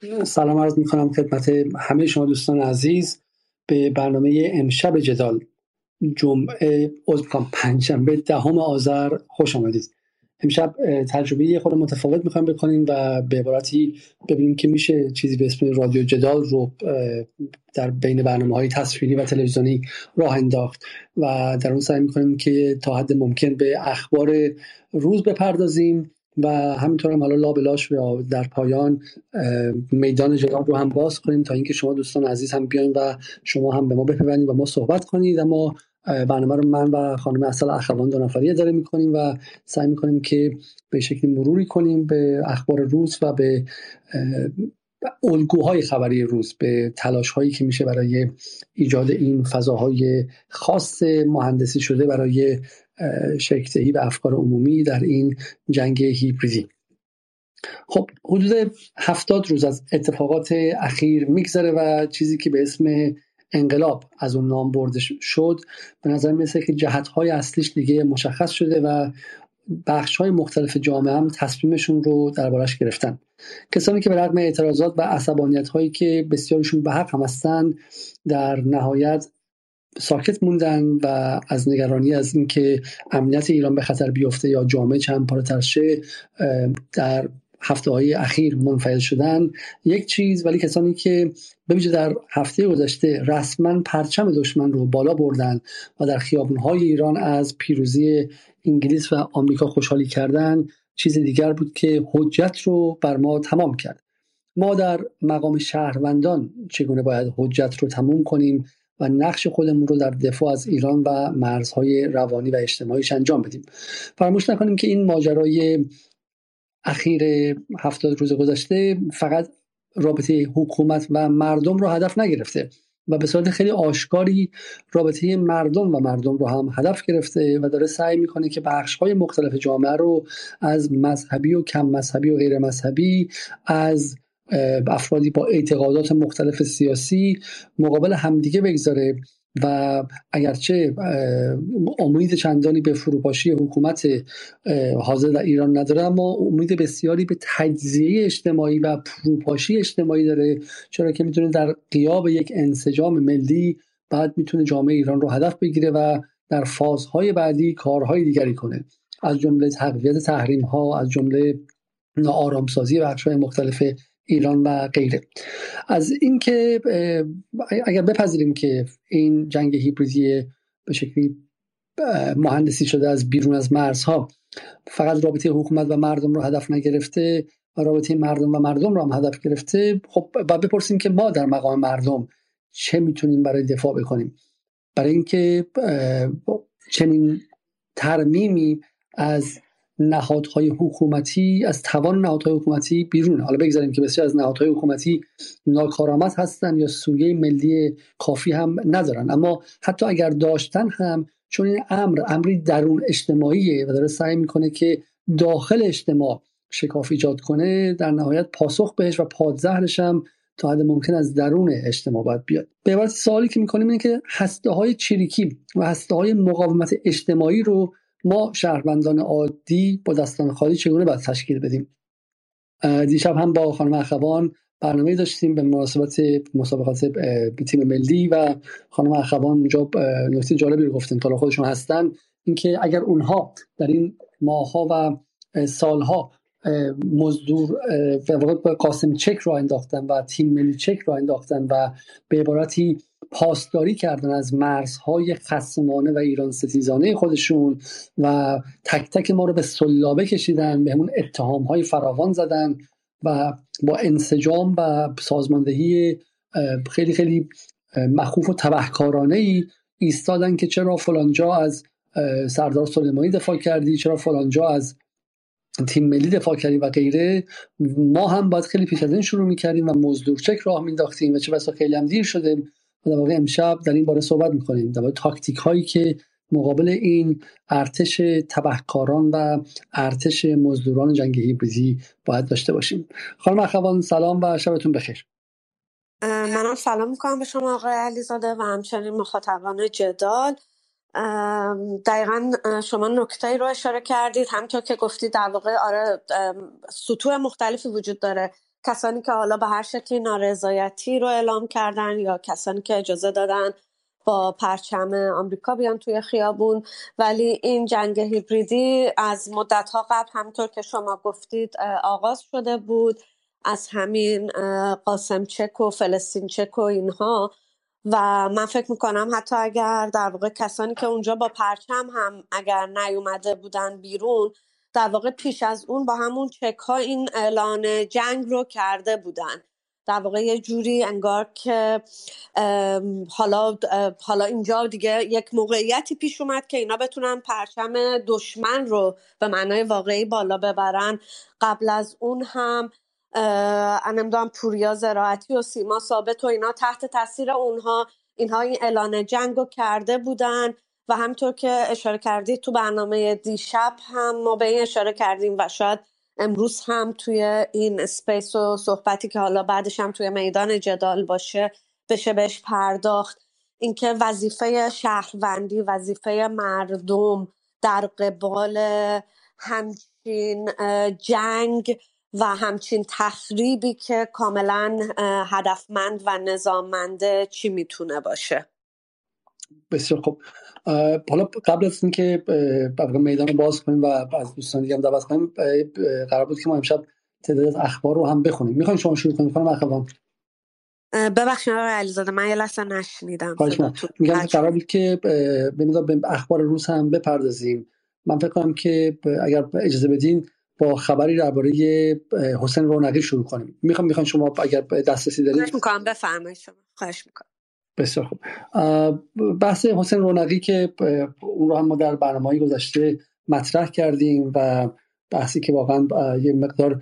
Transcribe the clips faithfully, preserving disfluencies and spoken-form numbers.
سلام عرض میکنم خدمت همه شما دوستان عزیز به برنامه امشب جدال جمعه عذر پنجشنبه دهم آذر خوش آمدید. امشب تجربه خود متفاوت میخوایم بکنیم و به عبارتی ببینیم که میشه چیزی به اسم رادیو جدال رو در بین برنامه‌های تصویری و تلویزیونی راه انداخت و در اون سعی میکنیم که تا حد ممکن به اخبار روز بپردازیم و همینطور هم حالا لابلاش و در پایان میدان جدال رو هم باز کنیم تا اینکه شما دوستان عزیز هم بیاین و شما هم به ما بپیوندید و ما صحبت کنید. اما برنامه رو من و خانم عسل اخوان دو نفری اداره میکنیم و سعی میکنیم که به شکلی مروری کنیم به اخبار روز و به الگوهای خبری روز، به تلاش هایی که میشه برای ایجاد این فضاهای خاص مهندسی شده برای شکل‌دهی و افکار عمومی در این جنگ هیبریدی. خب حدود هفتاد روز از اتفاقات اخیر میگذره و چیزی که به اسم انقلاب از اون نام برده شد به نظر میرسه که جهت‌های اصلیش دیگه مشخص شده و بخش‌های مختلف جامعه هم تصمیمشون رو دربارش گرفتن. کسانی که به رغم اعتراضات و عصبانیت‌هایی که بسیارشون به حق هم هستن در نهایت ساکت موندن و از نگرانی از اینکه امنیت ایران به خطر بیفته یا جامعه چند پاره شه در هفته‌های اخیر منفعل شدن یک چیز، ولی کسانی که به ویژه در هفته گذشته رسما پرچم دشمن رو بالا بردن و در خیابان‌های ایران از پیروزی انگلیس و آمریکا خوشحالی کردن چیز دیگر بود که حجت رو بر ما تمام کرد. ما در مقام شهروندان چگونه باید حجت رو تموم کنیم و نقش خودمون رو در دفاع از ایران و مرزهای روانی و اجتماعیش انجام بدیم. فراموش نکنیم که این ماجرای اخیر هفتاد روز گذشته فقط رابطه حکومت و مردم رو هدف نگرفته و به صورت خیلی آشکاری رابطه مردم و مردم رو هم هدف گرفته و داره سعی میکنه که بخش‌های مختلف جامعه رو از مذهبی و کم مذهبی و غیر مذهبی، از افرادی با اعتقادات مختلف سیاسی مقابل همدیگه بگذاره و اگرچه امید چندانی به فروپاشی حکومت حاضر در ایران نداره، اما امید بسیاری به تجزیه اجتماعی و فروپاشی اجتماعی داره، چرا که میتونه در غیاب یک انسجام ملی بعد میتونه جامعه ایران رو هدف بگیره و در فازهای بعدی کارهای دیگری کنه، از جمله تقویت تحریم ها، از جمله آرامسازی بخش‌های مختلف ایران و غیره. از اینکه اگر بپذیریم که این جنگ هیبریدی به شکلی مهندسی شده از بیرون از مرزها فقط رابطه حکومت و مردم رو هدف نگرفته و رابطه مردم و مردم رو هم هدف گرفته، خب باید بپرسیم که ما در مقام مردم چه میتونیم برای دفاع بکنیم، برای اینکه چنین ترمیمی از نهادهای حکومتی، از توان نهادهای حکومتی بیرون. حالا بگذاریم که بسیار از نهادهای حکومتی ناکارآمد هستن یا سویه ملی کافی هم ندارن، اما حتی اگر داشتن هم چون این امر امری درون اجتماعیه و داره سعی میکنه که داخل اجتماع شکاف ایجاد کنه، در نهایت پاسخ بهش و پادزهرش هم تا حد ممکن از درون اجتماع باید بیاد. به عبارت سوالی که میکنیم اینه که هسته‌های چریکی و هسته‌های مقاومت اجتماعی رو ما شهروندان عادی با دستان خالی چگونه باید تشکیل بدیم. دیشب هم با خانم اخوان برنامه داشتیم به مناسبت مسابقات تیم ملی و خانم اخوان اونجا نکته جالبی رو گفتن تا خودشون هستن، اینکه اگر اونها در این ماه‌ها و سالها مزدور و واقعا قاسم چک رو انداختن و تیم ملی چک رو انداختن و به عبارتی پاسداری کردن از مرزهای خصمانه و ایران ستیزانه خودشون و تک تک ما رو به سلابه کشیدن، بهمون اتهام‌های فراوان زدن و با انسجام و سازماندهی خیلی خیلی مخوف و تبهکارانه‌ای ایستادن که چرا فلانجا از سردار سلیمانی دفاع کردی، چرا فلانجا از تیم ملی دفاع کردیم و غیره. ما هم باید خیلی پیش از این شروع می‌کردیم و مزدور چک راه می‌انداختیم و چه بسا خیلی هم دیر شده. در واقع امشب در این باره صحبت می‌کنیم در مورد تاکتیک هایی که مقابل این ارتش تبهکاران و ارتش مزدوران جنگ هیبریدی باید داشته باشیم. خانم اخوان سلام و شبتون بخیر. منم سلام میکنم به شما آقای علیزاده و همچنین مخاطبان جدال. دقیقا شما نکته‌ای رو اشاره کردید، همونطور که گفتید در واقع آره سطوح مختلفی وجود داره کسانی که حالا به هر شکلی نارضایتی رو اعلام کردن یا کسانی که اجازه دادن با پرچم آمریکا بیان توی خیابون. ولی این جنگ هیبریدی از مدت‌ها قبل همونطور که شما گفتید آغاز شده بود، از همین قاسم چک و فلسطین چک و اینها. و من فکر میکنم حتی اگر در واقع کسانی که اونجا با پرچم هم اگر نیومده بودن بیرون، در واقع پیش از اون با همون چک ها این اعلان جنگ رو کرده بودن. در واقع یه جوری انگار که حالا حالا اینجا دیگه یک موقعیتی پیش اومد که اینا بتونن پرچم دشمن رو به معنای واقعی بالا ببرن. قبل از اون هم نمیدونم پوریا زراعتی و سیما ثابت و اینا تحت تاثیر اونها اینها این اعلان جنگ رو کرده بودن. و همطور که اشاره کردید تو برنامه دیشب هم ما به این اشاره کردیم و شاید امروز هم توی این اسپیس و صحبتی که حالا بعدش هم توی میدان جدال باشه بشه بهش پرداخت، اینکه وظیفه شهروندی، وظیفه مردم در قبال همچین جنگ و همچین تخریبی که کاملا هدفمند و نظاممنده چی میتونه باشه. بسیار خوب. حالا قبل از اینکه میدان رو باز کنیم و از دوستان دیگه هم دعوت کنیم، قرار بود که ما امشب تعداد از اخبار رو هم بخونیم. میخواین شما شروع کنید خانم اخوان؟ ببخشید آقای علیزاده من یه لحظه نشنیدم. میگم قرار بود که به اخبار روز هم بپردازیم. من فکر کنم که اگر اجازه بدین با خبری درباره حسین رونقی شروع کنیم. میخوام میخوام شما اگر دسترسی دارید خواهش میکنم بفرمایید شما. خواهش میکنم. بسیار خوب. بحث حسین رونقی که اون رو هم ما در برنامه‌های گذشته مطرح کردیم و بحثی که واقعا یه مقدار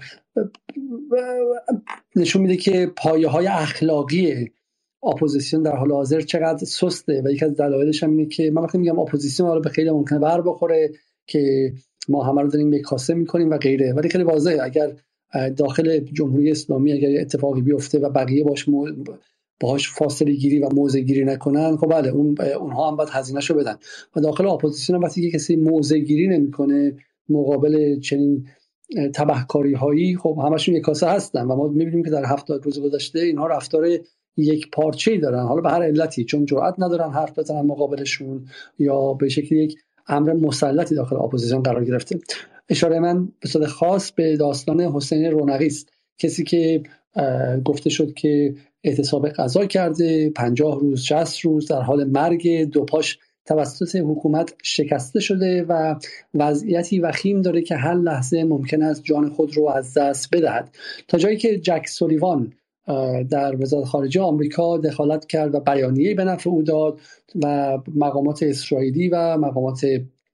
نشون میده که پایه‌های اخلاقی اپوزیسیون در حال حاضر چقدر سسته و یکی از دلایلش هم اینه که من وقتی میگم اپوزیسیون حالا به خیلی ممکنه بر بخوره که ما همه رو داریم یک کاسه میکنیم و غیره، ولی خیلی واضحه اگر داخل جمهوری اسلامی اگر اتفاقی بیفته و بقیه باش مو... باهاش فاصله گیری و موضع گیری نکنن، خب بله اون اونها هم باید هزینه‌شو بدن. و داخل اپوزیسیون هم وقتی که کسی موضع گیری نمیکنه مقابل چنین تبهکاری هایی، خب همشون یک کاسه هستن و ما می‌بینیم که در هفتاد روز گذشته اینها رفتار یک پارچه‌ای دارن، حالا به هر علتی، چون جرئت ندارن حرف بزنن مقابلشون یا به شکلی یک امر مسلطی داخل اپوزیسیون قرار گرفته. اشاره من به صورت خاص به داستان حسین رونقی است، کسی که گفته شد که اعتصاب غذا کرده، پنجاه روز شصت روز در حال مرگ، دو پاش توسط حکومت شکسته شده و وضعیتی وخیم داره که هر لحظه ممکن است جان خود رو از دست بدهد. تا جایی که جک سولیوان در وزارت خارجه آمریکا دخالت کرد و بیانیه‌ای به نفع او داد و مقامات اسرائیلی و مقامات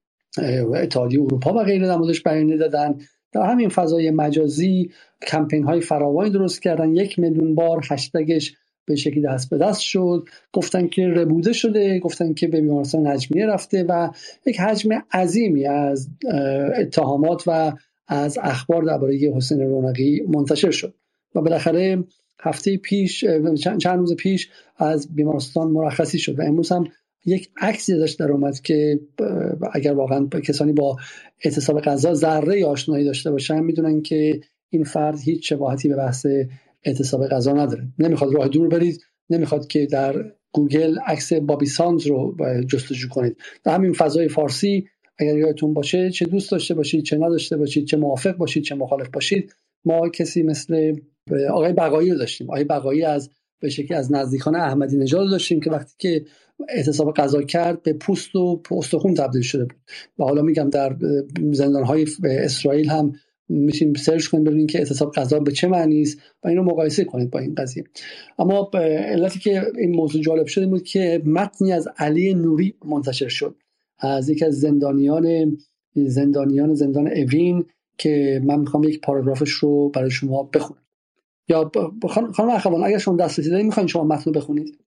اتحادیه اروپا و غیره در موردش بیانیه دادن. در همین فضای مجازی کمپین های فراوانی درست کردن، یک میلیون بار هشتگش به شکلی دست به دست شد، گفتن که ربوده شده، گفتن که به بیمارستان نجمیه رفته و یک حجم عظیمی از اتهامات و از اخبار درباره حسین رونقی منتشر شد و بالاخره هفته پیش چند روز پیش از بیمارستان مرخصی شد و امروز هم یک عکسی ازش در اومد که اگر واقعا کسانی با اعتصاب غذا ذره آشنایی داشته باشن میدونن که این فرد هیچ شباهتی به بحث اعتصاب غذا نداره. نمیخواد راه دور برید، نمیخواد که در گوگل عکس بابی ساندز رو جستجو کنید. در همین فضای فارسی اگر یادتون باشه، چه دوست داشته باشید چه نداشته باشید، چه موافق باشید چه مخالف باشید، ما کسی مثل آقای بقایی رو داشتیم. آقای بقایی از به شکلی از نزدیکان احمدی نژاد داشتیم که وقتی که اعتصاب غذا کرد به پوست و استخوان تبدیل شده بود و حالا میگم در زندان‌های اسرائیل هم میتونید سرچ کنید ببینید که اعتصاب غذا به چه معنی است و اینو مقایسه کنید با این قضیه. اما علتی که این موضوع جالب شد این بود که متنی از علی نوری منتشر شد از یکی از زندانیان زندانیان زندان اوین که من میخوام یک پاراگرافش رو برای شما بخونم. یا خانم اخوان اگر شما دسترسی دارید میخواین شما متن رو بخونید؟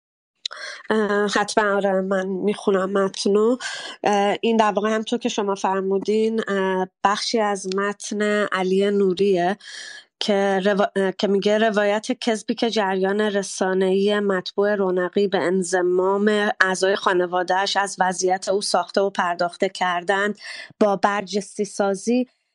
حتما آره من میخونم متنو. این در واقع همطور که شما فرمودین بخشی از متن علی نوریه که, رو... که میگه روایت کذبی که جریان رسانه‌ای مطبوع رونقی به انضمام اعضای خانواده‌اش از وضعیت او ساخته و پرداخته کردند با برجسته سازی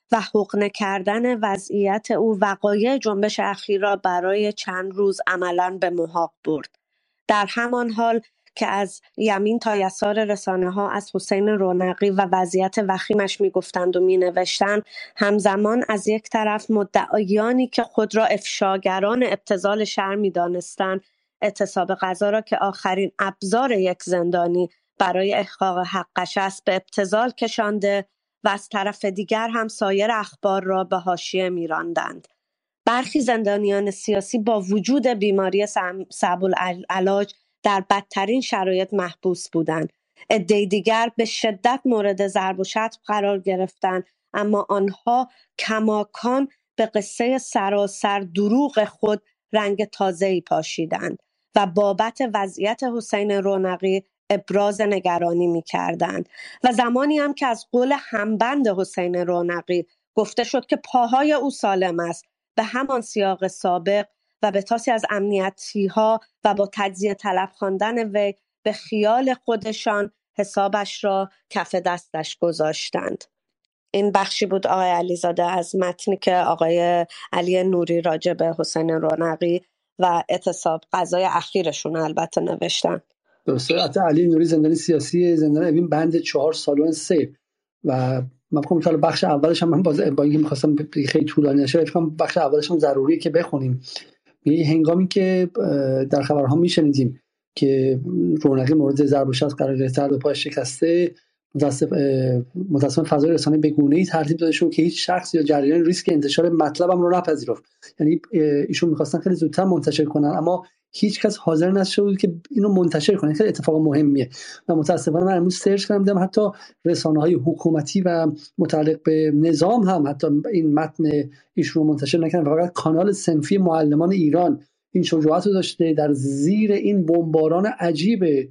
و حقنه کردن وضعیت او وقایع جنبش اخیر را برای چند روز عملاً به محاق برد. در همان حال که از یمین تا یسار رسانه‌ها از حسین رونقی و وضعیت وخیمش می‌گفتند و می‌نوشتند، همزمان از یک طرف مدعیانی که خود را افشاگران ابتذال شرع می‌دانستند، اعتصاب غذا را که آخرین ابزار یک زندانی برای احقاق حقش است به ابتذال کشانده و از طرف دیگر هم سایر اخبار را به حاشیه می‌راندند. برخی زندانیان سیاسی با وجود بیماری صعب العلاج در بدترین شرایط محبوس بودند. عده دیگر به شدت مورد ضرب و شتم قرار گرفتند، اما آنها کماکان به قصه سراسر دروغ خود رنگ تازه‌ای پاشیدند و بابت وضعیت حسین رونقی ابراز نگرانی می‌کردند. و زمانی هم که از قول همبند حسین رونقی گفته شد که پاهای او سالم است، به همان سیاق سابق و به طاسی از امنیتی ها و با تجزیه طلب خواندن وی به خیال خودشان حسابش را کف دستش گذاشتند. این بخشی بود آقای علیزاده از متنی که آقای علی نوری راجع به حسین رونقی و اعتصاب غذای اخیرشون البته نوشتن. درسته. حتی علی نوری زندانی سیاسی زندان اوین بند چهار سالون سه و من فکر کنم بخش اولش هم من باز با اینکه می‌خواستم خیلی طولانی نشه فکر کنم بخش اولش هم ضروریه که بخونیم. یه هنگامی که در خبرها میشنیدیم که رونقی مورد ضرب و شتم قرار گرفته و پاش شکسته، متأسفانه فضای رسانه به گونه‌ای ترتیب داده شد که هیچ شخص یا جریان ریسک انتشار مطلبم رو نپذیرفت. یعنی ایشون می‌خواستن خیلی زودتر منتشر کنن اما هیچ کس حاضر نشد که اینو منتشر کنه. خیلی اتفاق مهمیه و متأسفانه من امروز سرچ کردم دیدم حتی رسانه‌های حکومتی و متعلق به نظام هم حتی این متن ایشون رو منتشر نکردن، فقط کانال صنفی معلمان ایران این شجاعت رو داشته در زیر این بمباران عجیب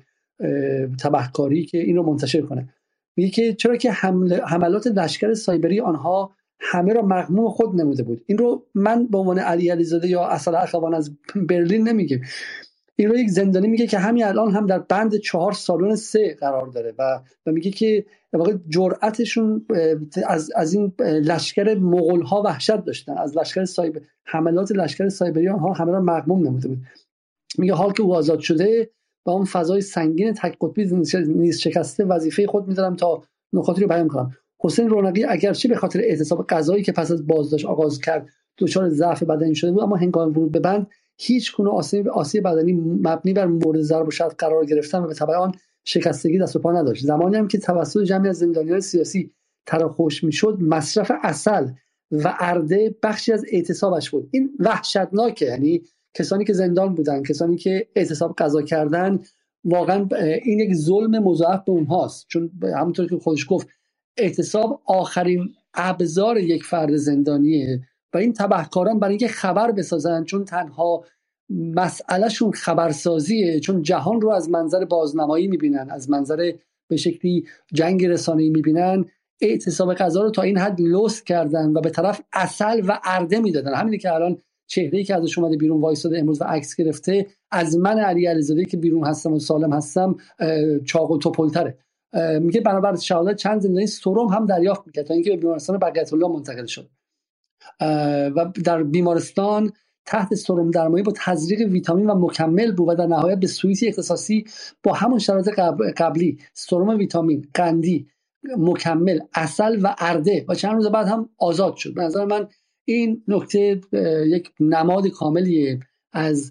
تبهکاری که این رو منتشر کنه. میگه که چرا که حملات لشکر سایبری آنها همه را مغموم خود نموده بود. این رو من به عنوان علی علیزاده یا اصل اخوان از برلین نمیگم، این رو یک زندانی میگه که همین الان هم در بند چهار سالون سه قرار داره و و میگه که واقعا جرأتشون از از این لشکر مغول ها وحشت داشتن، از لشکر سایبر حملات لشکر سایبری آنها همه را مغموم نموده بود. میگه حال که او آزاد شده با اون فضای سنگین تک قطبی نیز شکسته وظیفه خود می‌دارم تا نکاتی رو بیان کنم. حسین رونقی اگرچه به خاطر اعتصاب غذایی که پس از بازداشت آغاز کرد دچار ضعف بدنی شده بود، اما هنگام ورود به بند هیچ گونه آسیب آسیب بدنی مبنی بر مورد ضرب و شتم قرار گرفتن و به تبع آن شکستگی دست و پا نداشت. زمانی هم که توسط جمعی از زندانیان سیاسی تراخوش میشد، مصرف عسل و ارده بخشی از اعتصابش بود. این وحشتناکه. یعنی کسانی که زندان بودن، کسانی که اعتصاب قضا کردن، واقعا این یک ظلم مضاعف به اونهاست، چون همونطور که خودش گفت اعتصاب آخرین ابزار یک فرد زندانیه و این تبهکاران برای اینکه خبر بسازن، چون تنها مسئلهشون خبرسازیه، چون جهان رو از منظر بازنمایی میبینن، از منظر به شکلی جنگ رسانه‌ای میبینن، اعتصاب قضا رو تا این حد لوث کردن و به طرف عسل و ارده میدادن. همینی که الان چهره‌ای که ازش اومده بیرون وایساده امروز و عکس گرفته از من علی علیزاده که بیرون هستم و سالم هستم چاق و توپل‌تره. میگه بنابر شهادت چند زندانی سرم هم دریافت میکرد تا اینکه به بیمارستان بقیت الله منتقل شد و در بیمارستان تحت سرم درمانی با تزریق ویتامین و مکمل بود و در نهایت به سویتی اختصاصی با همون شرایط قبلی سرم ویتامین، قندی، مکمل، عسل و ارده و چند روز بعد هم آزاد شد. به نظر من این نکته یک نماد کاملیه از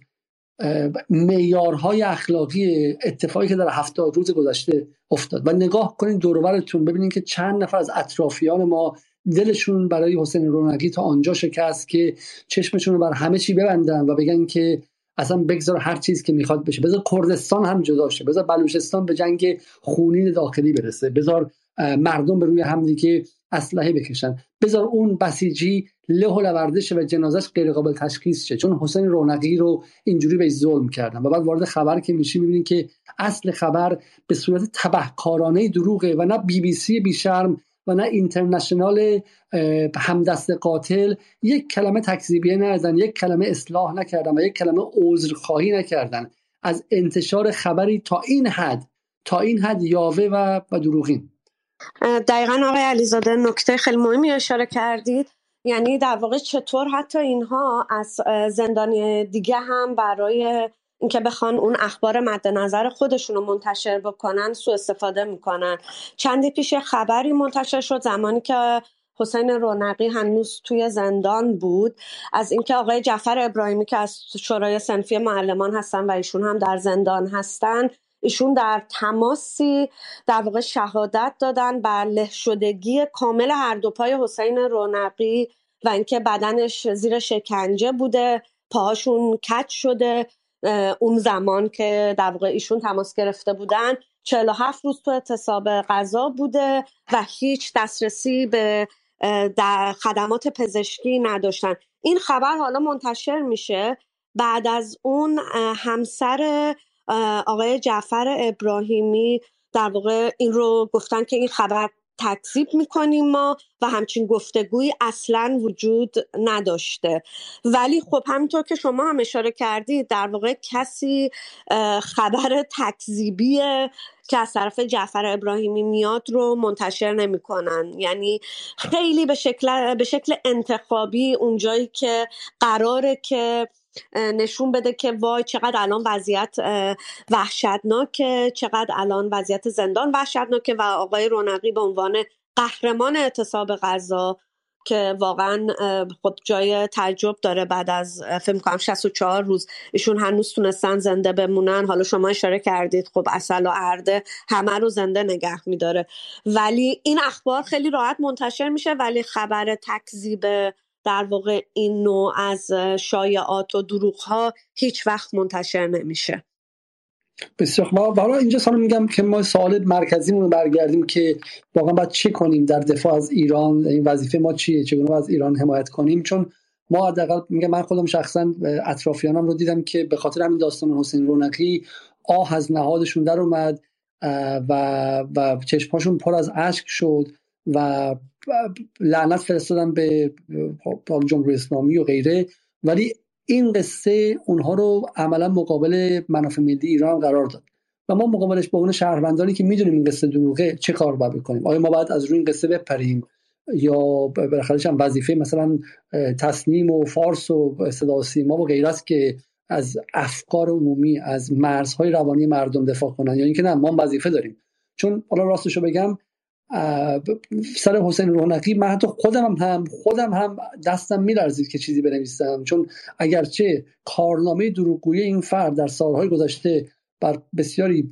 معیارهای اخلاقی اتفاقی که در هفتاد روز گذشته افتاد. و نگاه کنید دور و برتون ببینید که چند نفر از اطرافیان ما دلشون برای حسین رونقی تا آنجا شکست که چشمشون رو بر همه چی ببندن و بگن که اصلا بگذار هر چیز که میخواد بشه، بذار کردستان هم جدا شه، بذار بلوچستان به جنگ خونین داخلی برسه، بذار مردم به روی همدیگه اسلحه بکشن، بذار اون بسیجی له و لورده شه و جنازش غیر قابل تشخیص شه، چون حسین رونقی رو اینجوری بهش ظلم کردن. و بعد وارد خبر که میشی میبینین که اصل خبر به صورت تبهکارانه دروغه و نه بی بی سی بیشرم و نه اینترنشنال همدست قاتل یک کلمه تکذیبیه نکردن، یک کلمه اصلاح نکردن و یک کلمه عذرخواهی نکردن از انتشار خبری تا این حد تا این حد یاوه و و دروغین. دقیقا آقای علیزاده نکته خیلی مهمی اشاره کردید. یعنی در واقع چطور حتی اینها از زندانی دیگه هم برای اینکه بخوان اون اخبار مد نظر خودشون رو منتشر بکنن سوء استفاده میکنن. چندی پیش خبری منتشر شد زمانی که حسین رونقی هنوز توی زندان بود، از اینکه آقای جعفر ابراهیمی که از شورای صنفی معلمان هستن و ایشون هم در زندان هستن، ایشون در تماسی در واقع شهادت دادن بر له شدگی کامل هر دو پای حسین رونقی و اینکه بدنش زیر شکنجه بوده، پاهاشون کج شده. اون زمان که در واقع ایشون تماس گرفته بودن چهل و هفت روز تو اعتصاب غذا بوده و هیچ دسترسی به در خدمات پزشکی نداشتن. این خبر حالا منتشر میشه. بعد از اون همسر آقای جعفر ابراهیمی در واقع این رو گفتن که این خبر تکذیب میکنیم ما و همچین گفتگویی اصلا وجود نداشته. ولی خب همینطور که شما هم اشاره کردید در واقع کسی خبر تکذیبی که از طرف جعفر ابراهیمی میاد رو منتشر نمیکنن. یعنی خیلی به شکل به شکل انتخابی اونجایی که قراره که نشون بده که وای چقدر الان وضعیت وحشتناکه، چقدر الان وضعیت زندان وحشتناکه و آقای رونقی به عنوان قهرمان اعتصاب غذا که واقعا خب جای تعجب داره بعد از فکر می‌کنم شصت و چهار روز ایشون هنوز تونستن زنده بمونن. حالا شما اشاره کردید خب عسل و ارده همه رو زنده نگه می‌داره، ولی این اخبار خیلی راحت منتشر میشه ولی خبر تکذیب در واقع این نوع از شایعات و دروغ‌ها هیچ وقت منتشر نمیشه. بسیار خوب. حالا اینجا سوال میگم که ما سوال مرکزیمون رو برگردیم که واقعا باید چه کنیم در دفاع از ایران، این وظیفه ما چیه، چگونه از ایران حمایت کنیم. چون ما حداقل میگم من خودم شخصا اطرافیانم رو دیدم که به خاطر همین داستان حسین رونقی آه از نهادشون در اومد و و چشماشون پر از اشک شد و لعنت فرستادن به جمهوری اسلامی و غیره. ولی این قصه اونها رو عملا مقابل منافع ملی ایران قرار داد و ما مقابلش به عنوان شهروندانی که میدونیم این قصه دروغه چه کار باید بکنیم؟ آیا ما باید از روی این قصه بپریم یا بالاخره هم وظیفه مثلا تصنیم و فارس و صدا و سیما و غیره است که از افکار عمومی از مرزهای روانی مردم دفاع کنن، یا اینکه نه ما وظیفه داریم؟ چون حالا راستشو بگم سر حسین رونقی من حتی خودم هم خودم هم دستم میلرزید که چیزی بنویسم، چون اگرچه کارنامه دروغگویی این فرد در سالهای گذشته بر بسیاری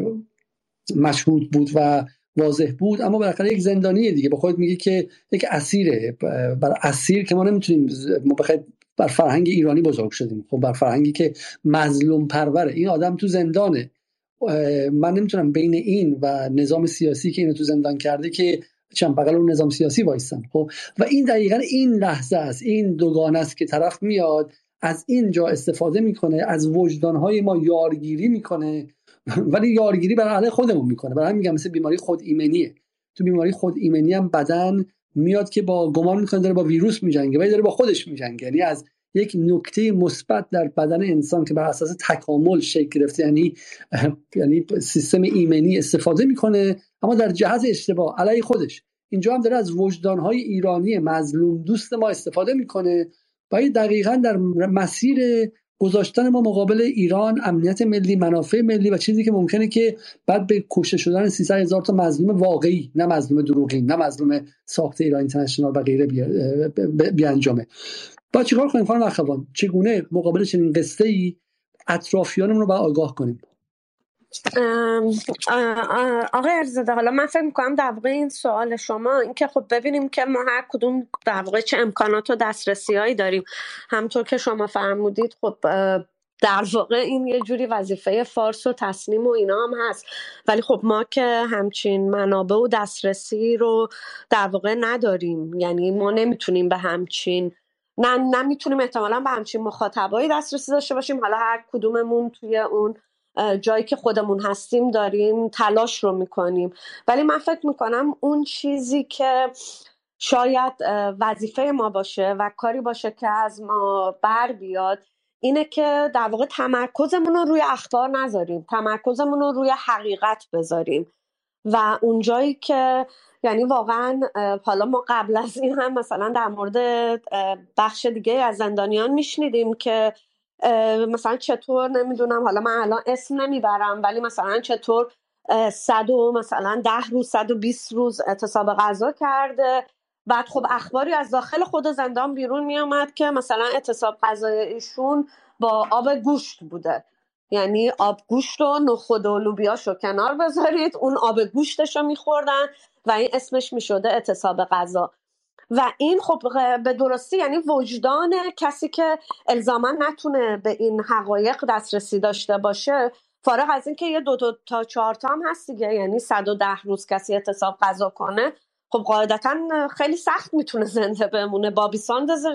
مشهود بود و واضح بود، اما بالاخره یک زندانیه دیگه. با خودت میگه که یک اسیره. بر اسیر که ما نمیتونیم، ما بخاطر بر فرهنگ ایرانی بزرگ شدیم، خب بر فرهنگی که مظلوم پروره. این آدم تو زندانه، من نمیتونم بین این و نظام سیاسی که اینو تو زندان کرده که چند بغل اون نظام سیاسی وایسم. خب و این دقیقاً این لحظه است، این دوگانه است که طرف میاد از اینجا استفاده میکنه، از وجدانهای ما یارگیری میکنه ولی یارگیری برای علیه خودمون میکنه. برای همین میگم مثل بیماری خود ایمنیه. تو بیماری خود ایمنی هم بدن میاد که با گمان میکنه داره با ویروس میجنگه ولی داره با خودش میجنگه. یعنی از یک نکته مثبت در بدن انسان که بر اساس تکامل شکل گرفته، یعنی یعنی سیستم ایمنی استفاده میکنه اما در جهت اشتباه علیه خودش. اینجا هم داره از وجدانهای ایرانی مظلوم دوست ما استفاده میکنه و این دقیقاً در مسیر گذاشتن ما مقابل ایران، امنیت ملی، منافع ملی و چیزی که ممکنه که بعد به کشته شدن سیصد هزار تا مظلوم واقعی، نه مظلوم دروغی، نه مظلوم ساخت ایران اینترنشنال و غیره بیانجامه. با چیکار کنیم خانم اخوان؟ چگونه مقابل چنین قصه‌ای اطرافیانمون رو باید آگاه کنیم؟ آقای علیزاده، حالا من فکر می‌کنم در واقع این سوال شما این که خب ببینیم که ما هر کدوم در واقع چه امکانات و دسترسی‌هایی داریم. همونطور که شما فرمودید خب در واقع این یه جوری وظیفه فارس و تصنیم و اینا هم هست، ولی خب ما که همچین منابع و دسترسی رو در واقع نداریم. یعنی ما نمیتونیم به همچین نه نمیتونیم احتمالاً به همچین مخاطبایی دسترسی داشته باشیم. حالا هر کدوممون توی اون جایی که خودمون هستیم داریم تلاش رو میکنیم، ولی من فکر میکنم اون چیزی که شاید وظیفه ما باشه و کاری باشه که از ما بر بیاد اینه که در واقع تمرکزمون رو روی اخبار نذاریم، تمرکزمون رو روی حقیقت بذاریم. و اونجایی که یعنی واقعا حالا ما قبل از این هم مثلا در مورد بخش دیگه از زندانیان میشنیدیم که مثلا چطور نمیدونم، حالا من الان اسم نمیبرم، ولی مثلا چطور صد و مثلا ده روز صد و بیست روز اعتصاب غذا کرده. بعد خب اخباری از داخل خود زندان بیرون میامد که مثلا اعتصاب غذای ایشون با آب گوشت بوده، یعنی آب گوشت و نخود و لوبیاشو کنار بذارید، اون آب گوشتشو میخوردن و این اسمش میشده اعتصاب غذا. و این خب به درستی یعنی وجدان کسی که الزاما نتونه به این حقایق دسترسی داشته باشه، فارغ از این که یه دو, دو تا چهار تا هم هست دیگه، یعنی صد و ده روز کسی اعتصاب غذا کنه خب قاعدتا خیلی سخت میتونه زنده بمونه. بابی ساندرز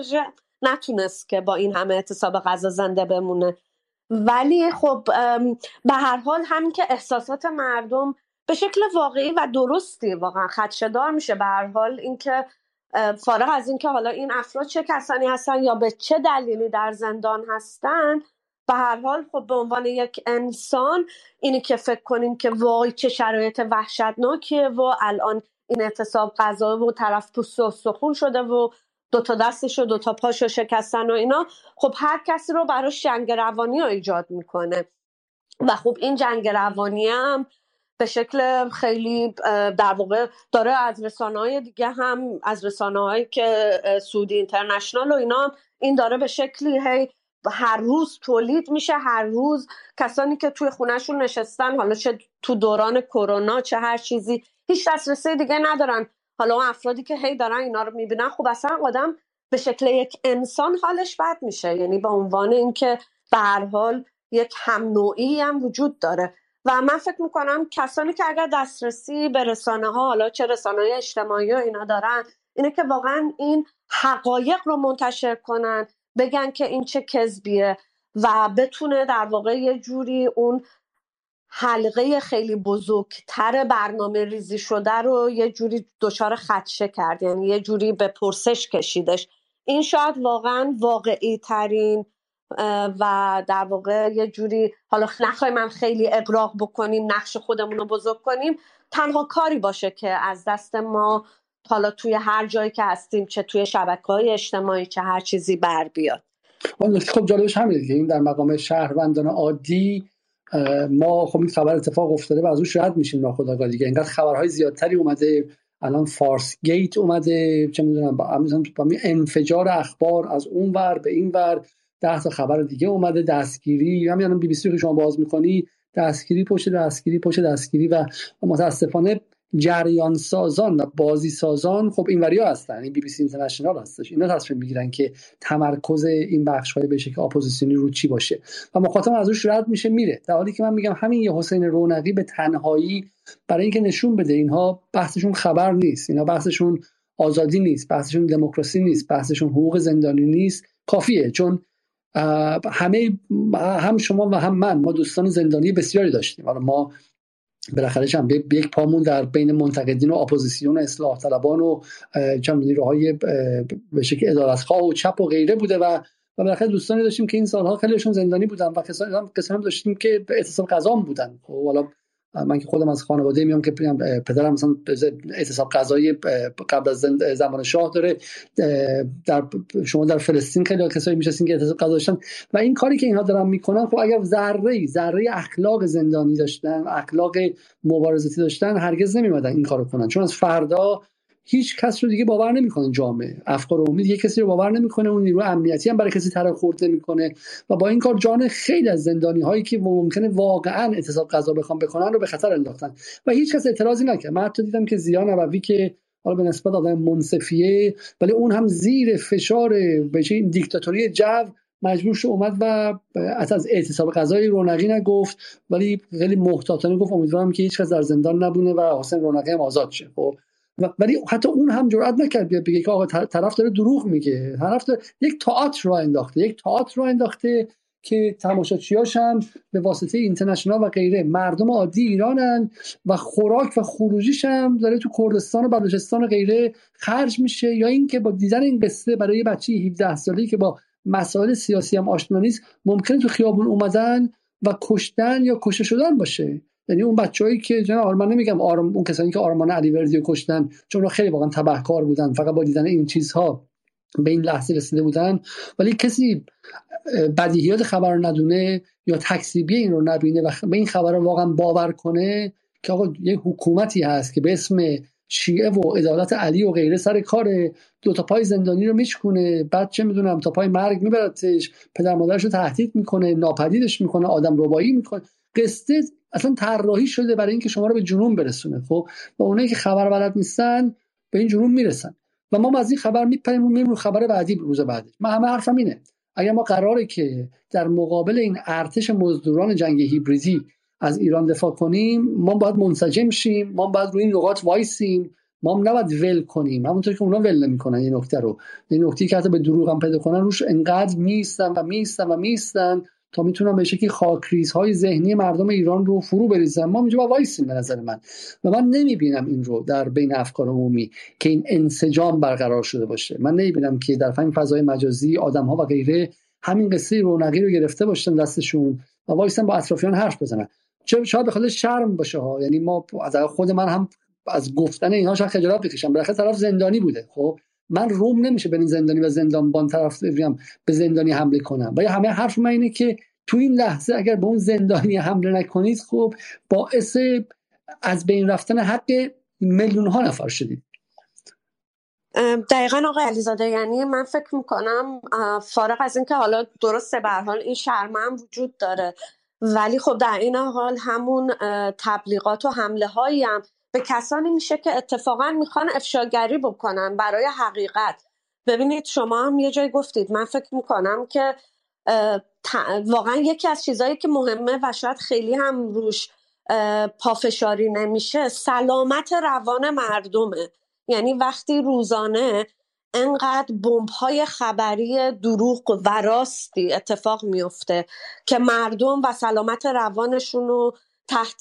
نتونست که با این همه اعتصاب غذا زنده بمونه. ولی خب به هر حال همین که احساسات مردم به شکل واقعی و درستی واقعا خدشه‌دار میشه. به هر حال اینکه فارغ از اینکه حالا این افراد چه کسانی هستن یا به چه دلیلی در زندان هستن، به هر حال خب به عنوان یک انسان اینی که فکر کنیم که وای چه شرایط وحشتناکیه و الان این اعتصاب غذا و طرف پوست و استخون شده و دو تا دستش و دو تا پاشو شکستن و اینا، خب هر کسی رو براش جنگ روانی ها ایجاد میکنه. و خب این جنگ روانی هم به شکل خیلی در واقع داره از رسانه‌های دیگه هم، از رسانه‌هایی که سعودی اینترنشنال و اینا هم این داره به شکلی هی هر روز تولید میشه. هر روز کسانی که توی خونهشون نشستن، حالا چه تو دوران کرونا چه هر چیزی، هیچ دسترسی دیگه ندارن. حالا اون افرادی که هی دارن اینا رو میبینن، خب اصلا آدم به شکل یک انسان حالش بد میشه، یعنی به عنوان اینکه به هر حال یک هم نوعی هم وجود داره. و من فکر میکنم کسانی که اگر دسترسی به رسانه ها، حالا چه رسانه های اجتماعی و اینا دارن، اینه که واقعا این حقایق رو منتشر کنن، بگن که این چه کذبیه و بتونه در واقع یه جوری اون حلقه خیلی بزرگتر برنامه ریزی شده رو یه جوری دچار خدشه کرد، یعنی یه جوری به پرسش کشیدش. این شاید واقعا واقعی ترین و در واقع یه جوری، حالا نخواهیم من خیلی اغراق بکنیم نقش خودمون رو بزرگ کنیم، تنها کاری باشه که از دست ما حالا توی هر جایی که هستیم، چه توی شبکه‌های اجتماعی چه هر چیزی بر بیاد. خب جالبش همینه دیگه، این در مقام شهروندان عادی ما خب این خبر اتفاق افتاده و از روش رد میشیم ناخودآگاه دیگه. اینقدر خبرهای زیادتری اومده، الان فارس گیت اومده، چه میدونم با انفجار اخبار از اون ور به این ور، ده تا خبر دیگه اومده، دستگیری، همین الان بی بی سی که شما باز میکنی دستگیری پشت دستگیری پشت دستگیری و متاسفانه جریان سازان و بازی سازان خب این وریا هستن، یعنی بی بی سی اینترنشنال هستش، اینا تصمیم میگیرن که تمرکز این بخش‌های بشه که اپوزیسیونی رو چی باشه و مخاطب از روش رد میشه میره. در حالی که من میگم همین یه حسین رونقی به تنهایی برای اینکه نشون بده اینها بحثشون خبر نیست، اینا بحثشون آزادی نیست، بحثشون دموکراسی نیست، بحثشون حقوق زندانی نیست، کافیه. چون همه هم شما و هم من ما دوستان زندانی بسیاری داشتیم. حالا ما بالاخره هم به یک پامون در بین منتقدین و اپوزیسیون و اصلاح طلبان و چند نیروهای به شکل عدالتخواه و چپ و غیره بوده و و بالاخره دوستانی داشتیم که این سالها خیلیشون زندانی بودن و کسانی هم کسانی داشتیم که به اعتصاب قضا بودن. و حالا من که خودم از خانواده میام که پدرم مثلا اعتصاب قضایی قبل از زمان شاه داره، در شما در فلسطین خیلی کسایی میشستین که اعتصاب قضا داشتن و این کاری که اینها دارن میکنن خب اگر ذره ذره اخلاق زندانی داشتن، اخلاق مبارزاتی داشتن، هرگز نمیمدن این کارو کنن. چون از فردا هیچ کس رو دیگه باور نمیکنه، جامعه افکار عمومی دیگه کسی رو باور نمیکنه، اون نیرو امنیتی هم برای کسی طرف خورد نمیکنه و با این کار جان خیلی از زندانی هایی که ممکنه واقعا اعتصاب قضا بخوام بکنن رو به خطر انداختن و هیچ کس اعتراضی نکرد. من حتی دیدم که زیا نبوی که حالا به نسبت آدم منصفیه ولی اون هم زیر فشار به چه این دیکتاتوری جو مجبور شد اومد و از اعتصاب قضایی رونقی نگفت ولی خیلی محتاطانه گفت امیدوارم که هیچ کس در زندان نبونه و حسین رونقی هم آزاد شه. خب ولی حتی اون هم جرئت نکرد بیاد بگه که آقا طرف داره دروغ میگه، طرف داره یک تئاتر رو انداخته، یک تئاتر رو انداخته که تماشاچیاش هم به واسطه اینترنشنال و غیره مردم عادی ایرانن و خوراک و خروجیش هم داره تو کردستان و بلوچستان و غیره خرج میشه. یا این که با دیدن این قصه برای یه بچه هفده ساله‌ای که با مسائل سیاسی هم آشنا نیست ممکنه تو خیابون اومدن و کشتن یا کشته شدن باشه. یعنی اون بچه‌هایی که جناب آرمان نمیگم آرم اون کسانی که آرمان علیوردی رو کشتن چون خیلی واقعا تبهکار بودن، فقط با دیدن این چیزها به این لحظه رسیده بودن، ولی کسی بدیهیات خبر رو ندونه یا تکذیبی این رو نبینه و به این خبر رو واقعا باور کنه که آقا یه حکومتی هست که به اسم شیعه و عدالت علی و غیره سر کار، دو تا پای زندانی رو میچکونه، بعد چه میدونم تا پای مرگ میبرتش، پدر مادرش رو تهدید میکنه، ناپدیدش میکنه، آدم ربایی میکنه، قصه اصلا طراحی شده برای اینکه شما رو به جنون برسونه. خب و اونایی که خبر بلد نیستن به این جنون میرسن و ما از این خبر میپریم و میریم خبر بعدی روز بعدش. من همه حرفم اینه اگر ما قراره که در مقابل این ارتش مزدوران جنگ هیبریدی از ایران دفاع کنیم، ما باید منسجم شیم، ما باید روی این نقاط وایسیم، ما هم نباید ول کنیم همونطور که اونا ول نمی‌کنن این نکته رو. این نکته که حتی به دروغ هم پیدا کنن روش انقدر میستن و میستن و میستن تا میتونن به شکلی خاکریزهای ذهنی مردم ایران رو فرو بریزن. ما اینجا باید وایسیم به نظر من و من نمیبینم این رو در بین افکار عمومی که این انسجام برقرار شده باشه. من نمیبینم که در همین فضای مجازی آدم‌ها و غیره همین قصه رونقی رو گرفته باشن دستشون و وایسن با اطرافیان حرف بزنن. چه شاید به خاطر شرم باشه ها، یعنی ما از خود من هم از گفتن اینها شاید خجالت بکشم، بالاخره طرف زندانی بوده. خب من روم نمیشه بین زندانی و زندانبان طرف بگم به زندانی حمله کنم. و همه حرف من اینه که تو این لحظه اگر به اون زندانی حمله نکنید خب باعث از بین رفتن حق میلیون ها نفر شدید. دقیقاً آقای علیزاده، یعنی من فکر میکنم فارغ از این که حالا درسته به هر حال این شرم هم وجود داره، ولی خب در این حال همون تبلیغات و حمله هایی هم به کسانی میشه که اتفاقا میخوان افشاگری بکنن برای حقیقت. ببینید شما هم یه جای گفتید، من فکر میکنم که واقعا یکی از چیزایی که مهمه و شاید خیلی هم روش پافشاری نمیشه سلامت روان مردمه. یعنی وقتی روزانه انقدر بمب‌های خبری دروغ و راستی اتفاق میفته که مردم و سلامت روانشون رو تحت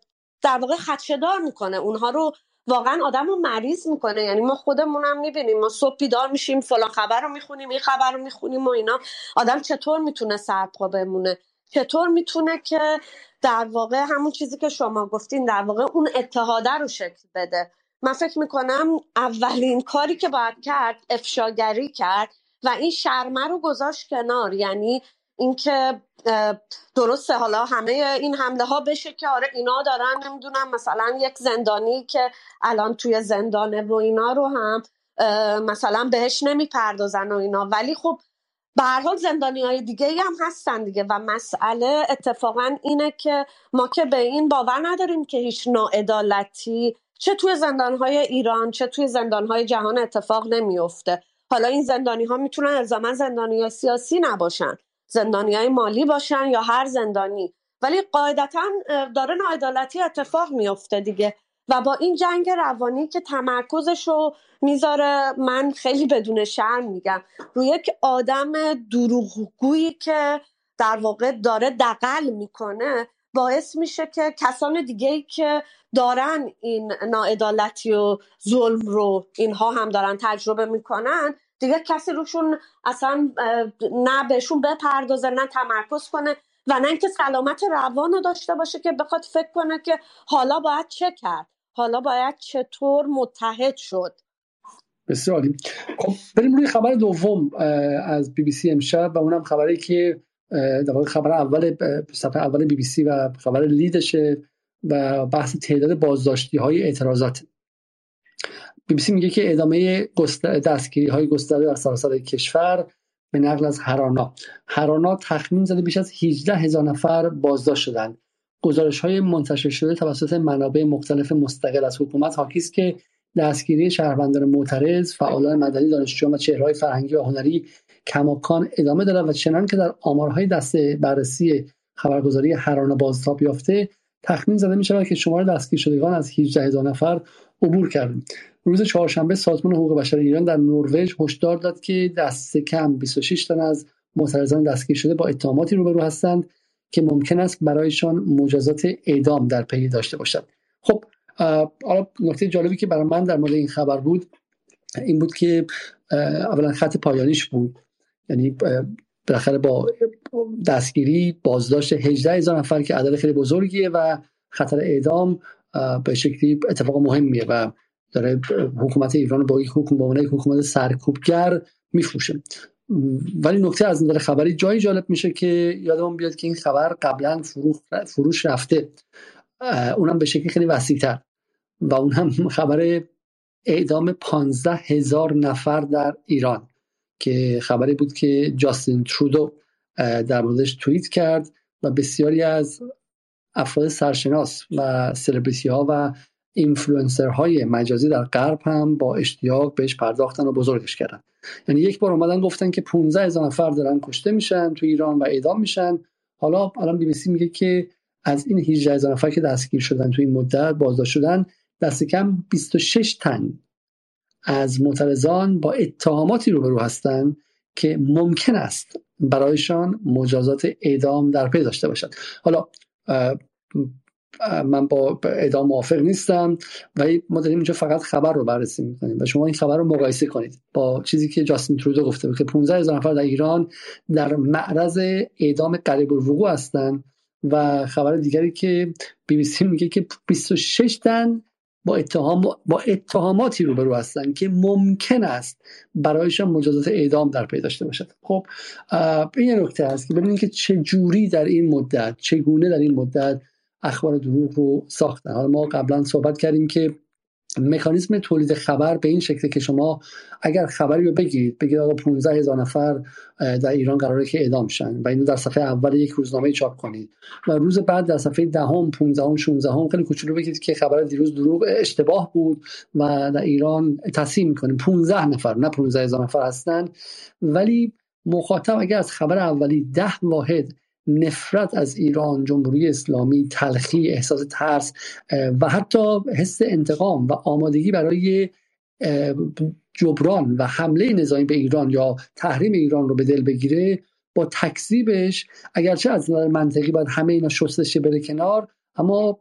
در واقع خدشه‌دار میکنه، اونها رو واقعا آدم رو مریض میکنه. یعنی ما خودمونم میبینیم، ما صبح بیدار میشیم فلان خبر رو میخونیم، این خبر رو میخونیم و اینا، آدم چطور میتونه سرپا بمونه؟ چطور میتونه که در واقع همون چیزی که شما گفتین در واقع اون اتحاده رو شکل بده؟ من فکر میکنم اولین کاری که باید کرد افشاگری کرد و این شرمه رو گذاشت کنار. یعنی اینکه درسته حالا همه این حمله ها بشه که آره اینا دارن نمیدونم مثلا یک زندانی که الان توی زندانه و اینا رو هم مثلا بهش نمیپردازن و اینا، ولی خب به هر حال زندانی‌های دیگه‌ای هم هستن دیگه. و مسئله اتفاقا اینه که ما که به این باور نداریم که هیچ ناعدالتی چه توی زندان‌های ایران چه توی زندان‌های جهان اتفاق نمیفته. حالا این زندانی‌ها میتونن الزاما زندانی‌های سیاسی نباشن، زندانی‌های مالی باشن یا هر زندانی، ولی قاعدتاً داره ناعدالتی اتفاق میفته دیگه. و با این جنگ روانی که تمرکزش رو میذاره، من خیلی بدون شرم میگم، روی یک آدم دروغگویی که در واقع داره دغل میکنه، باعث میشه که کسان دیگه‌ای که دارن این ناعدالتی و ظلم رو اینها هم دارن تجربه میکنن دیگه کسی روشون اصلا نه بهشون بپردازه نه تمرکز کنه و نه اینکه سلامت روان رو داشته باشه که بخواد فکر کنه که حالا باید چه کرد، حالا باید چطور متحد شد. بسیار عالی. خب بریم روی خبر دوم از بی بی سی امشب و اونم خبری که در واقع خبر اول صفحه اول بی بی سی و خبر لیدشه و بحث تعداد بازداشتی های اعتراضات. بی بی سی میگه که ادامه دستگیری های گسترده در سراسر کشور. به نقل از هرانا هرانا تخمین زده بیش از هجده هزار نفر بازداشت شدند. گزارش های منتشر شده توسط منابع مختلف مستقل از حکومت حاکی است که دستگیری شهروندان معترض، فعالان مدنی، دانشجویان و چهره‌های فرهنگی و هنری کماکان ادامه دارد و چنان که در آمارهای دسته بررسی خبرگزاری هرانا بازتاب یافته تخمین زده می‌شود که شمار دستگیر شدگان از هجده هزار نفر عبور کرد. روز چهارشنبه سازمان حقوق بشر ایران در نروژ هشدار داد که دست کم بیست و شش تن از معترضان دستگیر شده با اتهاماتی روبرو هستند که ممکن است برایشان مجازات اعدام در پی داشته باشد. خب حالا نکته جالبی که برای من در مورد این خبر بود این بود که اولا خط پایانیش بود، یعنی بالاخره با دستگیری بازداشت هجده هزار نفر که عدد خیلی بزرگیه و خطر اعدام به شکلی اتفاق مهمیه و داره حکومت ایران رو با یک حکومت با یک حکومت سرکوبگر میفروشه. ولی نکته از نظر خبری جایی جالب میشه که یادمون بیاد که این خبر قبلا فروش فروش رفته، اونم به شکلی خیلی وسیع‌تر، و اون هم خبر اعدام پانزده هزار نفر در ایران که خبری بود که جاستین ترودو در موردش توییت کرد و بسیاری از افراد سرشناس و سلبریتی ها و اینفلوئنسر های مجازی در غرب هم با اشتیاق بهش پرداختن و بزرگش کردن. یعنی یک بار اومدن گفتن که پانزده هزار نفر دارن کشته میشن تو ایران و اعدام میشن. حالا الان بی بی سی میگه که از این هجده هزار نفر که دستگیر شدن تو این مدت بازداشت شدن، دست کم بیست و شش تن از معترضان با اتهاماتی روبرو هستند که ممکن است برایشان مجازات اعدام در پی داشته باشد. حالا من با اعدام موافق نیستم، ولی ما داریم اینجا فقط خبر رو بررسی میکنیم و شما این خبر رو مقایسه کنید با چیزی که جاستین ترودو گفته بود که پانزده هزار نفر در ایران در معرض اعدام قریب الوقوع هستند و خبر دیگری که بی بی سی میگه که بیست و شش تن با اتهام با اتهاماتی روبرو هستن که ممکن است برایشان مجازات اعدام در پی داشته باشد. خب این یه نکته است که ببینید که چه جوری در این مدت، چگونه در این مدت اخبار دروغ رو ساختن. حالا ما قبلا صحبت کردیم که مکانیزم تولید خبر به این شکله که شما اگر خبری رو بگید بگید آقا پانزده هزار نفر در ایران قراره که اعدام شن و اینو در صفحه اول یک روزنامه چاپ کنید و روز بعد در صفحه دهم، پانزدهم، شانزدهم خیلی کوچولو بگید که خبر دیروز دروغ اشتباه بود و در ایران تصحیح می‌کنیم پانزده نفر نه پانزده هزار نفر هستن. ولی مخاطب اگر از خبر اولی ده واحد نفرت از ایران، جمهوری اسلامی، تلخی، احساس ترس و حتی حس انتقام و آمادگی برای جبران و حمله نظامی به ایران یا تحریم ایران رو به دل بگیره، با تکذیبش اگرچه از نظر منطقی باید همه اینا شستش بره کنار، اما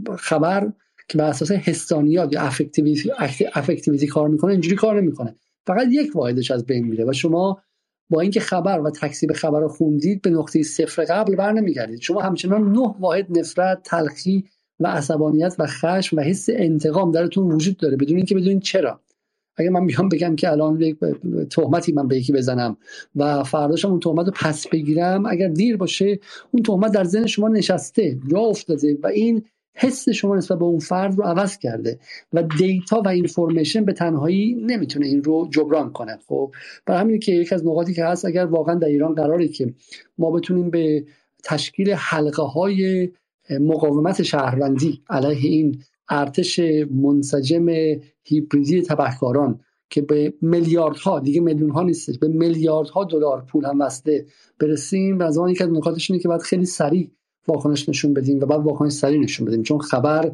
خبر که بر اساس حسانیات یا افکتیویتی افکتیویتی کار میکنه اینجوری کار نمیکنه، فقط یک واحدش از بین میره و شما با اینکه خبر و تکذیب خبر رو خوندید به نقطه صفر قبل برنمیگردید. شما همچنان نه واحد نفرت، تلخی و عصبانیت و خشم و حس انتقام درتون وجود داره بدون اینکه بدونید چرا. اگه من بیام بگم که الان یک تهمتی من به یکی بزنم و فرداشم اون تهمت رو پس بگیرم، اگر دیر باشه اون تهمت در ذهن شما نشسته، جا افتاده و این حس شما نسبت به اون فرد رو عوض کرده و دیتا و اینفورمیشن به تنهایی نمیتونه این رو جبران کنه. خب برای همین که یک از نقاطی که هست، اگر واقعا در ایران قراره که ما بتونیم به تشکیل حلقه های مقاومت شهروندی علیه این ارتش منسجم هیبریدی تبهکاران که به میلیاردها، دیگه میلیون ها نیست، به میلیاردها دلار پول هم واسطه برسیم، و زمانی که از نکاتش اینه که باید خیلی سریع واکنش نشون بدیم و بعد واکنش سریع نشون بدیم، چون خبر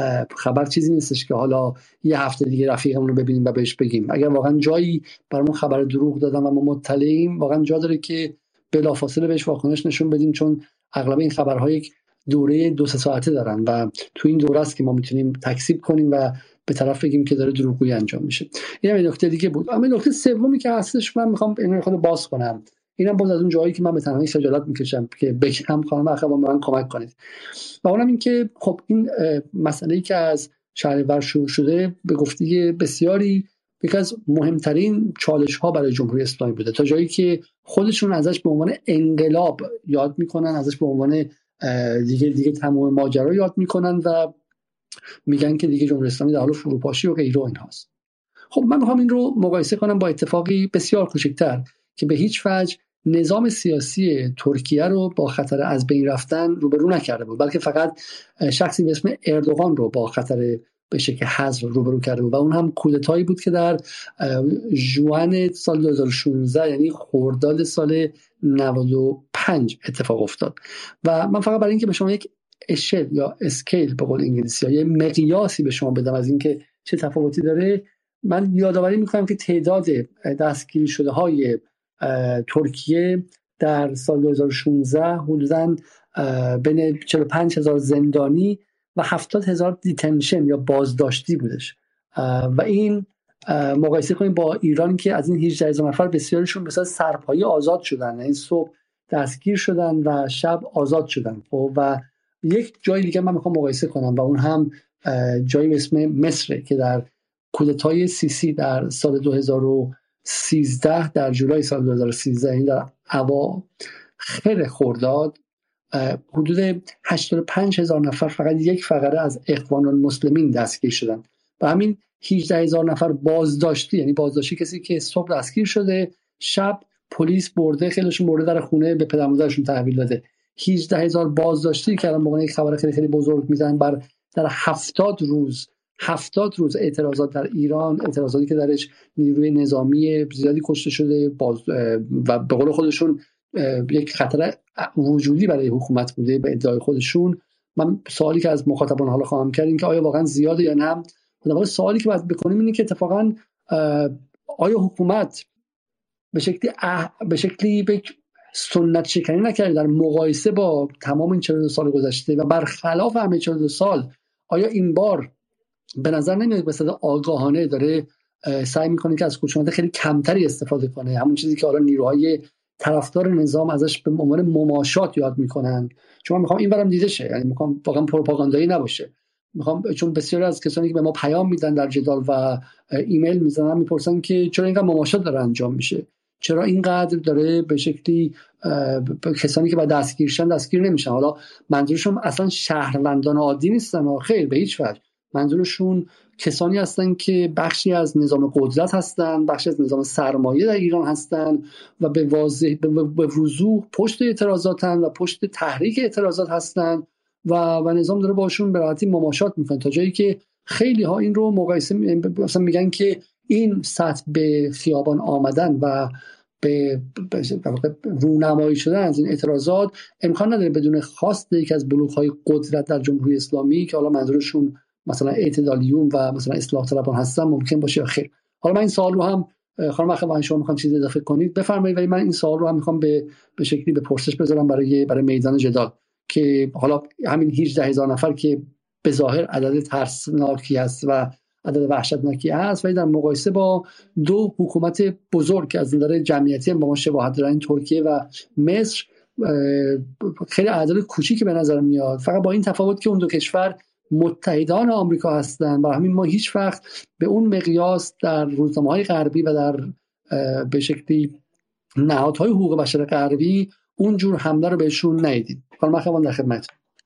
خبر چیزی نیستش که حالا یه هفته دیگه رفیقمون رو ببینیم و بهش بگیم. اگر واقعا جایی برامون خبر دروغ دادن و ما مطلعیم، واقعا جا داره که بلافاصله بهش واکنش نشون بدیم، چون اغلب این خبرها یک دوره دو سه ساعته دارن و تو این دوره است که ما میتونیم تکذیب کنیم و به طرف بگیم که داره دروغگویی انجام میشه. این هم نکته دیگه بود. اما نکته سومی که هستش من میخوام اینو خود باز کنم، اینم باز از اون جایی که من به تنهایی خجالت میکشم که بگم خانم اخوان به من کمک کنید، و اونم این که خب این مسئله‌ای که از شهریور شروع شده به گفته بسیاری یکی از مهمترین چالش ها برای جمهوری اسلامی بوده، تا جایی که خودشون ازش به عنوان انقلاب یاد میکنن، ازش به عنوان دیگه دیگه تمام ماجرا یاد میکنن و میگن که دیگه جمهوری اسلامی در حال فروپاشی و غیره و اینهاست. خب من میخوام این رو مقایسه کنم با اتفاقی بسیار کوچکتر که به هیچ وجه نظام سیاسی ترکیه رو با خطر از بین رفتن روبرو نکرده بود، بلکه فقط شخصی به اسم اردوغان رو با خطر به شکل حذف روبرو کرده بود و اون هم کودتایی بود که در ژوئن سال دو هزار و شانزده یعنی خرداد سال نود و پنج اتفاق افتاد. و من فقط برای اینکه به شما یک اشل یا اسکیل به قول انگلیسی ها، یه مقیاسی به شما بدم از اینکه چه تفاوتی داره، من یادآوری میکنم که تعداد دستگیری شده های ترکیه در سال دو هزار و شانزده حدوداً بین چهل و پنج هزار زندانی و هفتاد هزار دیتنشن یا بازداشتی بودش، و این مقایسه کنیم با ایران که از این هجده هزار نفر بسیارشون به صورت سرپایی آزاد شدن، این صبح دستگیر شدن و شب آزاد شدن و یک جای دیگه من میخوام مقایسه کنم و اون هم جایی به اسم مصر که در کودتای سیسی در سال دو هزار و سیزده، در جولای سال دو هزار و سیزده، این در اواخر خرداد، حدود هشتاد و پنج هزار نفر فقط یک فقره از اخوان المسلمین دستگیر شدن و همین هجده هزار نفر بازداشتی، یعنی بازداشتی کسی که صبح دستگیر شده شب پلیس برده، خیلیشون برده در خونه به پدر مادرشون تحویل داده. هجده هزار بازداشتی که الان به یک خبر خیلی خیلی بزرگ میزنن بر در هفتاد روز هفتاد روز اعتراضات در ایران، اعتراضاتی که درش نیروی نظامی زیادی کشته شده باز و به قول خودشون یک خطر وجودی برای حکومت بوده به ادعای خودشون. من سوالی که از مخاطبان حالا خواهم کرد این که آیا واقعا زیاده یا نه. در واقع سوالی که باید بکنیم اینه که اتفاقا آیا حکومت به شکلی اه... به شکلی به سنت شکنی نکرده در مقایسه با تمام این چهل و دو سال گذشته و برخلاف همه چهل و دو سال، آیا این بار به نظر نمیاد به صورت آگاهانه داره سعی میکنه که از خشونت خیلی کمتری استفاده کنه، همون چیزی که حالا نیروهای طرفدار نظام ازش به عنوان مماشات یاد میکنن؟ چون من میخوام این برام دیده شه، یعنی میخوام واقعا پروپاگاندایی نباشه. میخوام چون بسیاری از کسانی که به ما پیام میدن در جدال و ایمیل میزنن میپرسن که چرا اینقدر مماشات داره انجام میشه، چرا اینقدر داره به شکلی کسانی که بعد دستگیر شدن دستگیر نمیشن. حالا منظورشون اصلا شهروندان عادی نیستن، خیر به هیچ وجه، منظورشون کسانی هستن که بخشی از نظام قدرت هستن، بخشی از نظام سرمایه در ایران هستن و به واضح به وضوح پشت اعتراضاتن و پشت تحریک اعتراضات هستن و و نظام داره باشون به راحتی مماشات میکنه، تا جایی که خیلی ها این رو مقایسه مثلا میگن که این سطح به خیابان آمدن و به رونمایی شدن از این اعتراضات امکان نداره بدون خواست یکی از بلوغ‌های قدرت در جمهوری اسلامی که حالا منظورشون مثلا اعتدالیون و مثلا اصلاح طلبان هستن ممکن باشه یا خیر. حالا من این سوال رو هم خانم اخوان شما میخوان چیزی اضافه کنید بفرمایید، ولی من این سوال رو هم میخوام به به شکلی به پرسش بذارم برای برای میدان جدال که حالا همین هجده هزار نفر که به ظاهر عدد ترسناکی است و عدد وحشتناکی است، ولی در مقایسه با دو حکومت بزرگ که از نظر جمعیتی با ما شباهت دارن، ترکیه و مصر، خیلی عدد کوچیکی به نظر میاد. فقط با این تفاوت که اون دو کشور متحدان آمریکا هستند و همین ما هیچ وقت به اون مقیاس در روزنامه‌های غربی و در به شکلی نهادهای حقوق بشر غربی اونجور حمله رو بهشون ندیدیم. خانم اخوان در خدمت.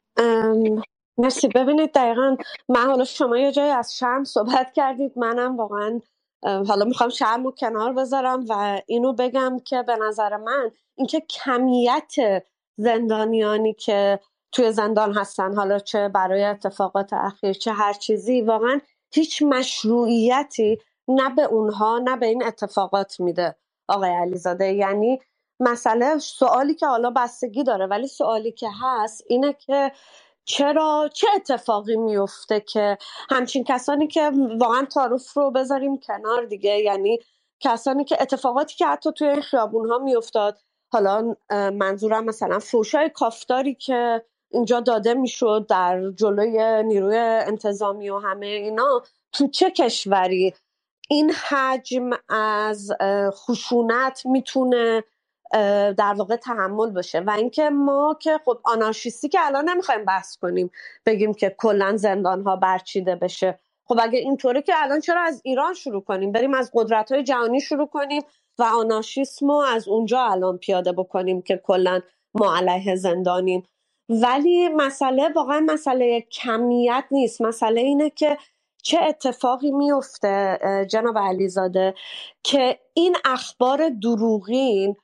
مرسی. ببینید دقیقاً من حالا شما یه جای از شرم صحبت کردید، منم واقعاً حالا میخوام شرم رو کنار بذارم و اینو بگم که به نظر من اینکه کمیت زندانیانی که توی زندان هستن، حالا چه برای اتفاقات اخیر چه هر چیزی، واقعاً هیچ مشروعیتی نه به اونها نه به این اتفاقات میده آقای علیزاده. یعنی مسئله سوالی که حالا بستگی داره، ولی سوالی که هست اینه که چرا چه اتفاقی میفته که همچین کسانی که واقعا تعارف رو بذاریم کنار دیگه، یعنی کسانی که اتفاقاتی که حتی توی خیابون ها میافتاد، حالا منظورم مثلا فوشای کافتاری که اینجا داده میشد در جلوی نیروی انتظامی و همه اینا، تو چه کشوری این حجم از خشونت میتونه در واقع تحمل بشه؟ و اینکه ما که خب آنارشیستی که الان نمیخوایم بحث کنیم بگیم که کلا زندان ها برچیده بشه. خب اگه اینطوره که الان چرا از ایران شروع کنیم، بریم از قدرت‌های جهانی شروع کنیم و آنارشیسم رو از اونجا الان پیاده بکنیم که کلا ما علیه زندانیم؟ ولی مسئله واقعا مسئله کمیت نیست، مسئله اینه که چه اتفاقی میفته جناب علیزاده که این اخبار دروغین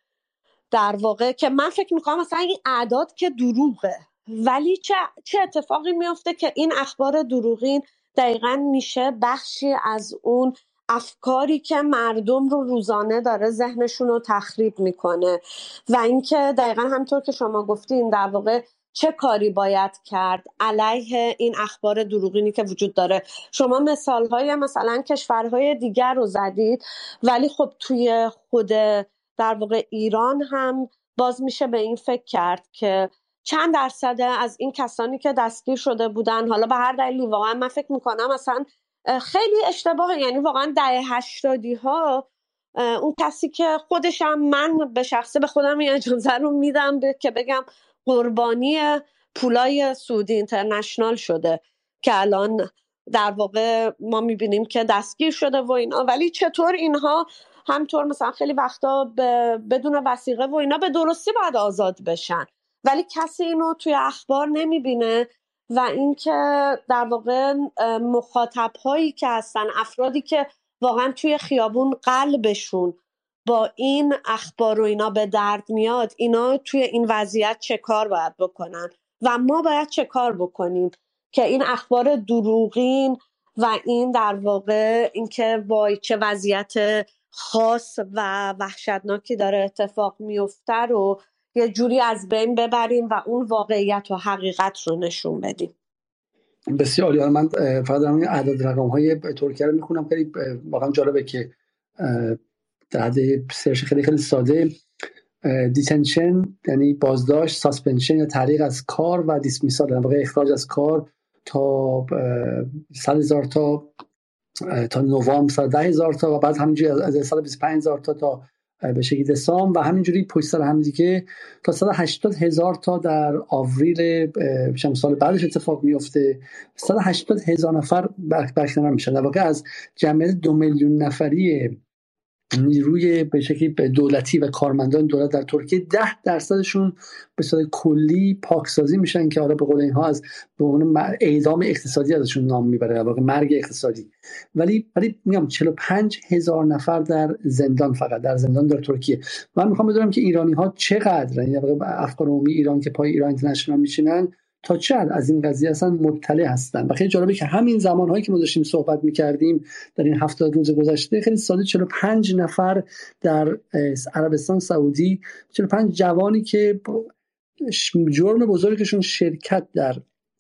در واقع، که من فکر میکنم مثلا این اعداد که دروغه، ولی چه چه اتفاقی میفته که این اخبار دروغین دقیقاً میشه بخشی از اون افکاری که مردم رو روزانه داره ذهنشون رو تخریب میکنه. و اینکه دقیقاً همطور که شما گفتین در واقع چه کاری باید کرد علیه این اخبار دروغینی که وجود داره. شما مثالهای مثلا کشورهای دیگر رو زدید، ولی خب توی خود در واقع ایران هم باز میشه به این فکر کرد که چند درصد از این کسانی که دستگیر شده بودن، حالا به هر دلیلی، واقعا من فکر میکنم مثلا خیلی اشتباهه، یعنی واقعا دهه هشتادی ها اون کسی که خودشم من به شخصه به خودم این اجازه رو میدم که بگم قربانی پولای سعودی اینترنشنال شده که الان در واقع ما میبینیم که دستگیر شده و اینا. ولی چطور اینها همطور مثلا خیلی وقتا بدون وثیقه و اینا به درستی باید آزاد بشن، ولی کسی اینو توی اخبار نمیبینه. و اینکه در واقع مخاطب هایی که هستن، افرادی که واقعا توی خیابون قلبشون با این اخبار و اینا به درد میاد، اینا توی این وضعیت چه کار باید بکنن و ما باید چه کار بکنیم که این اخبار دروغین و این در واقع اینکه وای چه وضعیت خاص و وحشتناکی داره اتفاق میفته رو یه جوری از بین ببریم و اون واقعیت و حقیقت رو نشون بدیم. بسیار عالی. من فقط دارم این اعداد رقم های ترکیه رو میخونم، خیلی واقعا جالبه که در حد سرچ خیلی خیلی ساده دیتنشن یعنی بازداشت، ساسپنشن یا تعلیق از کار و دیسمیسال در واقع اخراج از کار تا صد هزار تا تا نوامبر صد و ده هزار تا و بعد همینجوری از صد و بیست و پنج هزار تا تا به شکلی دسامبر و همینجوری پشت سر هم دیگه تا صد و هشتاد هزار تا در آوریل چند سال بعدش اتفاق میفته. صد و هشتاد هزار نفر برکنار میشن. در واقع از جمعیت دو میلیون نفری نیروی به شکلی دولتی و کارمندان دولت در ترکیه ده درصدشون به صورت کلی پاکسازی میشن که حالا به قول اینها از به عنوان اعدام اقتصادی ازشون نام میبره، در واقع مرگ اقتصادی. ولی ولی میگم چهل و پنج هزار نفر در زندان، فقط در زندان در ترکیه. من میخوام بدونم که ایرانی ها چقدر، یعنی در واقع افکار عمومی ایران که پای ایران اینترنشنال میشینن تا چقدر از این قضیه اصلا مطلع هستن. و خیلی جالبه که همین زمانهایی که ما داشتیم صحبت میکردیم در این هفتاد روز گذشته خیلی ساده چهل و پنج نفر در عربستان سعودی، چهل و پنج جوانی که جرم بزرگشون شرکت در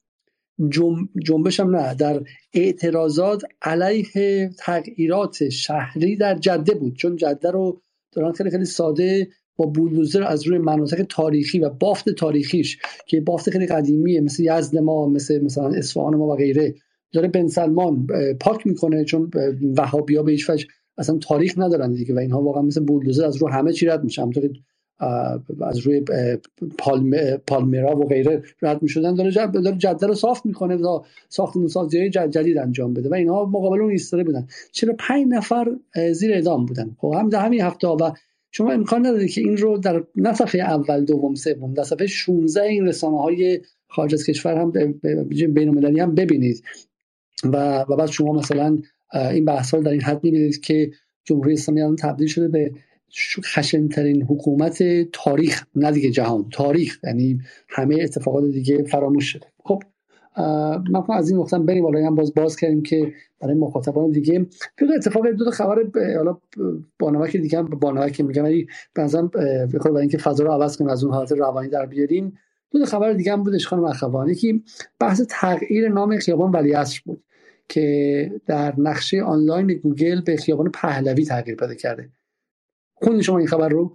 جنبش هم نه در اعتراضات علیه تغییرات شهری در جده بود، چون جده رو دارن خیلی خیلی ساده با بولدوزر از روی مناطق تاریخی و بافت تاریخیش که بافت خیلی قدیمیه مثل یزد ما، مثل مثلا اصفهان ما و غیره، داره بن سلمان پاک میکنه، چون وهابی‌ها به هیچ وجه اصلا تاریخ ندارن دیگه و اینها واقعا مثل بولدوزر از روی همه چی رد میشن، همونطور از روی پالم پالمیرا و غیره رد میشدن، داره جده رو صاف میکنه و ساختمان‌سازی جدید انجام بده و اینها مقابل اون ایستاده بودن. چرا پنج نفر زیر اعدام بودن. خب هم در همین هفته و شما امکان نداره که این رو در نه صفحه اول دوم سوم در صفحه شانزده این رسانه‌های خارج از کشور هم بین‌المللی هم ببینید و و بعد شما مثلا این بحث‌ها در این حد می‌بینید که جمهوری اسلامی الان تبدیل شده به خشن‌ترین حکومت تاریخ، نه دیگه جهان، تاریخ، یعنی همه اتفاقات دیگه فراموش شده. خب من خواهم از این نقطه بریم بالا هم باز باز کردیم که برای مخاطبان دیگه دو تا اتفاق دو تا خبر حالا بانوک دیگه هم بانوک میگم، ولی مثلا بخاطر برای اینکه فضا رو عوض کنیم از اون حالت روانی در بیاریم، دو تا خبر دیگه هم بودش خانم اخوانی. یکی بحث تغییر نام خیابان ولیعصر بود که در نقشه آنلاین گوگل به خیابان پهلوی تغییر پیدا کرده. خوندین شما این خبر رو؟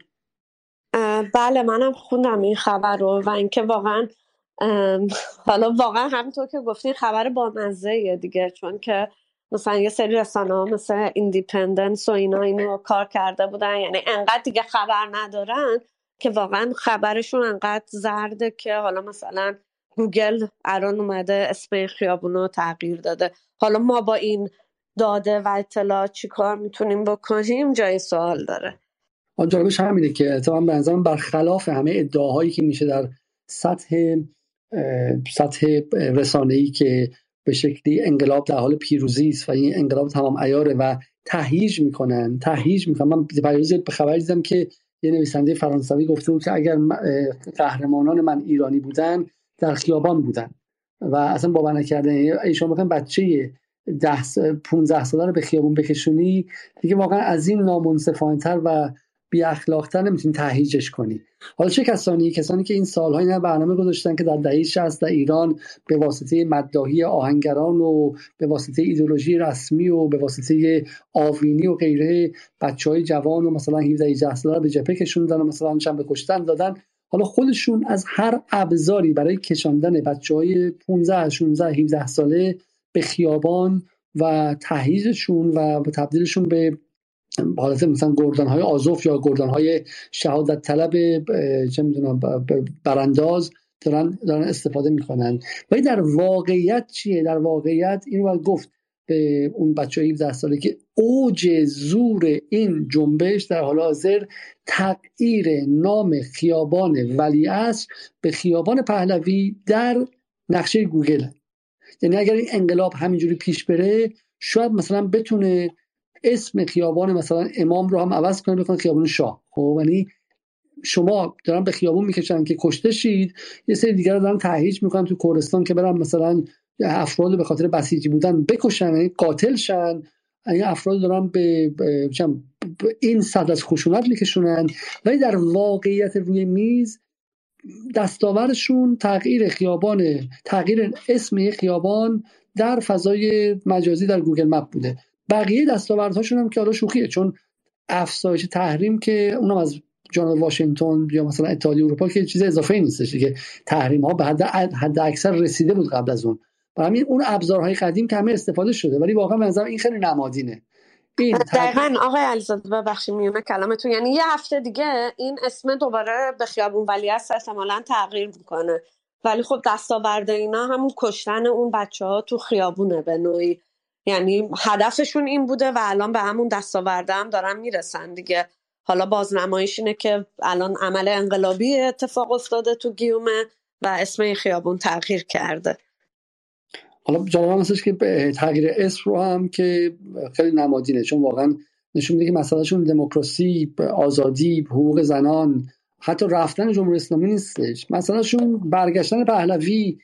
بله منم خوندم این خبر رو و اینکه واقعا حالا واقعا همونطور که گفتین خبر بامزه‌ایه دیگه، چون که مثلا یه سری رسانه‌ها مثل ایندیپندنس و اینا اینو کار کرده بودن، یعنی انقدر دیگه خبر ندارن که واقعا خبرشون انقدر زرده که حالا مثلا گوگل الان اومده اسم این خیابونو تغییر داده. حالا ما با این داده و اطلاع چی کار میتونیم بکنیم جای سوال داره. جالبش همینه که اتفاقا به نظرم برخلاف همه ادعاهایی که میشه در سطح سطح رسانه‌ای که به شکلی انقلاب در حال پیروزی است و این انقلاب تمام عیاره و تهییج میکنن تهییج میکنن من پیروز به خبر دیدم که یه نویسنده فرانسوی گفته بود که اگر قهرمانان من ایرانی بودن در خیابان بودن و اصلا باور نکردن ایشون میگن بچه ده پانزده ساله رو به خیابون بکشونی دیگه واقعا از این نامنصفانه‌تر و بی اخلاق‌تر نمیتونی تهییجش کنی. حالا چه کسانی کسانی که این سال‌ها اینا برنامه گذاشتن که در دهه شصت در ایران به واسطه مداحی آهنگران و به واسطه ایدئولوژی رسمی و به واسطه آوینی و غیره بچهای جوان و مثلا هفده هجده ساله به جبهه کشوندن و مثلا چند به کشتن دادن، حالا خودشون از هر ابزاری برای کشاندن بچهای پانزده شانزده هفده ساله به خیابان و تهییجشون و تبدیلشون به حالت مثلا گردن‌های آزوف یا گردن‌های شهادت طلب چه می‌دونم برانداز دارن دارن استفاده میکنن. ولی در واقعیت چیه؟ در واقعیت اینو باید گفت به اون بچه‌ای هفده ساله که اوج زور این جنبش در حال حاضر تغییر نام خیابان ولیعصر به خیابان پهلوی در نقشه گوگل. یعنی اگر این انقلاب همینجوری پیش بره، شاید مثلا بتونه اسم خیابان مثلا امام رو هم عوض کنه بکنه خیابان شاه. خب یعنی شما دارن به خیابون میکشن که کشته شید، یه سری دیگر رو دارن تهییج میکنن تو کردستان که برن مثلا افراد به خاطر بسیجی بودن بکشن، یعنی قاتل شن. این افراد دارن به, به, به این صد از خشونت میکشونن، ولی در واقعیت روی میز دستاوردشون تغییر خیابان، تغییر اسم خیابان در فضای مجازی در گوگل مپ بوده. بقیه دستاوردهاشون هم که حالا شوخیه، چون افزایش تحریم که اونم از جانب واشنگتن یا مثلا اتحادیه اروپا که چیز اضافه‌ای نیستش دیگه، تحریم ها به حد حد اکثر رسیده بود قبل از اون. برای همین اون ابزارهای قدیم که همه استفاده شده، ولی واقعا به نظر این خیلی نمادینه. این دقیقاً آقای علیزاده، ببخشید میونه کلامتون، یعنی یه هفته دیگه این اسم دوباره به خیابون ولیعصر احتمالاً تغییر میکنه، ولی خب دستاورد اینا همون کشتن اون بچه‌ها تو خیابونه به نوعی. یعنی هدفشون این بوده و الان به همون دستاورده هم دارن میرسن دیگه. حالا بازنماییش اینه که الان عمل انقلابی اتفاق افتاده تو گیومه و اسم این خیابون تغییر کرده. حالا جالب هستش که تغییر اسم رو هم که خیلی نمادینه، چون واقعا نشون میده که مسئلهشون دموکراسی، آزادی، حقوق زنان، حتی رفتن جمهوری اسلامی نیستش. مسئلهشون برگشتن پهلوی،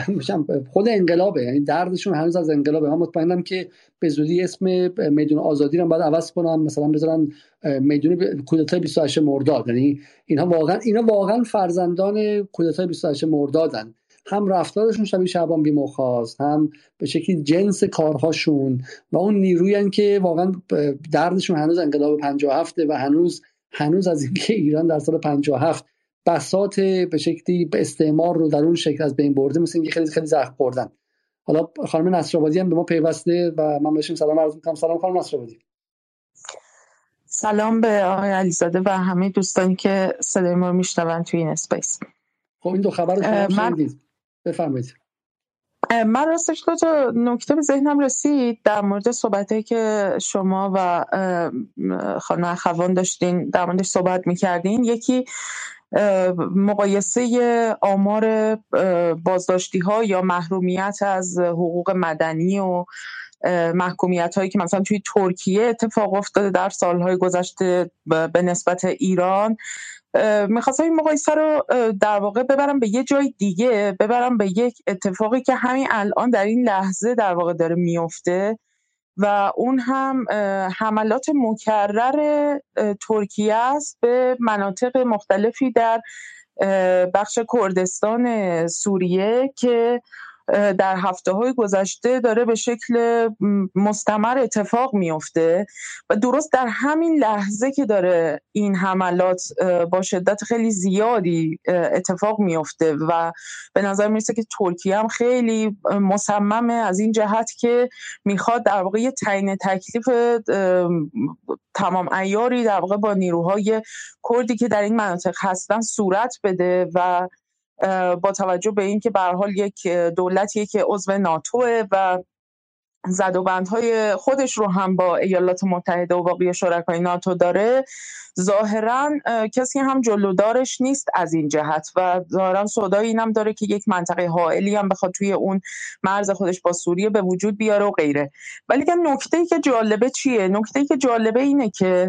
خود انقلابه. یعنی دردشون هنوز از انقلابه. من مطمئنم که به زودی اسم میدون آزادی رو باید عوض کنن، مثلا بذارن میدون کودتای بیست و هشت مرداد. یعنی اینها واقعا اینا واقعا فرزندان کودتای بیست و هشت مردادن. هم رفتارشون شبیه شعبان بی‌مخاست، هم به شکلی جنس کارهاشون و اون نیرویی که واقعا دردشون هنوز انقلاب پنجاه و هفت و هنوز هنوز از اینکه ایران در سال پنجاه و هفت بساط به شکلی به استعمار رو در اون شکل از بین برده، مثل اینکه خیلی خیلی زخم خوردن. حالا خانم نصرآبادی هم به ما پیوسته و من بهشون سلام عرض می‌کنم. سلام خانم نصرآبادی. سلام به آقای علیزاده و همه دوستانی که صدای ما رو میشنون توی این اسپیس. خب این دو خبر رو شما شنیدید، بفرمایید. من راستش دو تا نکته به ذهنم رسید در مورد صحبتایی که شما و خانم اخوان داشتین در موردش صحبت میکردین. یکی مقایسه آمار بازداشتی ها یا محرومیت از حقوق مدنی و محکومیت هایی که مثلا توی ترکیه اتفاق افتاده در سالهای گذشته به نسبت ایران. میخواستم این مقایسه رو در واقع ببرم به یه جای دیگه، ببرم به یک اتفاقی که همین الان در این لحظه در واقع داره میفته و اون هم حملات مکرر ترکیه است به مناطق مختلفی در بخش کردستان سوریه که در هفته‌های گذشته داره به شکل مستمر اتفاق میفته و درست در همین لحظه که داره این حملات با شدت خیلی زیادی اتفاق میفته و به نظر میرسه که ترکیه هم خیلی مصممه از این جهت که میخواد در واقع یه تعیین تکلیف تمام عیاری در واقع با نیروهای کردی که در این مناطق هستن صورت بده و با توجه به این که به هر حال یک دولتیه که عضو ناتوه و زد و بندهای خودش رو هم با ایالات متحده و باقی شرکای ناتو داره، ظاهراً کسی هم جلودارش نیست از این جهت و ظاهراً صدای اینم داره که یک منطقه حائلی هم بخواد توی اون مرز خودش با سوریه به وجود بیاره و غیره. ولی که نکته‌ای که جالبه چیه؟ نکته‌ای که جالبه اینه که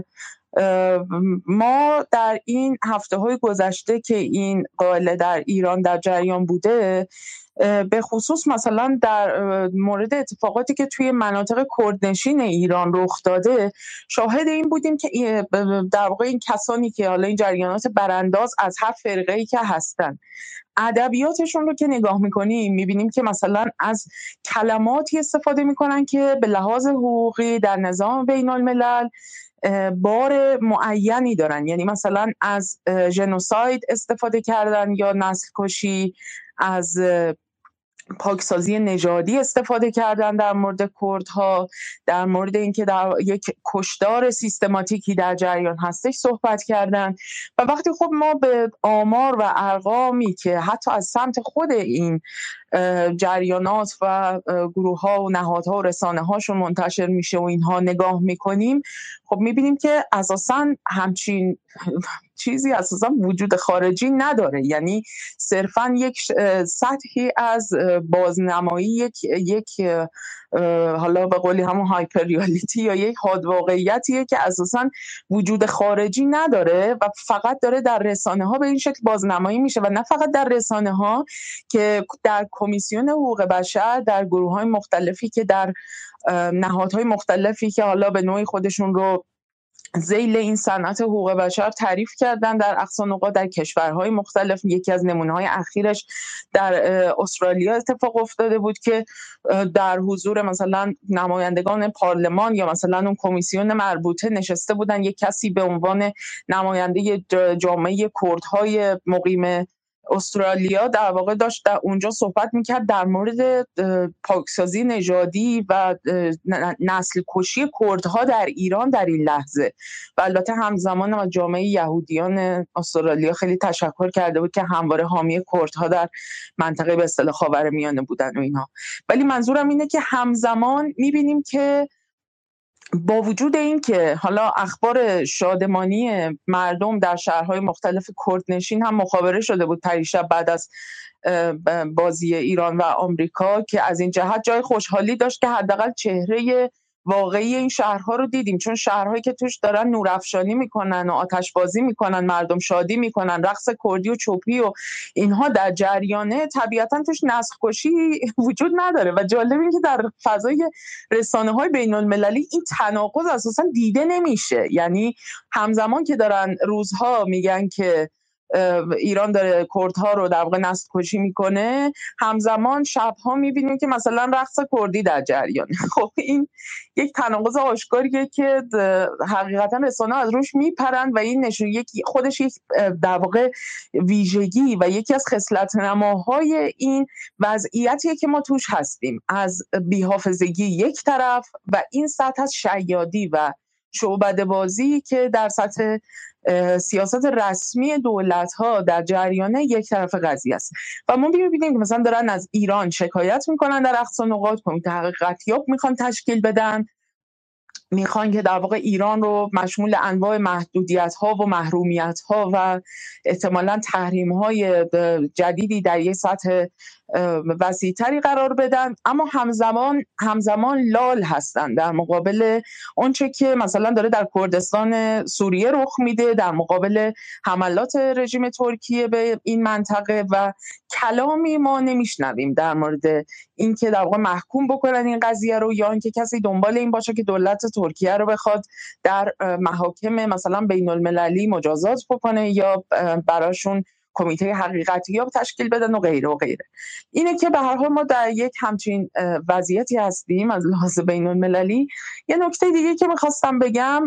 ما در این هفته‌های گذشته که این قائله در ایران در جریان بوده، به خصوص مثلا در مورد اتفاقاتی که توی مناطق کردنشین ایران رخ داده شاهد این بودیم که در واقع این کسانی که حالا این جریانات برانداز از هر فرقه‌ای که هستن، ادبیاتشون رو که نگاه میکنیم میبینیم که مثلا از کلماتی استفاده میکنن که به لحاظ حقوقی در نظام بین الملل بار معینی دارن. یعنی مثلا از ژنوساید استفاده کردن یا نسل کشی، از پاکسازی نژادی استفاده کردن در مورد کردها، در مورد اینکه در یک کشتار سیستماتیکی در جریان هستش صحبت کردن. و وقتی خب ما به آمار و ارقامی که حتی از سمت خود این جریانات و گروه ها و نهادها و رسانه هاشون منتشر میشه و اینها نگاه میکنیم، خب میبینیم که اساساً همچین چیزی اساساً وجود خارجی نداره. یعنی صرفاً یک سطحی از بازنمایی، یک یک حالا به قولی همون هایپر ریالیتی یا یک حاد واقعیتیه که اساساً وجود خارجی نداره و فقط داره در رسانه ها به این شکل بازنمایی میشه. و نه فقط در رسانه ها، که در کمیسیون حقوق بشر، در گروه های مختلفی که در نهادهای مختلفی که حالا به نوعی خودشون رو ذیل این صنعت حقوق بشر تعریف کردن در اقصا نقاط در کشورهای مختلف. یکی از نمونه‌های اخیرش در استرالیا اتفاق افتاده بود که در حضور مثلا نمایندگان پارلمان یا مثلا اون کمیسیون مربوطه نشسته بودن، یک کسی به عنوان نماینده جامعه کردهای مقیم استرالیا در واقع داشت در اونجا صحبت میکرد در مورد پاکسازی نژادی و نسل کشی کردها در ایران در این لحظه. و البته همزمان از جامعه یهودیان استرالیا خیلی تشکر کرده بود که همواره حامی کردها در منطقه به اصطلاح خاورمیانه بودن و اینها. ولی منظورم اینه که همزمان میبینیم که با وجود این که حالا اخبار شادمانی مردم در شهرهای مختلف کردنشین هم مخابره شده بود پریشب بعد از بازی ایران و آمریکا، که از این جهت جای خوشحالی داشت که حداقل چهره واقعی این شهرها رو دیدیم، چون شهرهایی که توش دارن نورافشانی میکنن و آتش بازی میکنن، مردم شادی میکنن، رقص کردی و چوپی و اینها در جریانه، طبیعتا توش نسل کشی وجود نداره. و جالب این که در فضای رسانه‌های بین المللی این تناقض اساسا دیده نمیشه. یعنی همزمان که دارن روزها میگن که ایران داره کردها رو در واقع نسل کشی میکنه، همزمان شبها میبینیم که مثلا رقص کردی در جریان. خب این یک تناقض آشکاریه که حقیقتا رسانه‌ها از روش میپرند و این نشون یک خودش یک در واقع ویژگی و یکی از خصلت نماهای این وضعیتیه که ما توش هستیم، از بی‌حافظگی یک طرف و این سطح از شیادی و شعبده بازی که در سطح سیاست رسمی دولت‌ها در جریان یک طرف قضیه است. و ما می‌بینیم که مثلا دارن از ایران شکایت میکنن، در اقصا نقاط کمیته حقیقتیاب میخوان تشکیل بدن، میخوان که در واقع ایران رو مشمول انواع محدودیت‌ها و محرومیت‌ها و احتمالاً تحریم‌های جدیدی در یک سطح وسیع‌تری قرار بدن، اما همزمان همزمان لال هستن در مقابل اونچه که مثلا داره در کردستان سوریه رخ میده، در مقابل حملات رژیم ترکیه به این منطقه، و کلامی ما نمیشنویم در مورد اینکه در واقع محکوم بکنن این قضیه رو، یا اینکه کسی دنبال این باشه که دولت ترکیه رو بخواد در محاکم مثلا بین المللی مجازات بکنه یا براشون کمیته حقیقتیاب تشکیل بدن و غیره و غیره. اینه که به هر حال ما در یک همچین وضعیتی هستیم از لحاظ بین المللی. یه نکته دیگه که میخواستم بگم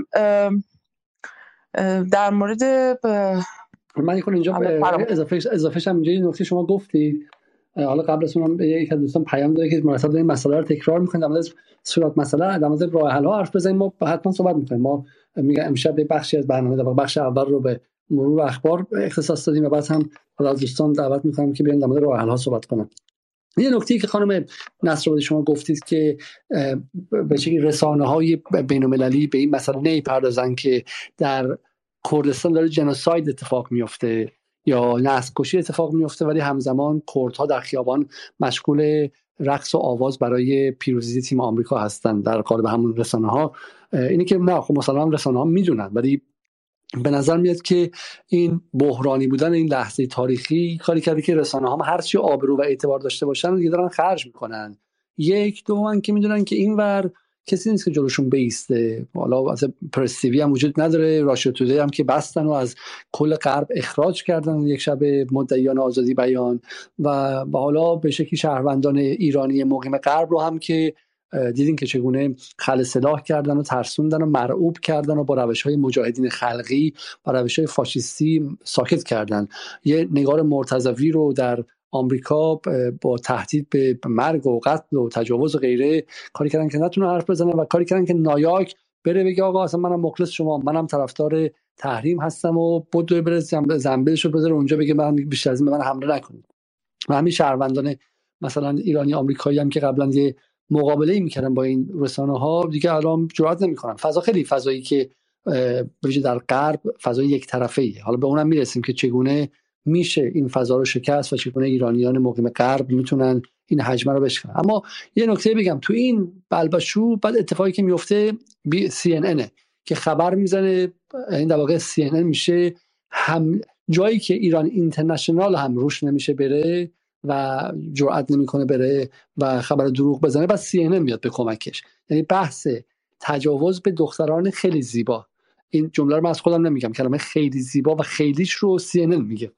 در مورد من یکون اینجا اضافه اضافه شم اینجا یه نکته شما گفتید، حالا قبل از اونم یک از دوستان پیام داره که مناسب این مسئله رو تکرار می‌کنه، در مورد صورت مسئله در مورد راه حل ها حرف بزنیم. ما حتما صحبت می‌کنیم. ما میگم امشب به بخشی از برنامه در بخش اول رو به مرور اخبار اختصاص دادیم و بعد هم حالا از دوستان دعوت می‌کنم که بیان در مورد راه حل ها صحبت کنن. یه نکته‌ای که خانم نصرآبادی شما گفتید که به شکلی رسانه‌های بین‌المللی به این مسئله نمی‌پردازن که در کردستان داره جنوساید اتفاق میفته یا نسل کشی اتفاق میفته، ولی همزمان کردها در خیابان مشغول رقص و آواز برای پیروزی تیم آمریکا هستن در قالب همون رسانه‌ها. اینی که نه خب مثلا رسانه‌ها میدونن، ولی به نظر میاد که این بحرانی بودن این لحظه تاریخی کاری کرده که رسانه‌ها هم هر چی آبرو و اعتبار داشته باشن دیگه دارن خرج میکنن. یک دوم که میدونن که اینور کسی نیست که جلوشون بیسته، حالا واسه پرس تی وی هم وجود نداره، راشیا تودی هم که بستن و از کل غرب اخراج کردن یک شب مدعیان آزادی بیان، و و حالا به شکلی شهروندان ایرانی مقیم غرب رو هم که دیدین که چگونه خل سلاح کردن و ترسوندن و مرعوب کردن و با روش‌های مجاهدین خلقی و روش‌های فاشیستی ساکت کردن. یه نگار مرتضوی رو در آمریکا با تهدید به مرگ و قتل و تجاوز و غیره کاری کردن که نتونه حرف بزنه و کاری کردن که نایاک بره بگه آقا اصلا منم مخلص شما، منم طرفدار تحریم هستم و بدو بره زنبیلشو بذاره اونجا بگه من بیشتر از این به من حمله نکنید. و همین شهروندان مثلا ایرانی آمریکایی هم که قبلا یه مقابله‌ای میکردن با این رسانه‌ها دیگه الان جرئت نمیکنن. فضا خیلی فضایی که بجای در غرب فضای یک طرفه‌ایه. حالا به اونم میرسیم که چگونه میشه این فضا رو شکست و چگونه ایرانیان مقیم غرب میتونن این حجمه رو بشکنن. اما یه نکته بگم، تو این بلبشو بعد اتفاقی که میفته سی ان ان که خبر میزنه، این در واقع سی ان ان میشه هم جایی که ایران اینترنشنال هم روش نمیشه بره و جرئت نمیکنه بره و خبر دروغ بزنه، بعد سی ان ان میاد به کمکش. یعنی بحث تجاوز به دختران خیلی زیبا، این جمله رو من از خودم نمیگم، کلمه خیلی زیبا و خیلیش رو سی ان ان میگه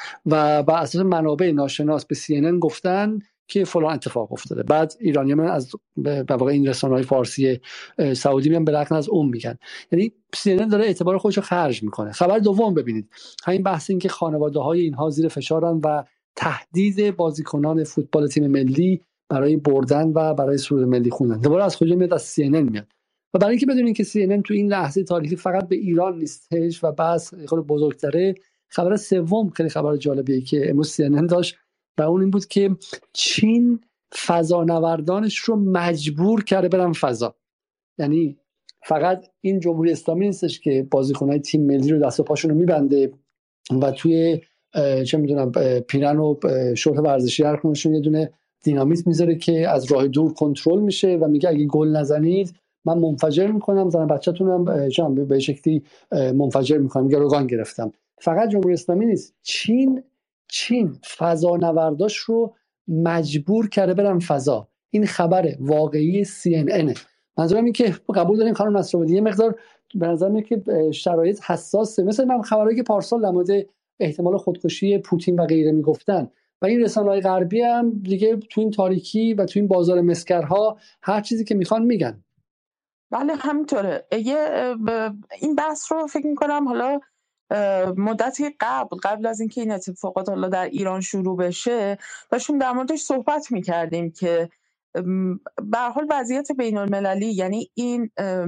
و بر اساس منابع ناشناس به سی ان ان گفتن که فلان اتفاق افتاده. بعد ایرانیان از به واقع این رسانه‌های فارسی سعودی میان به رغم از اون میگن. یعنی سی ان ان داره اعتبار خودش رو خرج میکنه. خبر دوم ببینید، همین بحث این که خانواده‌های اینها زیر فشارن و تهدید بازیکنان فوتبال تیم ملی برای بردن و برای سرود ملی خوندن دوباره از کجا میاد؟ از سی ان ان میاد. و برای اینکه بدونین که سی ان ان تو این لحظه تاریخی فقط به ایران نیستش و بس خیلی بزرگتره، خبر سوم خیلی خبر جالبیه که امروز سی ان ان داشت و اون این بود که چین فضانوردانش رو مجبور کرده برن فضا. یعنی فقط این جمهوری اسلامی نیستش که بازیکن‌های تیم ملی رو دست و پاشون رو میبنده و توی چه میدونم پیرن و شورت ورزشی هر کنشون یه دونه دینامیت میذاره که از راه دور کنترل میشه و میگه اگه گل نزنید من منفجر میکنم، زن بچه‌تونم جام به شکلی منفجر میکنم، گروگان گرفتم. فقط جمهوری اسلامی نیست، چین چین فضانورداش رو مجبور کرده برن فضا. این خبر واقعی سی ان ان. منظورم این که قبول داریم خانم نصرآبادی یه مقدار به نظر میاد که شرایط حساسه، مثل من خبرایی که پارسال در مورد احتمال خودکشی پوتین و غیره میگفتن و این رسانه‌های غربی هم دیگه تو این تاریکی و تو این بازار مسکرها هر چیزی که میخوان میگن. بله همینطوره. این بحث رو فکر میکنم حالا مدتی قبل قبل از اینکه این اتفاقات حالا در ایران شروع بشه داشتیم در موردش صحبت میکردیم که به هر حال وضعیت بین المللی، یعنی این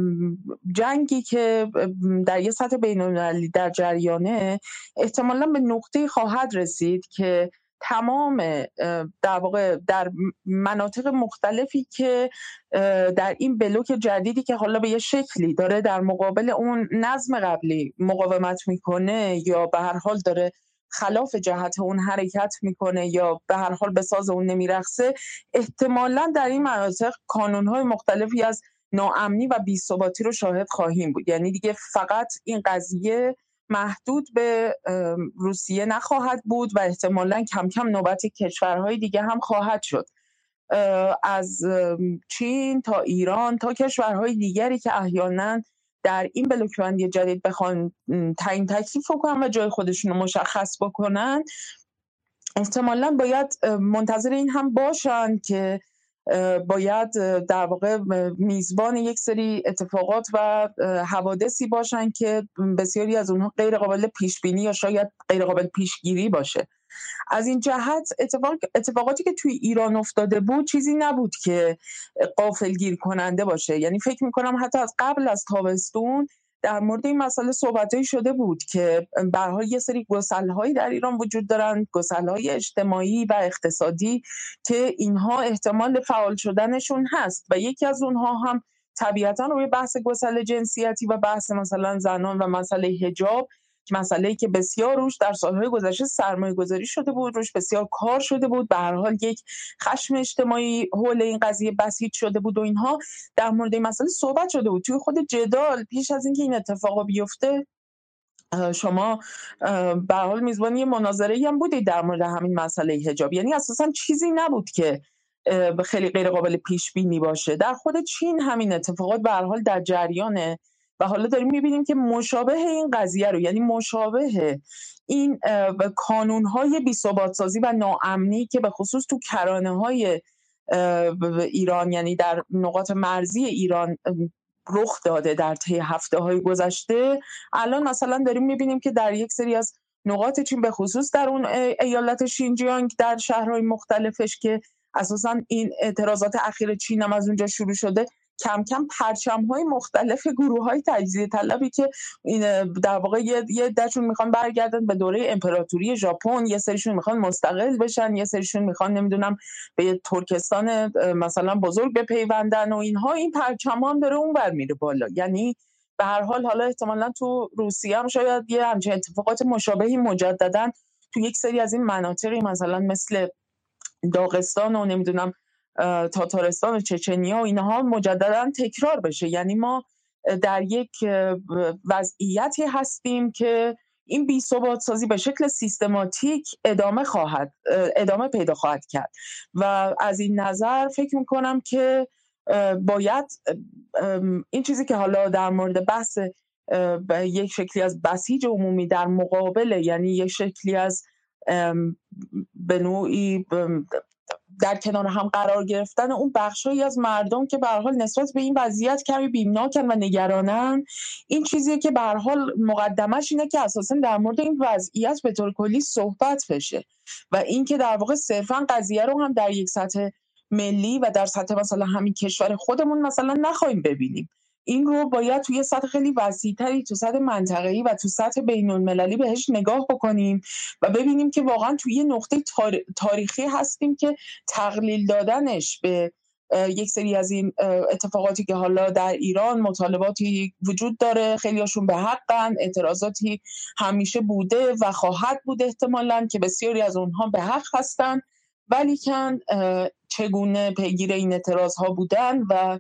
جنگی که در یه سطح بین المللی در جریانه احتمالاً به نقطه‌ای خواهد رسید که تمام در واقع در مناطق مختلفی که در این بلوک جدیدی که حالا به یه شکلی داره در مقابل اون نظم قبلی مقاومت میکنه یا به هر حال داره خلاف جهت اون حرکت میکنه یا به هر حال به ساز اون نمیرقصه، احتمالاً در این مناطق کانونهای مختلفی از ناامنی و بی‌ثباتی رو شاهد خواهیم بود. یعنی دیگه فقط این قضیه محدود به روسیه نخواهد بود و احتمالاً کم کم نوبت کشورهای دیگه هم خواهد شد، از چین تا ایران تا کشورهای دیگری که احیانا در این بلوکبندی جدید بخوان تعیین تکلیف کنن و جای خودشون رو مشخص بکنن. احتمالاً باید منتظر این هم باشن که باید در واقع میزبان یک سری اتفاقات و حوادثی باشن که بسیاری از اونها غیر قابل پیش بینی یا شاید غیر قابل پیشگیری باشه. از این جهت اتفاق اتفاقاتی که توی ایران افتاده بود چیزی نبود که غافلگیر کننده باشه. یعنی فکر می‌کنم حتی از قبل از تابستون در مورد این مسئله صحبتایی شده بود که به هر حال یه سری گسل‌هایی در ایران وجود دارن، گسل‌های اجتماعی و اقتصادی که اینها احتمال فعال شدنشون هست و یکی از اونها هم طبیعتاً روی بحث گسل جنسیتی و بحث مثلا زنان و مسئله حجاب، مسئله‌ای که بسیار روش در سالهای گذشته سرمایه‌گذاری شده بود، روش بسیار کار شده بود، به هر حال یک خشم اجتماعی حول این قضیه بسیج شده بود و اینها در مورد این مسئله صحبت شده بود. توی خود جدال پیش از اینکه این اتفاق بیفته شما به هر حال میزبان یه مناظره‌ای هم بودید در مورد همین مسئله حجاب. یعنی اساساً چیزی نبود که خیلی غیر قابل پیش بینی باشه. در خود چین همین اتفاقات به هر حال در جریانه و حالا داریم می‌بینیم که مشابه این قضیه رو، یعنی مشابه این کانون‌های بی‌ثبات‌سازی و ناامنی که به خصوص تو کرانه‌های ایران، یعنی در نقاط مرزی ایران رخ داده در طی هفته‌های گذشته، الان مثلا داریم می‌بینیم که در یک سری از نقاط چین، به خصوص در اون ایالت شینجیانگ در شهرهای مختلفش که اساساً این اعتراضات اخیر چین هم از اونجا شروع شده، کم کم پرچم‌های مختلف گروه‌های تجزیه طلبی که این در واقع یه یه دشون میخوان برگردن به دوره امپراتوری ژاپن، یه سریشون میخوان مستقل بشن، یه سریشون میخوان نمیدونم به ترکستان مثلا بزرگ بپیوندن و اینها، این پرچم‌ها هم داره اونور میره بالا. یعنی به هر حال حالا احتمالاً تو روسیه هم شاید یه همچین اتفاقات مشابهی مجدداً تو یک سری از این مناطقی مثلا مثل داغستان و نمیدونم تاتارستان و چچنیا و اینها مجددا تکرار بشه. یعنی ما در یک وضعیتی هستیم که این بی‌ثبات سازی به شکل سیستماتیک ادامه خواهد ادامه پیدا خواهد کرد و از این نظر فکر میکنم که باید این چیزی که حالا در مورد بحث یک شکلی از بسیج عمومی در مقابل، یعنی یک شکلی از به نوعی در کنار هم قرار گرفتن اون بخشایی از مردم که به هر حال نسبت به این وضعیت کمی بیمناکن و نگرانن، این چیزیه که به هر حال مقدمش اینه که اساساً در مورد این وضعیت به طور کلی صحبت بشه و این که در واقع صرفاً قضیه رو هم در یک سطح ملی و در سطح مثلا همین کشور خودمون مثلا نخواهیم ببینیم. این رو باید توی سطح خیلی وسیع‌تری، تو سطح منطقه‌ای و تو سطح بین‌المللی بهش نگاه بکنیم و ببینیم که واقعا توی یه نقطه تاریخی هستیم که تقلیل دادنش به یک سری از این اتفاقاتی که حالا در ایران مطالباتی وجود داره، خیلیاشون به حقن، اعتراضاتی همیشه بوده و خواهد بود احتمالاً که بسیاری از اونها به حق هستن، ولیکن چگونه پیگیر این اعتراضها بودن و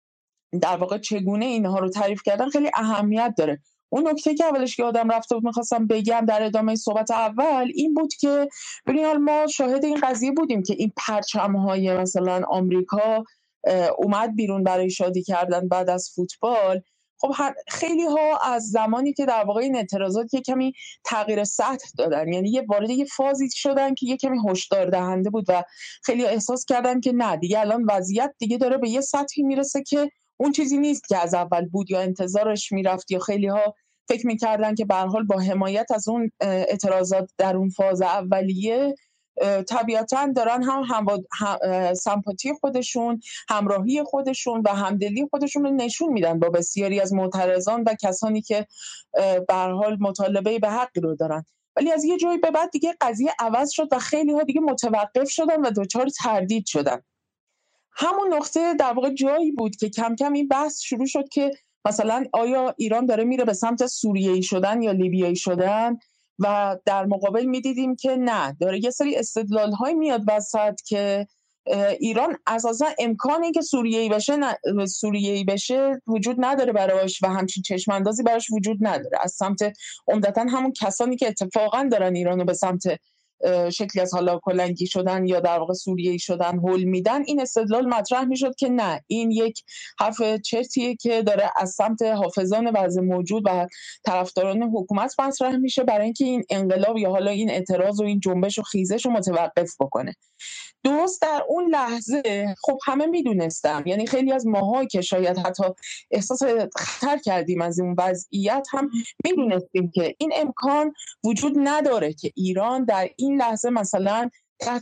در واقع چگونه اینها رو تعریف کردن خیلی اهمیت داره. اون نکته که اولش که آدم رفته بود میخواستم بگم در ادامه صحبت اول این بود که ببینید ما شاهد این قضیه بودیم که این پرچم‌های مثلا آمریکا اومد بیرون برای شادی کردن بعد از فوتبال. خب خیلی ها از زمانی که در واقع این اعتراضات یه کمی تغییر سطح دادن، یعنی یه وارد یه فازی شدن که یه کمی هشدار دهنده بود و خیلی احساس کردن که نه دیگه الان وضعیت دیگه داره به یه سطحی میرسه که اون چیزی نیست که از اول بود یا انتظارش میرفت، یا خیلی ها فکر میکردن که به هر حال با حمایت از اون اعتراضات در اون فاز اولیه طبیعتاً دارن هم, هم, هم سمپاتی خودشون، همراهی خودشون و همدلی خودشون رو نشون میدن با بسیاری از معترضان و کسانی که به هر حال مطالبه به حق رو دارن. ولی از یه جایی به بعد دیگه قضیه عوض شد و خیلی ها دیگه متوقف شدن و دچار تردید شدن. همون نقطه در واقع جایی بود که کم کم این بحث شروع شد که مثلا آیا ایران داره میره به سمت سوریه‌ای شدن یا لیبیایی شدن، و در مقابل میدیدیم که نه، داره یه سری استدلال‌های میاد وسط که ایران اساسا امکانی که سوریه‌ای بشه نه سوریه‌ای بشه وجود نداره براش و همچین چشم اندازی براش وجود نداره از سمت عمدتاً همون کسانی که اتفاقاً دارن ایرانو به سمت شکلی از حالا کلنگی شدن یا در واقع سوریه‌ای شدن هول میدن. این استدلال مطرح میشد که نه، این یک حرف چرتیه که داره از سمت حافظان وضع موجود و طرفداران حکومت مطرح میشه برای اینکه این انقلاب یا حالا این اعتراض و این جنبش و خیزش رو متوقف بکنه. درست در اون لحظه خب همه میدونستم، یعنی خیلی از ماها که شاید حتی احساس خطر کردیم از این وضعیت هم میدونستیم که این امکان وجود نداره که ایران در این لحظه مثلا تحت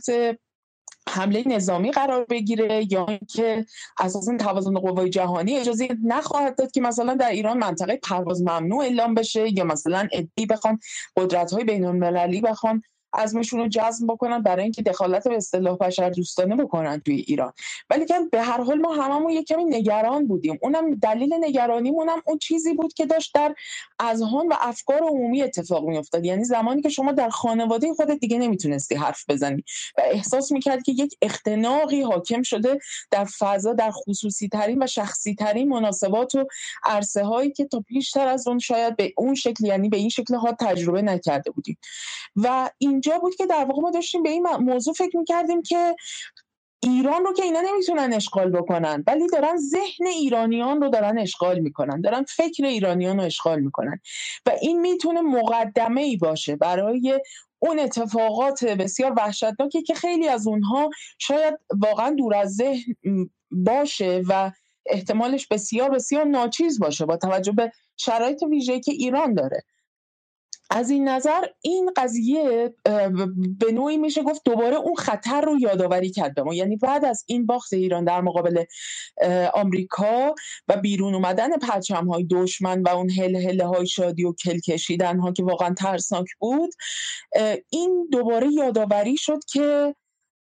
حمله نظامی قرار بگیره یا اینکه اساساً توازن قوای جهانی اجازه نخواهد داد که مثلا در ایران منطقه پرواز ممنوع اعلام بشه یا مثلا ادعی بخوان قدرت‌های بین‌المللی بخوان عزمشون رو جزم بکنن برای اینکه دخالت به اصطلاح بشر دوستانه بکنن توی ایران. ولی که به هر حال ما هممون یک کمی نگران بودیم. اونم دلیل نگرانیمون هم اون چیزی بود که داشت در اذهان و افکار عمومی اتفاق میافتاد. یعنی زمانی که شما در خانواده خودت دیگه نمیتونستی حرف بزنی و احساس میکرد که یک اختناقی حاکم شده در فضا، در خصوصی ترین و شخصی ترین مناسبات و عرصه هایی که تا پیشتر از اون شاید به اون شکل، یعنی به این شکل ها تجربه نکرده بودیم. و اینجا بود که در واقع ما داشتیم به این موضوع فکر میکردیم که ایران رو که اینا نمیتونن اشغال بکنن، ولی دارن ذهن ایرانیان رو دارن اشغال میکنن، دارن فکر ایرانیان رو اشغال میکنن و این میتونه مقدمه‌ای باشه برای اون اتفاقات بسیار وحشتناکی که خیلی از اونها شاید واقعا دور از ذهن باشه و احتمالش بسیار بسیار ناچیز باشه با توجه به شرایط ویژه‌ای که ایران داره. از این نظر این قضیه به نوعی میشه گفت دوباره اون خطر رو یادآوری کرد به ما. یعنی بعد از این باخت ایران در مقابل آمریکا و بیرون اومدن پرچم‌های دشمن و اون هل هله های شادی و کل کشیدن ها که واقعا ترسناک بود، این دوباره یادآوری شد که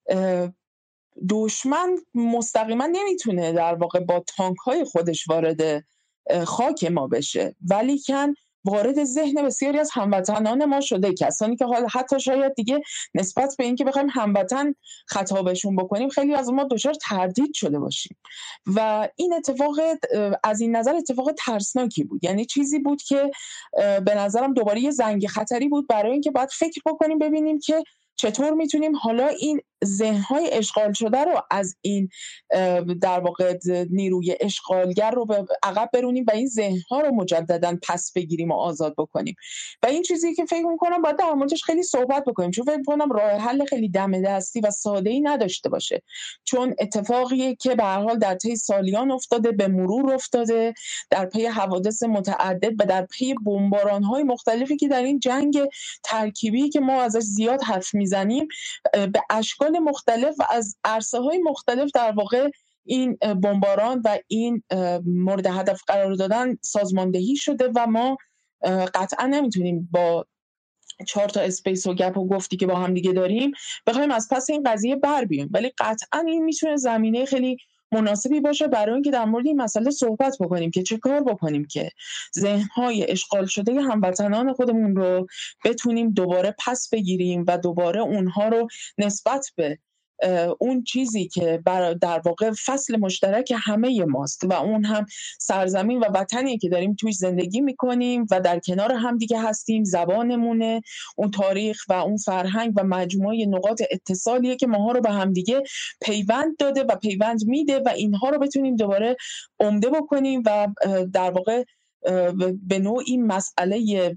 دشمن مستقیما نمیتونه در واقع با تانک های خودش وارد خاک ما بشه، ولی کن وارد ذهن بسیاری از هموطنان ما شده، کسانی که حالا حتی شاید دیگه نسبت به این که بخوایم هموطن خطابشون بکنیم خیلی از ما دچار تردید شده باشیم. و این اتفاق از این نظر اتفاق ترسناکی بود، یعنی چیزی بود که به نظرم دوباره یه زنگ خطری بود برای اینکه باید فکر بکنیم ببینیم که چطور میتونیم حالا این ذهن‌های اشغال شده رو از این در واقع نیروی اشغالگر رو به عقب برونیم و این ذهن‌ها رو مجدداً پس بگیریم و آزاد بکنیم. و این چیزی که فکر می‌کنم باید در موردش خیلی صحبت بکنیم، چون فکر می‌کنم راه حل خیلی دم دستی و ساده‌ای نداشته باشه، چون اتفاقیه که به هر حال در طی سالیان افتاده، به مرور افتاده، در پی حوادث متعدد و در پی بمباران‌های مختلفی که در این جنگ ترکیبی که ما ازش زیاد حرف می‌زنیم به اشکال مختلف و از عرصه‌های مختلف در واقع این بمباران و این مورد هدف قرار دادن سازماندهی شده و ما قطعا نمیتونیم با چهار تا اسپیس و گپ و گفتی که با هم دیگه داریم بخوایم از پس این قضیه بر بیایم، ولی قطعا این میتونه زمینه خیلی مناسبی باشه برای اینکه در مورد این مسئله صحبت بکنیم که چه کار بکنیم که ذهن‌های اشغال شده هموطنان خودمون رو بتونیم دوباره پس بگیریم و دوباره اونها رو نسبت به اون چیزی که در واقع فصل مشترک همه ماست و اون هم سرزمین و وطنی که داریم توی زندگی میکنیم و در کنار هم دیگه هستیم، زبانمونه، اون تاریخ و اون فرهنگ و مجموعه نقاط اتصالیه که ماها رو به هم دیگه پیوند داده و پیوند میده و اینها رو بتونیم دوباره عمده بکنیم و در واقع به نوعی مسئله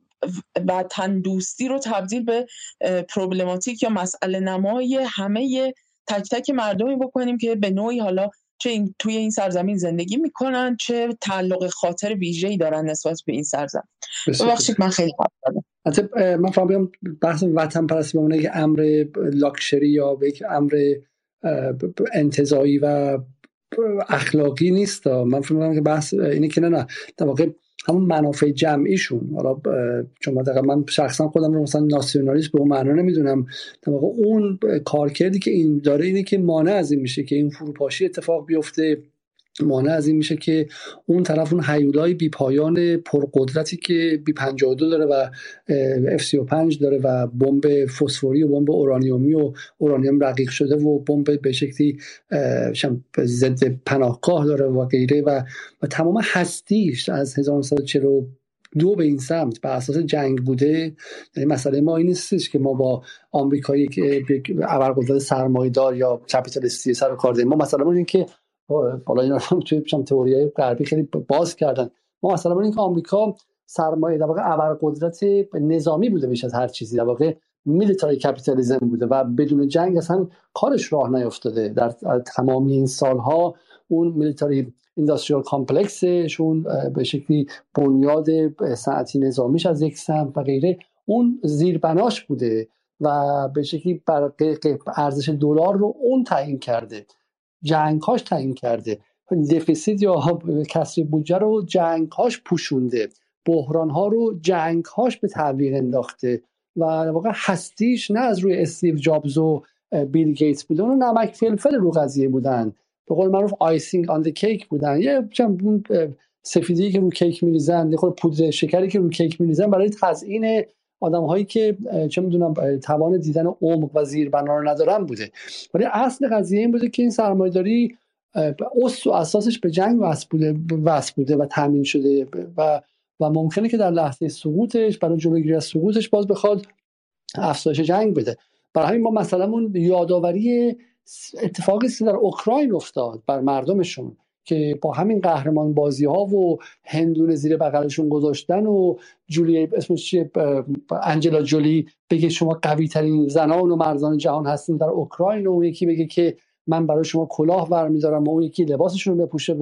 وطن دوستی رو تبدیل به پروبلماتیک یا مسئله نمای همه تک تک مردمی بکنیم که به نوعی حالا چه این توی این سرزمین زندگی میکنن، چه تعلق خاطر ویژه‌ای دارن نسبت به این سرزمین. ببخشید من خیلی حرف زدم. البته من فهم بیام بحث وطن پرستی بمونه یک امر لاکچری یا یک امر انتزاعی و اخلاقی نیست. من فکر می‌کنم که بحث اینه که نه نه در واقع همون منافع جمعیشون، حالا چون من شخصا خودم رو مثلا ناسیونالیست به اون معنا نمیدونم، در واقع اون کارکردی که این داره اینه که مانع از این میشه که این فروپاشی اتفاق بیفته، مانع از این میشه که اون طرف اون هیولای بی پایان پرقدرتی که بی پنجاه و دو داره و اف سی و پنج داره و بمب فسفوری و بمب اورانیومی و اورانیوم رقیق شده و بمب به شکلی ضد پناهگاه داره و غیره و و تمام هستیش از هزار و نهصد و چهل و دو به این سمت بر اساس جنگ بوده. یعنی مسئله ما این نیستش که ما با آمریکایی که ابرقدرت سرمایه‌دار یا کپیتالیستی سر و کار داریم. ما مثلا این که بالا اینا هم توی چم تئوریای غربی خیلی باز کردن، ما مثلا این که آمریکا سرمایه در واقع ابرقدرت نظامی بوده بیش از هر چیزی، در واقع میلیتاری کپیتالیسم بوده و بدون جنگ اصلا کارش راه نیافتاده. در تمام این سالها اون میلیتاری اینداستریال کامپلکسشون به شکلی بنیاد صنعتی نظامیش از یک سمت و غیره اون زیربناش بوده و به شکلی بر ارزش دلار رو اون تعیین کرده، جنگ‌هاش تعیین کرده، دفیسیت یا کسری بودجه رو جنگ‌هاش پوشونده، بحران‌ها رو جنگ‌هاش به تعویق انداخته و در واقع هستیش نه از روی استیو جابز و بیل گیتس بوده، اون نمک فلفل رو قضیه بودن، به قول معروف آیسینگ آن دی کیک بودن، یه چند سفیدی که رو کیک می‌ریزن، یه خورده پودر شکری که رو کیک می‌ریزن برای تزیین آدم‌هایی که چه می‌دونم توان دیدن عمق و زیربنا رو ندارن بوده. ولی اصل قضیه این بوده که این سرمایه‌داری اصل و اساسش به جنگ وصل بوده وصل بوده و تامین شده و و ممکنه که در لحظه سقوطش برای جلوگیری از سقوطش باز بخواد افزایش جنگ بده. برای همین ما مثلا اون یادآوری اتفاقی که در اوکراین افتاد بر مردمشون که با همین قهرمان بازی ها و هندونه زیر بغلشون گذاشتن و جولی اسمش چیه انجلا جولی بگه شما قوی ترین زنان و مردان جهان هستین در اوکراین و اون یکی بگه که من برای شما کلاه برمی‌دارم و اون یکی لباسشون رو بپوشه و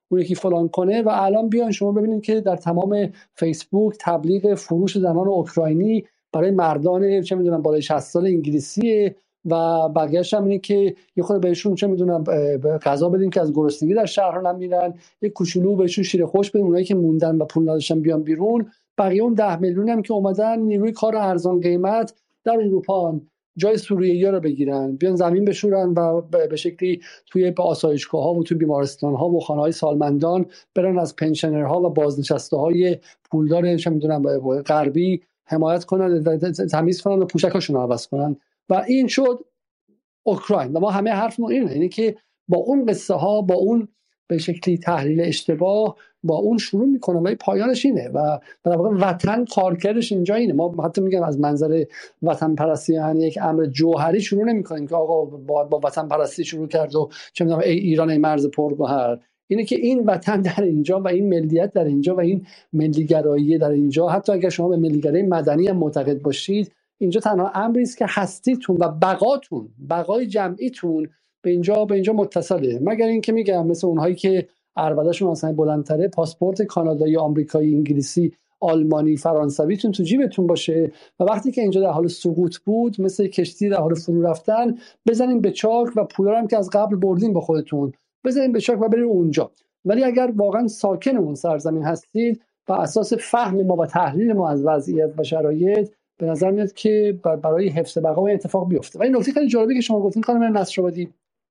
اون یکی فلان کنه. و الان بیان شما ببینید که در تمام فیسبوک تبلیغ فروش زنان اوکراینی برای مردان چه میدونم بالای شصت سال انگلیسیه و بقیه‌اش هم اینه که یه خورده بهشون چه میدونم غذا بدیم که از گرسنگی در شهرها نمیرن، یه کوچولو بهشون شیر خوش بدیم، اونایی که موندن و پول نداشتن بیان بیرون. بقیه اون ده میلیون هم که اومدن نیروی کار ارزان قیمت در اروپا جای سوریه‌ای‌ها رو بگیرن، بیان زمین بشورن و به شکلی توی آسایشگاه‌ها و توی بیمارستان‌ها و خانه‌های سالمندان برن از پنشنرها و بازنشسته‌های پولدار چه میدونم غربی حمایت کنن، تمیز کنن و پوشکاشون رو عوض کنن. و این شد اوکراین. و ما همه حرفمون اینه، اینه که با اون قصه ها، با اون به شکلی تحلیل اشتباه، با اون شروع میکنم ولی پایانش اینه و در واقع وطن کارکردش اینجا اینه. ما حتی میگم از منظر وطن پرستی یعنی یک امر جوهری شروع نمیکنیم که آقا با, با وطن پرستی شروع کرد و چه میدونم ای ایران ای مرز پرگوهر. اینه که این وطن در اینجا و این ملیت در اینجا و این ملیگرایی در اینجا، حتی اگر شما به ملیگرایی مدنی هم معتقد باشید، اینجا تنها امری است که هستیتون و بقاتون، بقای جمعیتون به اینجا به اینجا متصله. مگر اینکه میگم مثل اونهایی که عربده‌شون مثلا بلندتره، پاسپورت کانادایی، آمریکایی، انگلیسی، آلمانی، فرانسویتون تو جیبتون باشه و وقتی که اینجا در حال سقوط بود مثل کشتی در حال فرو رفتن بزنین به چاک و پولا هم که از قبل بردین با خودتون بزنین به چاک و برین اونجا. ولی اگر واقعا ساکن اون سرزمین هستید و اساس فهم ما و تحلیل ما از وضعیت و شرایط، به نظر میاد که برای حفظ بقا اتفاق بیفته. و این نکته خیلی جالبی که شما گفتین خانم نصرآبادی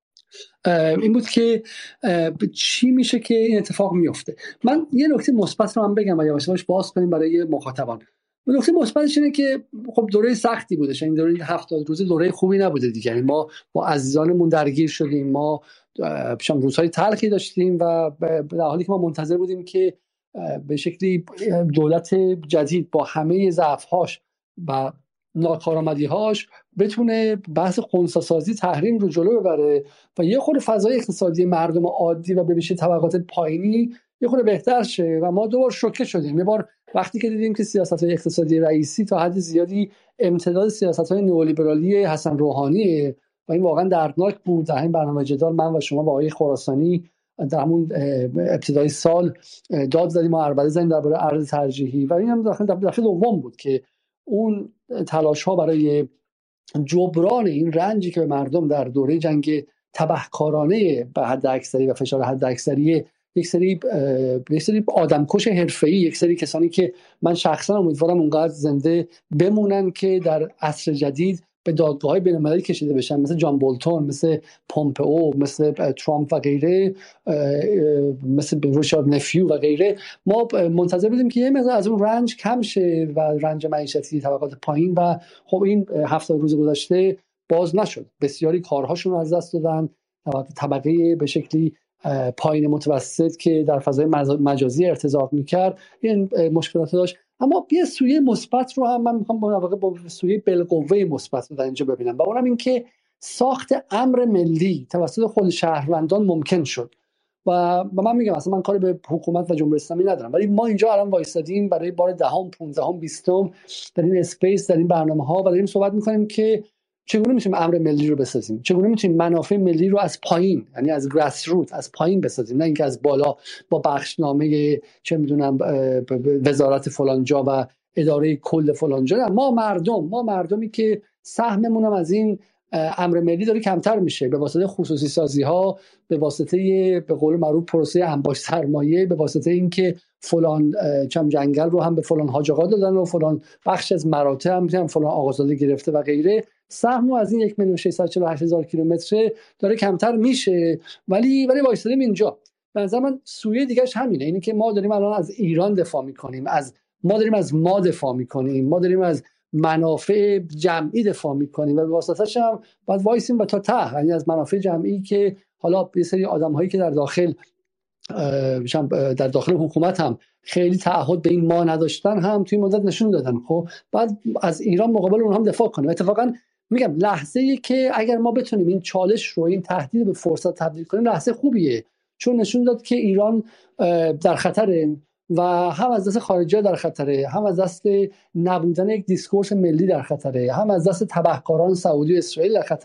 این بود که چی میشه که این اتفاق میفته. من یه نکته مثبت رو هم بگم و یواش یواش باز کنیم برای مخاطبان. نکته مثبتش اینه که خب دوره سختی بودش، این دوره هفتاد روزه دوره خوبی نبوده دیگه. یعنی ما با عزیزانمون درگیر شدیم، ما شام روزهای تلخی داشتیم و در حالی که ما منتظر بودیم که به شکلی دولت جدید با همه ضعف‌هاش و ناکارآمدی‌هاش بتونه بحث خنثی‌سازی تحریم رو جلو ببره و یه خورده فضای اقتصادی مردم عادی و به ویژه طبقات پایینی یه خورده بهتر شه. و ما دوبار شوکه شدیم. یه بار وقتی که دیدیم که سیاست‌های اقتصادی رئیسی تا حد زیادی امتداد سیاست‌های نئولیبرالی حسن روحانی و این واقعا دردناک بود. در این برنامه جدال من و شما با آقای خراسانی در همون ابتدای سال داد زدیم و عربده زدیم درباره ارز ترجیحی و این هم دفعه دوم بود که اون تلاش‌ها برای جبران این رنجی که به مردم در دوره جنگ تبهکارانه به حد اکثری و فشار حد اکثری یک سری یک سری آدمکش حرفه‌ای، یک سری کسانی که من شخصا امیدوارم اونقدر زنده بمونن که در عصر جدید به دادگاه‌های بین‌المللی کشیده بشن، مثل جان بولتون، مثل پومپئو، مثل ترامپ و غیره، مثل ریچارد نفیو و غیره. ما منتظر بودیم که یه مقدار از اون رنج کم شه و رنج معیشتی طبقات پایین و خب این هفتاد روز گذشته باز نشد. بسیاری کارهاشون رو از دست دادن. طبقه به شکلی پایین متوسط که در فضای مجازی ارتزاق میکرد این مشکلات داشت. اما یه سویه مثبت رو هم من میخوام با واقع با سویه بالقوه مثبت رو در اینجا ببینم و اونم این که ساخت امر ملی توسط خود شهروندان ممکن شد. و و من میگم اصلا من کاری به حکومت و جمهوری اسلامی ندارم، ولی ما اینجا الان وایسادیم برای بار دهم، پانزدهم، بیستم در این اسپیس، در این برنامه‌ها و داریم صحبت می‌کنیم که چگونه میتونیم امر ملی رو بسازیم، چگونه میتونیم منافع ملی رو از پایین، یعنی از گراس روت، از پایین بسازیم، نه اینکه از بالا با بخشنامه چه میدونم وزارت فلان جا و اداره کل فلان جا. ما مردم ما مردمی که سهممون هم از این امر ملی داره کمتر میشه به واسطه خصوصی سازی ها، به واسطه به قول معروف پروسه انباش سرمایه، به واسطه اینکه فلان چم جنگل رو هم به فلان حاج آقا دادن و فلان بخش از مراتع هم فلان آقازاده گرفته و غیره. سهم از این یک میلیون و ششصد و چهل و هشت هزار کیلومتر داره کمتر میشه، ولی ولی وایسادیم اینجا. به نظر من سویه دیگه‌اش همینه، اینی که ما داریم الان از ایران دفاع میکنیم، از ما داریم از ما دفاع میکنیم، ما داریم از منافع جمعی دفاع میکنیم و به واسطه‌اش هم باید وایسیم و تا ته، یعنی از منافع جمعی که حالا یه سری آدم‌هایی که در داخل در داخل حکومت هم خیلی تعهد به این ما نداشتن هم توی مدت نشون دادن. خب بعد از ایران مقابل اونها هم دفاع کنیم. اتفاقا میگم لحظه‌ای که اگر ما بتونیم این چالش رو، این تهدید به فرصت تبدیل کنیم، لحظه خوبیه، چون نشون داد که ایران در خطره و هم از دست خارجی‌ها در خطره، هم از دست نبودن یک دیسکورس ملی در خطره، هم از دست تبهکاران سعودی و اسرائیل در خطره،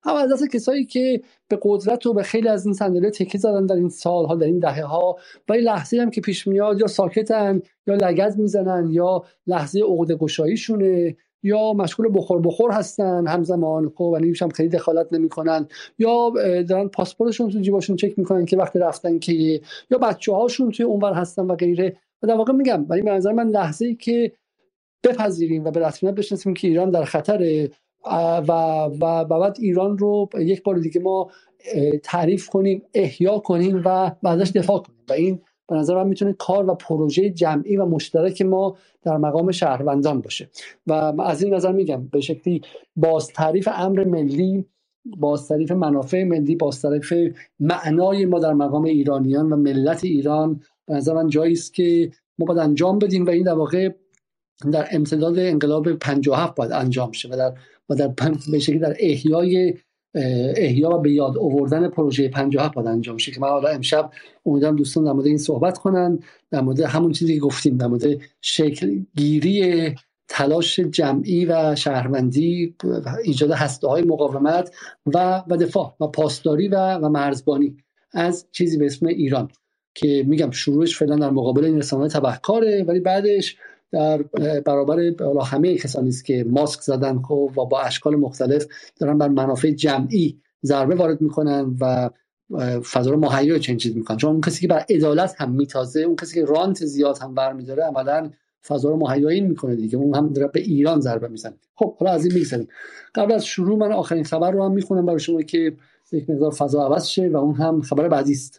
هم از دست کسایی که به قدرت و به خیلی از این صندلی تکیه زدن در این سالها، در این دهه ها، ولی لحظه هم که پیش میاد یا ساکتن یا لگد میزنن یا لحظه عقده گشاییشونه یا مشغول بخور بخور هستن همزمان، خب ولی هم خیلی دخالت نمیکنن، یا دارن پاسپورتشون تو جیباشون چک میکنن که وقت رفتن که، یا بچه‌هاشون توی اونور هستن و غیره. و در واقع میگم ولی به نظر من لحظه‌ای که بپذیریم و به رسمیت بشناسیم که ایران در خطره و و بعد ایران رو یک بار دیگه ما تعریف کنیم، احیا کنیم و ازش دفاع کنیم، و این به نظر من میتونه کار و پروژه جمعی و مشترک ما در مقام شهروندان باشه. و از این نظر میگم به شکلی باز تعریف امر ملی، باز تعریف منافع ملی، باز تعریف معنای ما در مقام ایرانیان و ملت ایران به نظر من جایی است که ما باید انجام بدیم و این در واقع در امتداد انقلاب پنجاه و هفت باید انجام شه و در و در به شکلی در احیای احیا و به یاد آوردن پروژه پنجاه و هفت باید انجام شه که من حالا امشب امیدوارم دوستان در مورد این صحبت کنن، در مورد همون چیزی که گفتیم، در مورد شکل گیری تلاش جمعی و شهروندی، ایجاد هسته‌های مقاومت و و دفاع و پاسداری و و مرزبانی از چیزی به اسم ایران که میگم شروعش فعلا در مقابل این رسانه‌های تبهکاره، ولی بعدش در برابر همه کسانی است که ماسک زدن خب و با اشکال مختلف دارن بر منافع جمعی ضربه وارد میکنن و فضا رو مهیا چنین چیز میکنن. چون اون کسی که بر عدالت هم میتازه، اون کسی که رانت زیاد هم برمیداره، عملاً فضا رو مهیا این میکنه دیگه، اون هم داره به ایران ضربه میزنه. خب حالا از این میگذریم. قبل از شروع من آخرین خبر رو هم میخونم برای شما که یک مقدار فضا عوض شه و اون هم خبر بعدی است.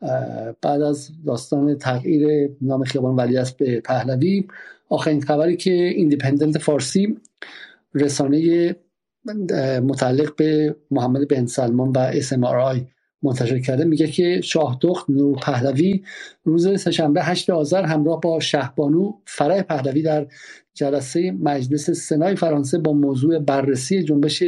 بعد از داستان تغییر نام خیابان ولیعصر به پهلوی، آخرین خبری که ایندیپندنت فارسی، رسانه متعلق به محمد بن سلمان و اس ام آر آی منتشر کرده، میگه که شاه دخت نور پهلوی روز سه‌شنبه هشت آذر همراه با شهبانو فرح پهلوی در جلسه مجلس سنای فرانسه با موضوع بررسی جنبش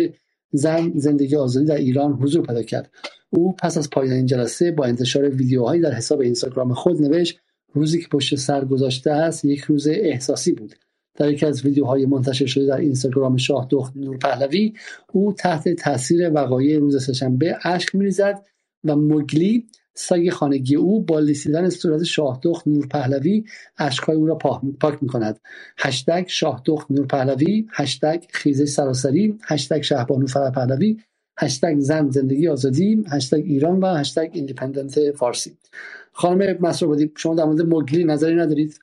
زن زندگی آزادی در ایران حضور پیدا کرد. او پس از پایان این جلسه با انتشار ویدیوهایی در حساب اینستاگرام خود نوشت روزی که پشت سر گذاشته است یک روز احساسی بود. در یکی از ویدیوهای منتشر شده در اینستاگرام شاه دخت نور پهلوی، او تحت تاثیر وقایع روز سه‌شنبه اشک می‌ریزد و مگلی سگ خانگی او با لیسیدن صورت شاه دخت نور پهلوی اشک‌های او را پاک می‌کند. هشتگ شاه دخت نور پهلوی، هشتگ خیزش سراسری، هشتگ شهبانو فرح پهلوی، هشتگ زن زندگی آزادی، هشتگ ایران و هشتگ ایندیپندنت فارسی. خانم مسروبادی، شما در مورد مگلی نظری ندارید؟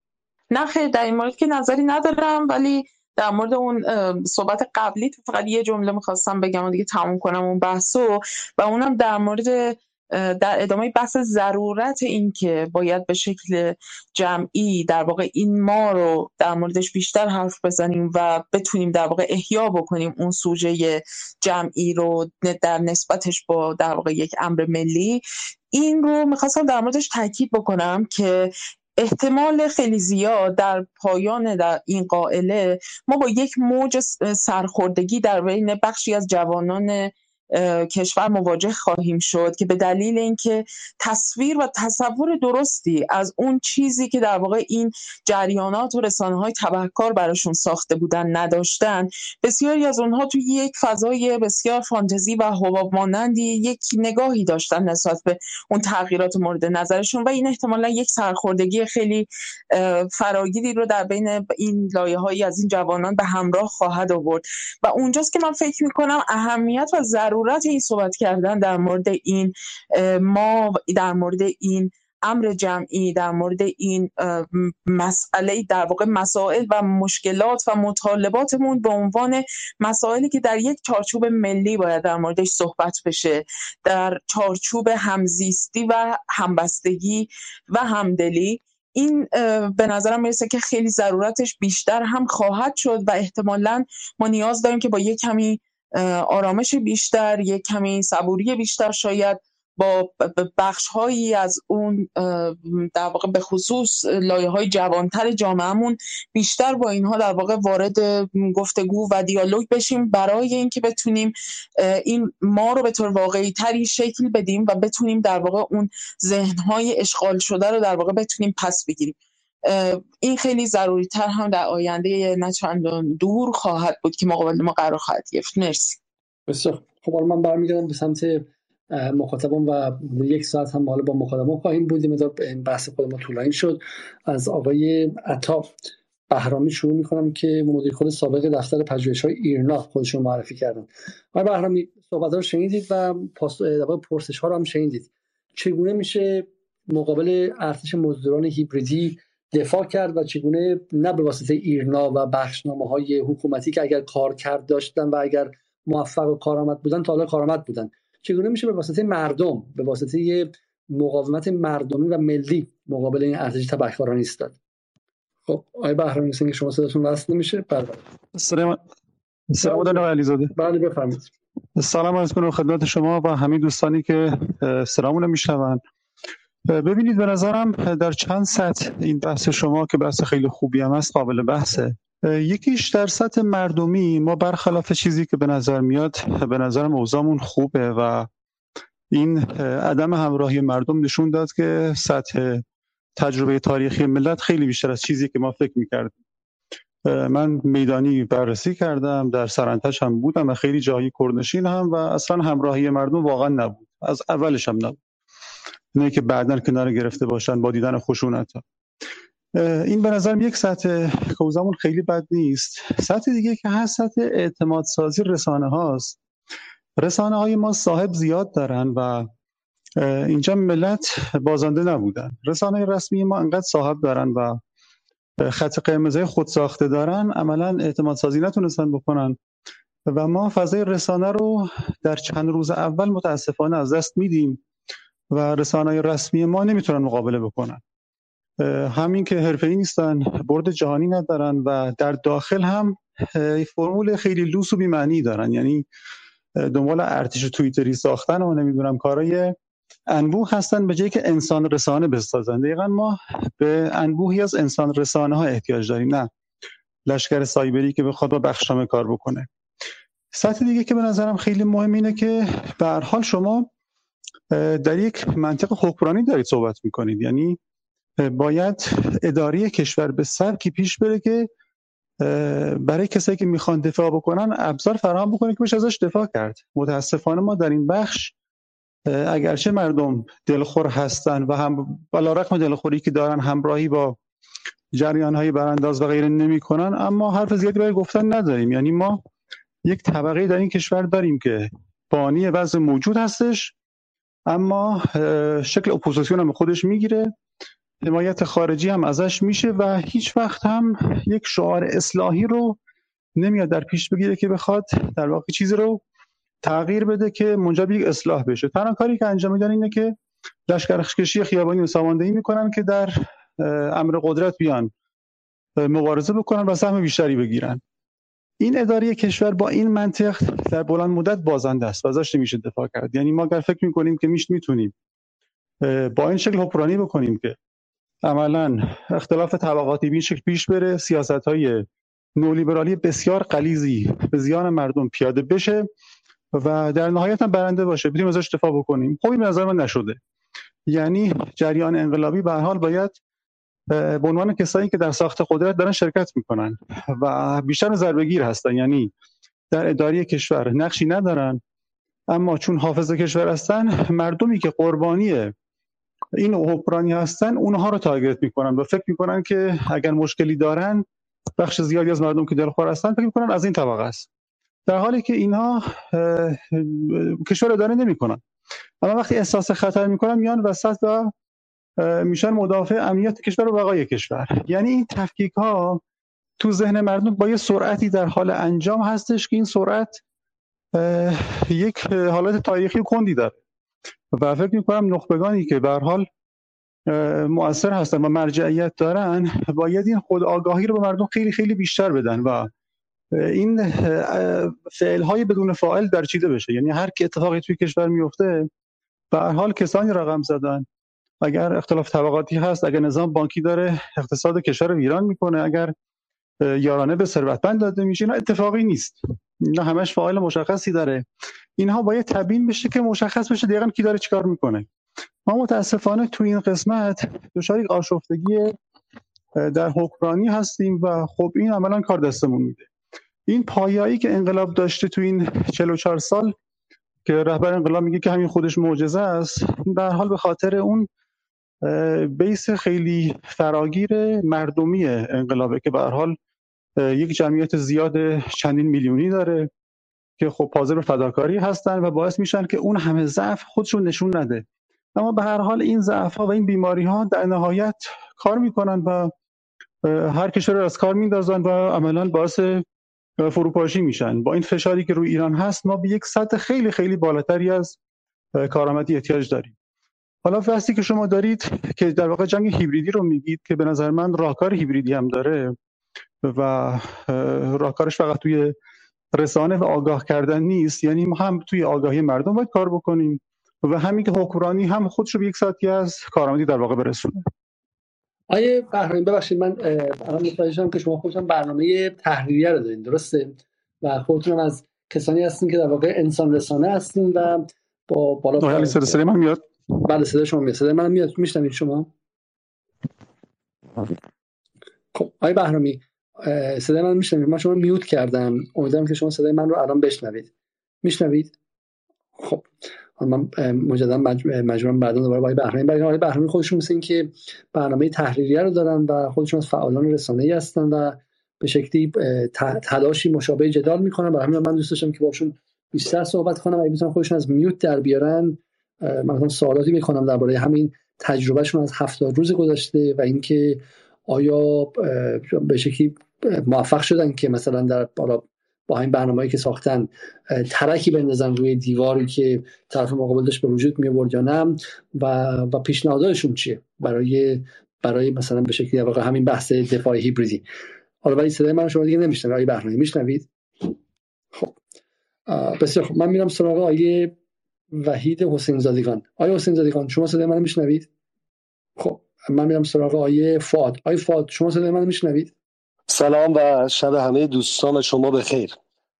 نه خیر، در این مورد که نظری ندارم، ولی در مورد اون صحبت قبلی فقط یه جمله میخواستم بگم و دیگه تموم کنم اون بحثو، و اونم در مورد در ادامه بحث ضرورت این که باید به شکل جمعی در واقع این ما رو در موردش بیشتر حرف بزنیم و بتونیم در واقع احیا بکنیم اون سوژه جمعی رو در نسبتش با در واقع یک امر ملی. این رو میخواستم در موردش تاکید بکنم که احتمال خیلی زیاد در پایان در این قائله ما با یک موج سرخوردگی در بین بخشی از جوانان کشور مواجه خواهیم شد که به دلیل اینکه تصویر و تصور درستی از اون چیزی که در واقع این جریانات و رسانه‌های تبهکار براشون ساخته بودن نداشتن، بسیاری از اونها توی یک فضای بسیار فانتزی و حباب مانندی یک نگاهی داشتن نسبت به اون تغییرات مورد نظرشون و این احتمالاً یک سرخوردگی خیلی فراگیری رو در بین این لایه‌هایی از این جوانان به همراه خواهد آورد و اونجاست که من فکر می‌کنم اهمیت و ضرورت این صحبت کردن در مورد این ما، در مورد این امر جمعی، در مورد این مسئله در واقع مسائل و مشکلات و مطالباتمون به عنوان مسائلی که در یک چارچوب ملی باید در موردش صحبت بشه، در چارچوب همزیستی و همبستگی و همدلی، این به نظرم میرسه که خیلی ضرورتش بیشتر هم خواهد شد و احتمالاً ما نیاز داریم که با یک کمی آرامش بیشتر، یک کمی صبوری بیشتر، شاید با بخش‌هایی از اون در واقع به خصوص لایه‌های جوانتر جامعهمون بیشتر با اینها در واقع وارد گفتگو و دیالوگ بشیم برای اینکه بتونیم این ما رو به طور واقعی تری شکل بدیم و بتونیم در واقع اون ذهن‌های اشغال شده رو در واقع بتونیم پس بگیریم. این خیلی ضروری تر هم در آینده نه چندان دور خواهد بود که مقابل ما قرار خواهد گرفت. مرسی. بسیار خب حالا من برمیگردم به سمت مخاطبان و یک ساعت هم حالا با مخاطبان خواهیم بود. مقدار این بحث خود ما طولانی شد. از آقای عطا بهرامی شروع می‌کنم که مدیر کل سابق دفتر پژوهش‌های ایرنا خودشون معرفی کردن. آقای بهرامی صحبت‌ها رو شنیدید و پرسش‌ها رو هم شنیدید. چگونه میشه مقابل ارتش مزدوران هیبریدی دفاع کرد و چگونه نه به واسطه ایرنا و بخشنامه‌های حکومتی که اگر کارکرد داشتن و اگر موفق و کارآمد بودن تا حالا کارآمد بودن، چگونه میشه به واسطه مردم، به واسطه مقاومت مردمی و ملی مقابل این ارتش تبهکارانه ایستاد؟ خب آقای بهرامی مثل اینکه شما صداتون وصل نمیشه. بله سلام سلام علیکم علیزاده. بله بفرمایید. سلام عرض می‌کنم خدمت شما و همه دوستانی که سلامون میشنون. ببینید به نظرم در چند سطح این بحث شما که بحث خیلی خوبی هم است قابل بحثه. یکیش در سطح مردمی ما برخلاف چیزی که به نظر میاد به نظرم اوضاعمون خوبه و این عدم همراهی مردم نشون داد که سطح تجربه تاریخی ملت خیلی بیشتر از چیزی که ما فکر می‌کردیم. من میدانی بررسی کردم، در سرانتش هم بودم و خیلی جایی کردنشین هم و اصلا همراهی مردم واقعا نبود، از اولش هم نبود، نه که بعداً کنار گرفته باشن با دیدن خشونت ها. این به نظرم یک سطح کوزمون خیلی بد نیست. سطح دیگه که هست سطح اعتماد سازی رسانه هاست. رسانه های ما صاحب زیاد دارن و اینجا ملت بازنده نبودن. رسانه رسمی ما انقدر صاحب دارن و خط قرمزای خود ساخته دارن، عملا اعتماد سازی نتونستن بکنن و ما فضای رسانه رو در چند روز اول متاسفانه از دست میدیم و رسانه‌های رسمی ما نمیتونن مقابله بکنن. همین که حرفه‌ای نیستن، برد جهانی ندارن و در داخل هم فرمول خیلی لوس و بی‌معنی دارن، یعنی دنبال ارتش توییتری ساختن و نمیدونم کارهای انبوه هستن به جایی که انسان رسانه بسازن. دقیقاً ما به انبوهی از انسان رسانه ها احتیاج داریم، نه لشکر سایبری که بخواد با بخشنامه کار بکنه. سطح دیگه که به نظرم خیلی مهم اینه که به هر حال شما در یک منطق حکمرانی دارید صحبت میکنید، یعنی باید اداره کشور به سبکی پیش بره که برای کسایی که میخوان دفاع بکنن ابزار فراهم بکنه که بشه ازش دفاع کرد. متاسفانه ما در این بخش اگرچه مردم دلخور هستن و هم علیرغم دلخوری که دارن همراهی با جریان‌های برانداز و غیره نمی‌کنن، اما حرف زیادی برای گفتن نداریم. یعنی ما یک طبقه در این کشور داریم که بانی وضع موجود هستش، اما شکل اپوزیسیون هم خودش میگیره، حمایت خارجی هم ازش میشه و هیچ وقت هم یک شعار اصلاحی رو نمیاد در پیش بگیره که بخواد در واقع چیزی رو تغییر بده که منجر به یک اصلاح بشه. تنها کاری که انجام میدن اینه که لشکرکشی خیابانی و ساماندهی میکنن که در امر قدرت بیان مبارزه بکنن و سهم بیشتری بگیرن. این اداره کشور با این منطق در بلند مدت بازنده است و ازش نمیشه دفاع کرد. یعنی ما اگر فکر میکنیم که میش میتونیم با این شکل حکمرانی بکنیم که عملاً اختلاف طبقاتی به این شکل پیش بره، سیاست‌های نولیبرالی بسیار غلیظی به زیان مردم پیاده بشه و در نهایت هم برنده باشه، بتونیم ازش دفاع بکنیم. خب این به نظر من نشده. یعنی جریان انقلابی به هر حال باید به عنوان کسایی که در ساخت قدرت دارن شرکت میکنن و بیشتر ضربه‌گیر هستن، یعنی در اداره کشور نقشی ندارن، اما چون حافظ کشور هستن، مردمی که قربانی این حکمرانی هستن اونها رو تارگت میکنن و فکر میکنن که اگر مشکلی دارن، بخش زیادی از مردم که دلخواه هستن فکر میکنن از این طبقه است، در حالی که اینها کشور اداره نمیکنن. اما وقتی احساس خطر میکنن میان وسط و میشن مدافع امنیت کشور و بقای کشور. یعنی این تفکیک ها تو ذهن مردم با یه سرعتی در حال انجام هستش که این سرعت یک حالت تاریخی کندی داره و فکر میکنم نخبگانی که به هر حال مؤثر هستن و مرجعیت دارن باید این خود آگاهی رو به مردم خیلی خیلی بیشتر بدن و این فعل‌های بدون فاعل درچیده بشه. یعنی هر کی اتفاقی توی کشور میفته به هر حال کسانی رقم زدن، اگر اختلاف طبقاتی هست، اگر نظام بانکی داره اقتصاد کشور رو ویران میکنه، اگر یارانه به ثروتمند داده میشه، اینا اتفاقی نیست، اینا همش فاعل مشخصی داره. اینها باید تبیین بشه که مشخص بشه دقیقاً کی داره چیکار میکنه. ما متاسفانه تو این قسمت دچار آشفتگی در حکمرانی هستیم و خب این عملاً کار دستمون میده. این پایه‌ای که انقلاب داشته تو این چهل و چهار سال که رهبر انقلاب میگه که همین خودش معجزه است، در حال به خاطر اون بیس خیلی فراگیر مردمی انقلابه که به هر حال یک جمعیت زیاد چندین میلیونی داره که خب حاضر به فداکاری هستن و باعث میشن که اون همه ضعف خودشون نشون نده. اما به هر حال این ضعف ها و این بیماری ها در نهایت کار میکنن و هر کشور رو از کار میندازن و عملا باعث فروپاشی میشن. با این فشاری که روی ایران هست ما به یک سطح خیلی خیلی بالاتری از کارآمدی احتیاج داریم. حالا بحثی که شما دارید که در واقع جنگ هیبریدی رو میگید که به نظر من راهکار هیبریدی هم داره و راهکارش فقط توی رسانه و آگاه کردن نیست، یعنی ما هم توی آگاهی مردم باید کار بکنیم و همین که حکمرانی هم خودش رو به یک ساعتی از کارآمدی در واقع برسونه. آیه بهرانی ببخشید من الان متوجه شدم که شما خودتون برنامه تحریریه رو دارین، درسته؟ و خودتون از کسانی هستین که در واقع انسان رسانه هستین و با بالا آیا صدای من میاد؟ بله صدای شما میاد. صدای من میاد، میشنوید شما؟ خب آیه بهرانی صدای من میشنوید؟ من شما میوت کردم، امیدوارم که شما صدای من رو الان بشنوید. میشنوید؟ خب من مجددا مجبورم بعدا دوباره با آقای بهرانی برگردم. آقای بهرانی خودشون مثل این که برنامه تحریریه رو دارن و خودشون از فعالان رسانه‌ای هستن و به شکلی تلاشی مشابه جدال میکنن. برای همین من دوست داشتم که باشون بیشتر صحبت کنم و اگه بتونن خودشون از میوت در بیارن من مثلا سوالاتی میکنم درباره همین تجربهشون از هفتاد روز گذشته و اینکه آیا به شکلی موفق شدن که مثلا در بالا با این برنامه‌ای که ساختن ترکی بندازن روی دیواری که طرف مقابل داشت به وجود می آورد یا نه و و پیشنهاداتشون چیه برای برای مثلا به شکلی واقعا همین بحث دفاع هیبریدی. حالا ولی صدای من شما دیگه نمیشنوید آقای بهرانی، میشنوید؟ خب بسیار خب من میرم سراغ آقای وحید حسین زادگان. آقای حسین زادگان شما صدای من میشنوید؟ خب من میرم سراغ آقای فؤاد. آقای فؤاد شما صدای من میشنوید؟ سلام و شب همه دوستان و شما بخیر.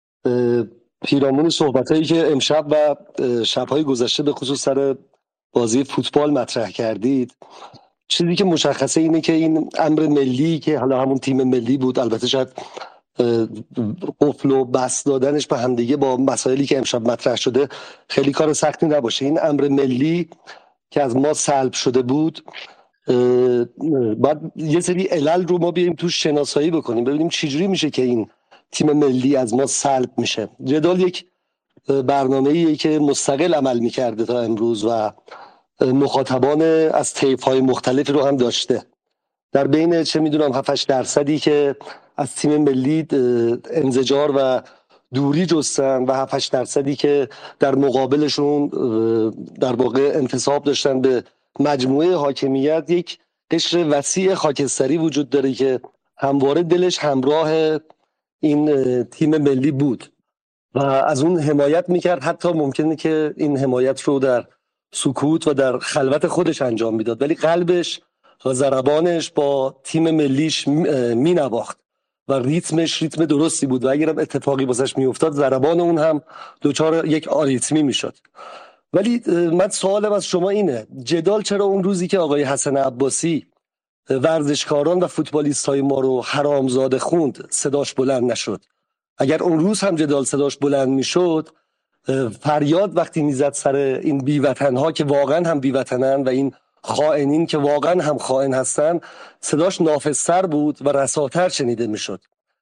پیرامون صحبتایی که امشب و شب‌های گذشته به خصوص سر بازی فوتبال مطرح کردید، چیزی که مشخصه اینه که این امر ملی که حالا همون تیم ملی بود، البته شاید قفل و بس دادنش به همدیگه با مسائلی که امشب مطرح شده خیلی کار سختی نباشه. این امر ملی که از ما سلب شده بود باید یه سری علل رو ما بیاییم توش شناسایی بکنیم، ببینیم چجوری میشه که این تیم ملی از ما سلب میشه. جدال یک برنامه‌ایه که مستقل عمل میکرده تا امروز و مخاطبان از طیف‌های مختلفی رو هم داشته. در بین چه میدونم هفت هشت درصدی که از تیم ملی انزجار و دوری جستن و هفت هشت درصدی که در مقابلشون در واقع انتساب داشتن به مجموعه حاکمیت، یک قشر وسیع خاکستری وجود داره که همواره دلش همراه این تیم ملی بود و از اون حمایت میکرد، حتی ممکنه که این حمایت رو در سکوت و در خلوت خودش انجام میداد، ولی قلبش و ضربانش با تیم ملیش مینواخت و ریتمش ریتم درستی بود و اگرم اتفاقی واسش میافتاد ضربان اون هم دوچار یک آریتمی میشد. ولی من سوالم از شما اینه، جدال چرا اون روزی که آقای حسن عباسی ورزشکاران و فوتبالیست‌های ما رو حرامزاده خوند صداش بلند نشد؟ اگر اون روز هم جدال صداش بلند میشد، فریاد وقتی میزد سر این بیوطنها که واقعا هم بیوطنن و این خائنین که واقعا هم خائن هستن، صداش نافذتر بود و رساتر شنیده میشد.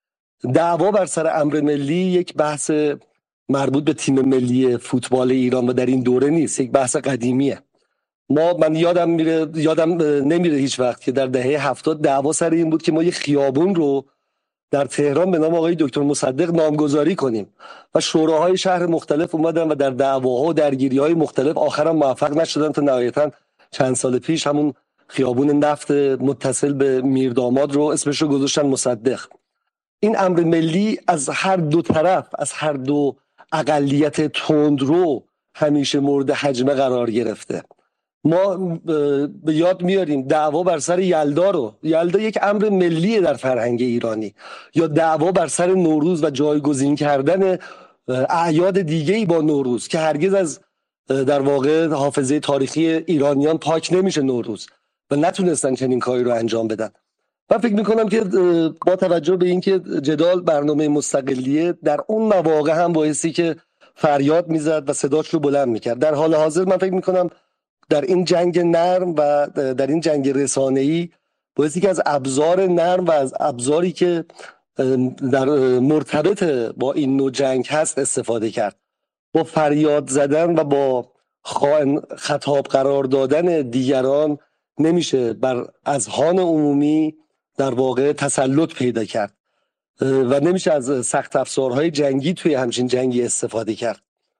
دعوا بر سر امر ملی یک بحث مربوط به تیم ملی فوتبال ایران و در این دوره نیست، یک بحث قدیمیه. ما من یادم میره یادم نمیره هیچ وقت که در دهه هفتاد دعوا سر این بود که ما یک خیابون رو در تهران به نام آقای دکتر مصدق نامگذاری کنیم و شوراهای شهر مختلف اومدن و در دعواها و درگیری‌های مختلف آخرام موفق نشدن تا نهایتاً چند سال پیش همون خیابون نفت متصل به میرداماد رو اسمش رو گذاشتن مصدق. این امر ملی از هر دو طرف، از هر دو اقلیت تندرو همیشه مورد هجمه قرار گرفته. ما به یاد میاریم دعوا بر سر یلدا رو، یلدا یک امر ملیه در فرهنگ ایرانی، یا دعوا بر سر نوروز و جایگزین کردن اعیاد دیگه‌ای با نوروز که هرگز از در واقع حافظه تاریخی ایرانیان پاک نمیشه نوروز و نتونستن چنین کاری رو انجام بدن. من فکر میکنم که با توجه به اینکه جدال برنامه مستقلیه، در اون مواقع هم بایستی که فریاد میزد و صداش رو بلند میکرد. در حال حاضر من فکر میکنم در این جنگ نرم و در این جنگ رسانه‌ای باید یکی از ابزار نرم و از ابزاری که در مرتبط با این نوع جنگ هست استفاده کرد. با فریاد زدن و با خطاب قرار دادن دیگران نمیشه بر اذهان عمومی در واقع تسلط پیدا کرد و نمیشه از سخت افزارهای جنگی توی همچین جنگی استفاده کرد.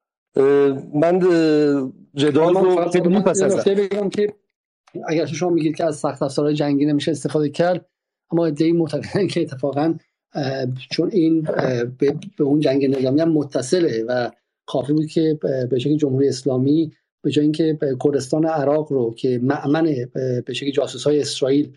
من جدال رو میپسندم بگم که اگر شما میگید که از سخت افزارهای جنگی نمیشه استفاده کرد، اما ادعی معتقدن که اتفاقا چون این به اون جنگ نظامی هم متصله و کافی بود که به شکل جمهوری اسلامی به جای اینکه کردستان عراق رو که مأمن به شکل جاسوس‌های اسرائیل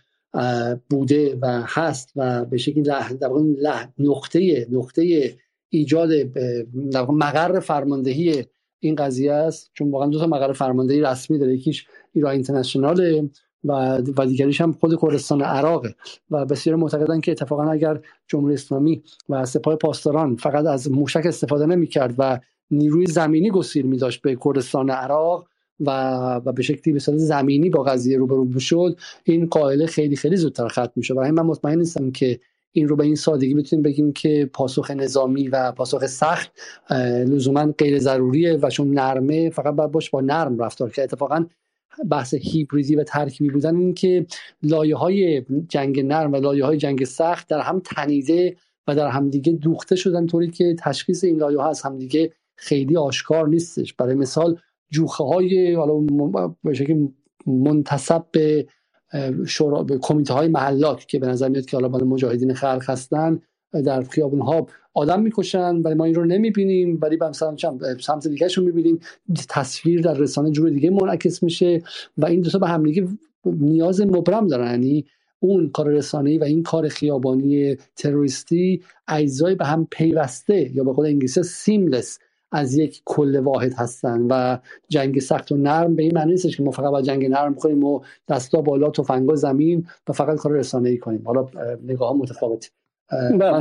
بوده و هست و به شکلی در واقع نقطه نقطه ایجاد در واقع مقر فرماندهی این قضیه است، چون واقعا دو تا مقر فرماندهی رسمی داره، یکیش ایران اینترنشنال و و دیگریش هم خود کردستان عراقه و بسیار معتقدن که اتفاقا اگر جمهوری اسلامی و سپاه پاسداران فقط از موشک استفاده نمی‌کرد و نیروی زمینی گسیل می‌داشت به کردستان عراق و و به شکلی به صورت زمینی با قضیه روبرو می‌شد، این قائله خیلی خیلی زودتر ختم می‌شد. و همین من مطمئن نیستم که این رو به این سادگی بتونیم بگیم که پاسخ نظامی و پاسخ سخت لزوما غیر ضروریه و چون نرمه فقط باید باش با نرم رفتار کرد. اتفاقا بحث هیبریدی و ترکیبی بودن این که لایه‌های جنگ نرم و لایه‌های جنگ سخت در هم تنیده و در هم دیگه دوخته شدن، طوری که تشخیص این لایه‌ها از هم دیگه خیلی آشکار نیستش. برای مثال جوخه‌های حالا به شکلی منتسب به شورا به کمیته‌های محلات که به نظر میاد که حالا مال مجاهدین خلق هستن در خیابون‌ها آدم میکشن ولی ما این رو نمیبینیم، ولی مثلا سمت دیگه‌ش رو میبینیم، تصویر در رسانه جور دیگه منعکس میشه و این دو تا به هم دیگه نیاز مبرم دارن. یعنی اون کار رسانه‌ای و این کار خیابانی تروریستی اجزای به هم پیوسته یا به قول انگلیسی سیملس از یک کل واحد هستن و جنگ سخت و نرم به این معنی نیستش که ما فقط با جنگ نرم کنیم و دستا بالا تفنگا زمین و فقط کار رسانه‌ای کنیم. حالا نگاه‌ها متفاوته. من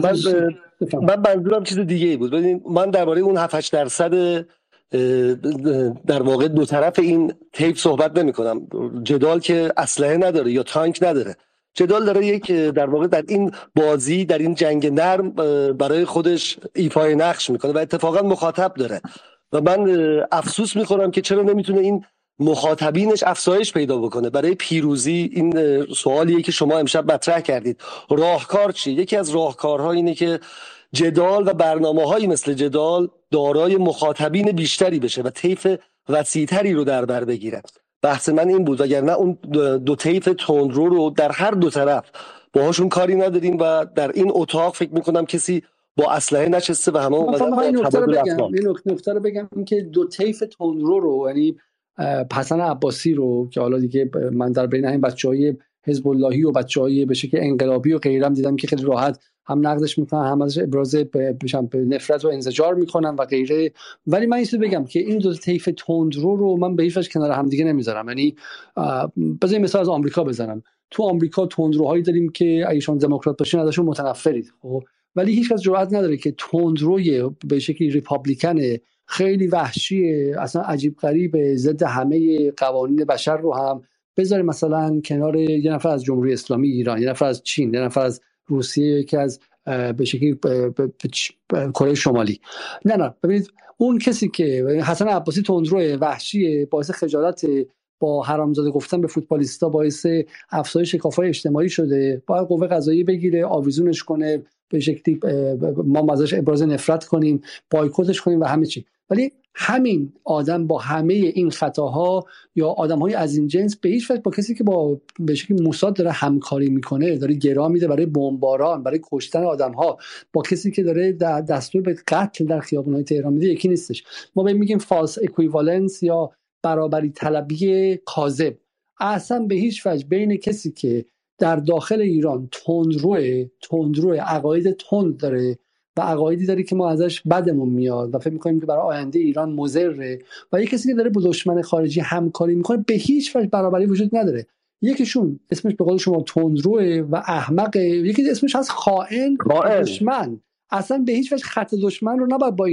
من منظورم چیز دیگه ای بود. ببین من درباره اون هفت هشت درصد در واقع دو طرف این تیپ صحبت نمی‌کنم. جدال که اسلحه نداره یا تانک نداره، جدال داره یک در واقع در این بازی در این جنگ نرم برای خودش ایفای نقش میکنه و اتفاقا مخاطب داره و من افسوس میخورم که چرا نمیتونه این مخاطبینش افزایش پیدا بکنه برای پیروزی. این سوالیه که شما امشب مطرح کردید، راهکار چی؟ یکی از راهکارها اینه که جدال و برنامه‌هایی مثل جدال دارای مخاطبین بیشتری بشه و طیف وسیع‌تری رو در بر بگیره. بحث من این بود، وگرنه اون دو طیف تندرو رو در هر دو طرف باهاشون کاری نداریم و در این اتاق فکر میکنم کسی با اسلحه نشسته و همه اومدن با تبادل افکار. این نکته رو بگم که دو طیف تندرو رو، یعنی حسن عباسی رو که حالا دیگه من در بین همین بچهای حزب اللهی و بچهای به شکل انقلابی و غیرم دیدم که خیلی راحت هم نقدش میکنن هم ازش ابراز به نفرت و انزجار میکنن و غیره، ولی من این چیزو بگم که این دو طیف تندرو رو من به هیچ وجه کنار هم دیگه نمیذارم. یعنی بذاریم مثال از آمریکا بزنم. تو آمریکا تندروهایی داریم که ایشون دموکرات باشین ازشون متنفرید، خب ولی هیچ کس جرئت نداره که تندروی به شکلی ریپابلیکن خیلی وحشی اصلا عجیب غریب ضد همه قوانین بشر رو هم بذاره مثلا کنار یه نفر از جمهوری اسلامی ایران، یه نفر از چین، یه نفر از روسیه، یکی از به شکلی کره شمالی. نه نه ببینید اون کسی که حسن عباسی تندرو وحشی باعث خجالت با حرامزاده گفتن به فوتبالیستا باعث افزایش شکاف‌های اجتماعی شده، باید قوه قضاییه بگیره آویزونش کنه به شکلی ما ازش ابراز نفرت کنیم، بایکوتش کنیم و همه چی. ولی همین آدم با همه این خطاها یا آدم‌های از این جنس به هیچ وجه با کسی که با به شکلی موساد داره همکاری میکنه، داره گرا میده برای بمباران، برای کشتن آدم‌ها، با کسی که داره دستور به قتل در خیابان‌های تهران میده یکی نیستش. ما بهش میگیم فالس اکویوالنس یا برابری طلبی کاذب. اصلا به هیچ وجه بین کسی که در داخل ایران تندروه تندروه عقاید تند داره و عقایدی داره که ما ازش بدمون میاد و فکر می‌کنیم که برای آینده ایران مضره و یک کسی که داره با دشمن خارجی همکاری میکنه به هیچ وجه برابری وجود نداره. یکیشون اسمش به قول شما تندروه و احمقه، یکی اسمش از خائن دشمن. اصلا به هیچ وجه خط دشمن رو نباید با این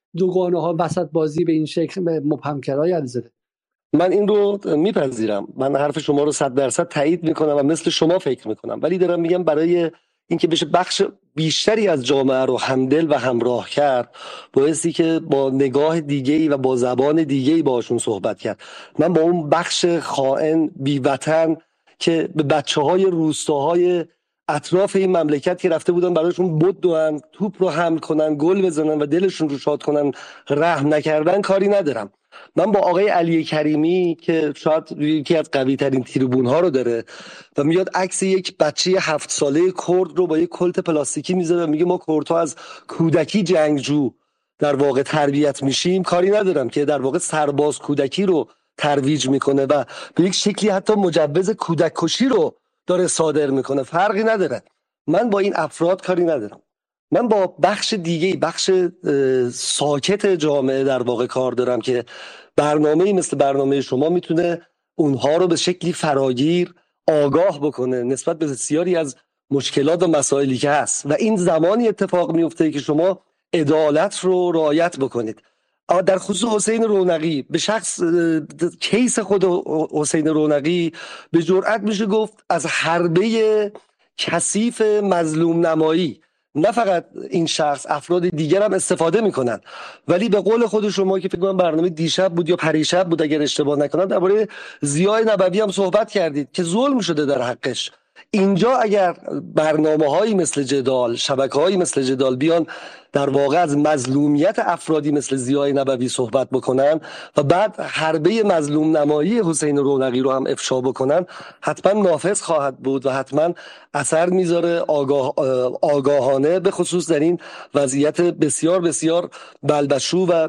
دوگانه ها وسط بازی به این شکل مبهم کرد آقای علیزاده؟ من این رو میپذیرم، من حرف شما رو صد درصد تایید میکنم و مثل شما فکر میکنم، ولی دارم میگم برای اینکه بشه بخش بیشتری از جامعه رو همدل و همراه کرد، بایستی که با نگاه دیگه‌ای و با زبان دیگه‌ای باشون صحبت کرد. من با اون بخش خائن بی‌وطن که به بچه‌های روستاهای اطراف این مملکت که رفته بودن براشون بدوئن، توپ رو حمل کنن، گل بزنن و دلشون رو شاد کنن، رحم نکردن، کاری ندارم. من با آقای علی کریمی که شاید یکی از قوی ترین تریبون ها رو داره و میاد عکس یک بچه هفت ساله کرد رو با یک کلت پلاستیکی میذاره و میگه ما کردها از کودکی جنگجو در واقع تربیت میشیم، کاری ندارم که در واقع سرباز کودکی رو ترویج میکنه و به یک شکلی حتی مجوز کودک کشی رو داره صادر میکنه، فرقی نداره. من با این افراد کاری ندارم، من با بخش دیگه، بخش ساکت جامعه در واقع کار دارم که برنامه‌ای مثل برنامه شما میتونه اونها رو به شکلی فراگیر آگاه بکنه نسبت به بسیاری از مشکلات و مسائلی که هست و این زمانی اتفاق میفته که شما عدالت رو رعایت بکنید. در خصوص حسین رونقی، به شخص کیس خود حسین رونقی به جرئت میشه گفت از حربه کثیف مظلوم نمایی نه فقط این شخص، افراد دیگر هم استفاده میکنن. ولی به قول خود شما که فکر کنم برنامه دیشب بود یا پریشب بود اگر اشتباه نکنم، درباره ضیاء نبوی هم صحبت کردید که ظلم شده در حقش. اینجا اگر برنامه‌هایی مثل جدال، شبکه‌هایی مثل جدال بیان در واقع از مظلومیت افرادی مثل ضیاء نبوی صحبت بکنن و بعد حربه مظلوم نمایی حسین رونقی رو هم افشا بکنن، حتما نافذ خواهد بود و حتما اثر میذاره آگاه آگاهانه، به خصوص در این وضعیت بسیار بسیار بلبشو و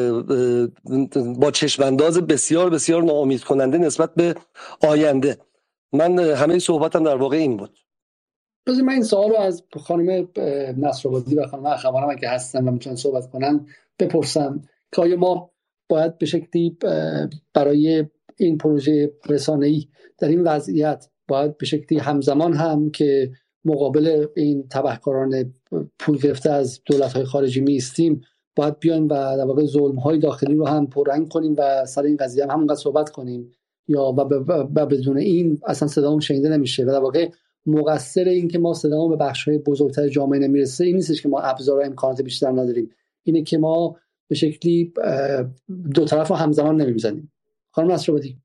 با چشمانداز بسیار بسیار ناامید کننده نسبت به آینده. من همه صحبتم در واقع این بود. بذار من این سوال رو از خانم نصرآبادی و خانم اخوانم اگه هستن و میتونن صحبت کنن بپرسم که آیا ما باید به شکلی برای این پروژه رسانه‌ای در این وضعیت باید به شکلی همزمان هم که مقابل این تبهکاران پول گرفته از دولت‌های خارجی میستیم، باید بیایم و در واقع ظلم‌های داخلی رو هم پررنگ کنیم و سر این قضیه هم همونقدر صحبت کنیم، یا و بدون این اصلا صدامون شنیده نمیشه و در واقع مقصر این که ما صدامون به بخش‌های بزرگتر جامعه نمیرسه این نیستش که ما ابزار و امکانات بیشتر نداریم، اینه که ما به شکلی دو طرف رو همزمان نمی‌زنیم. خانم نصرآبادی.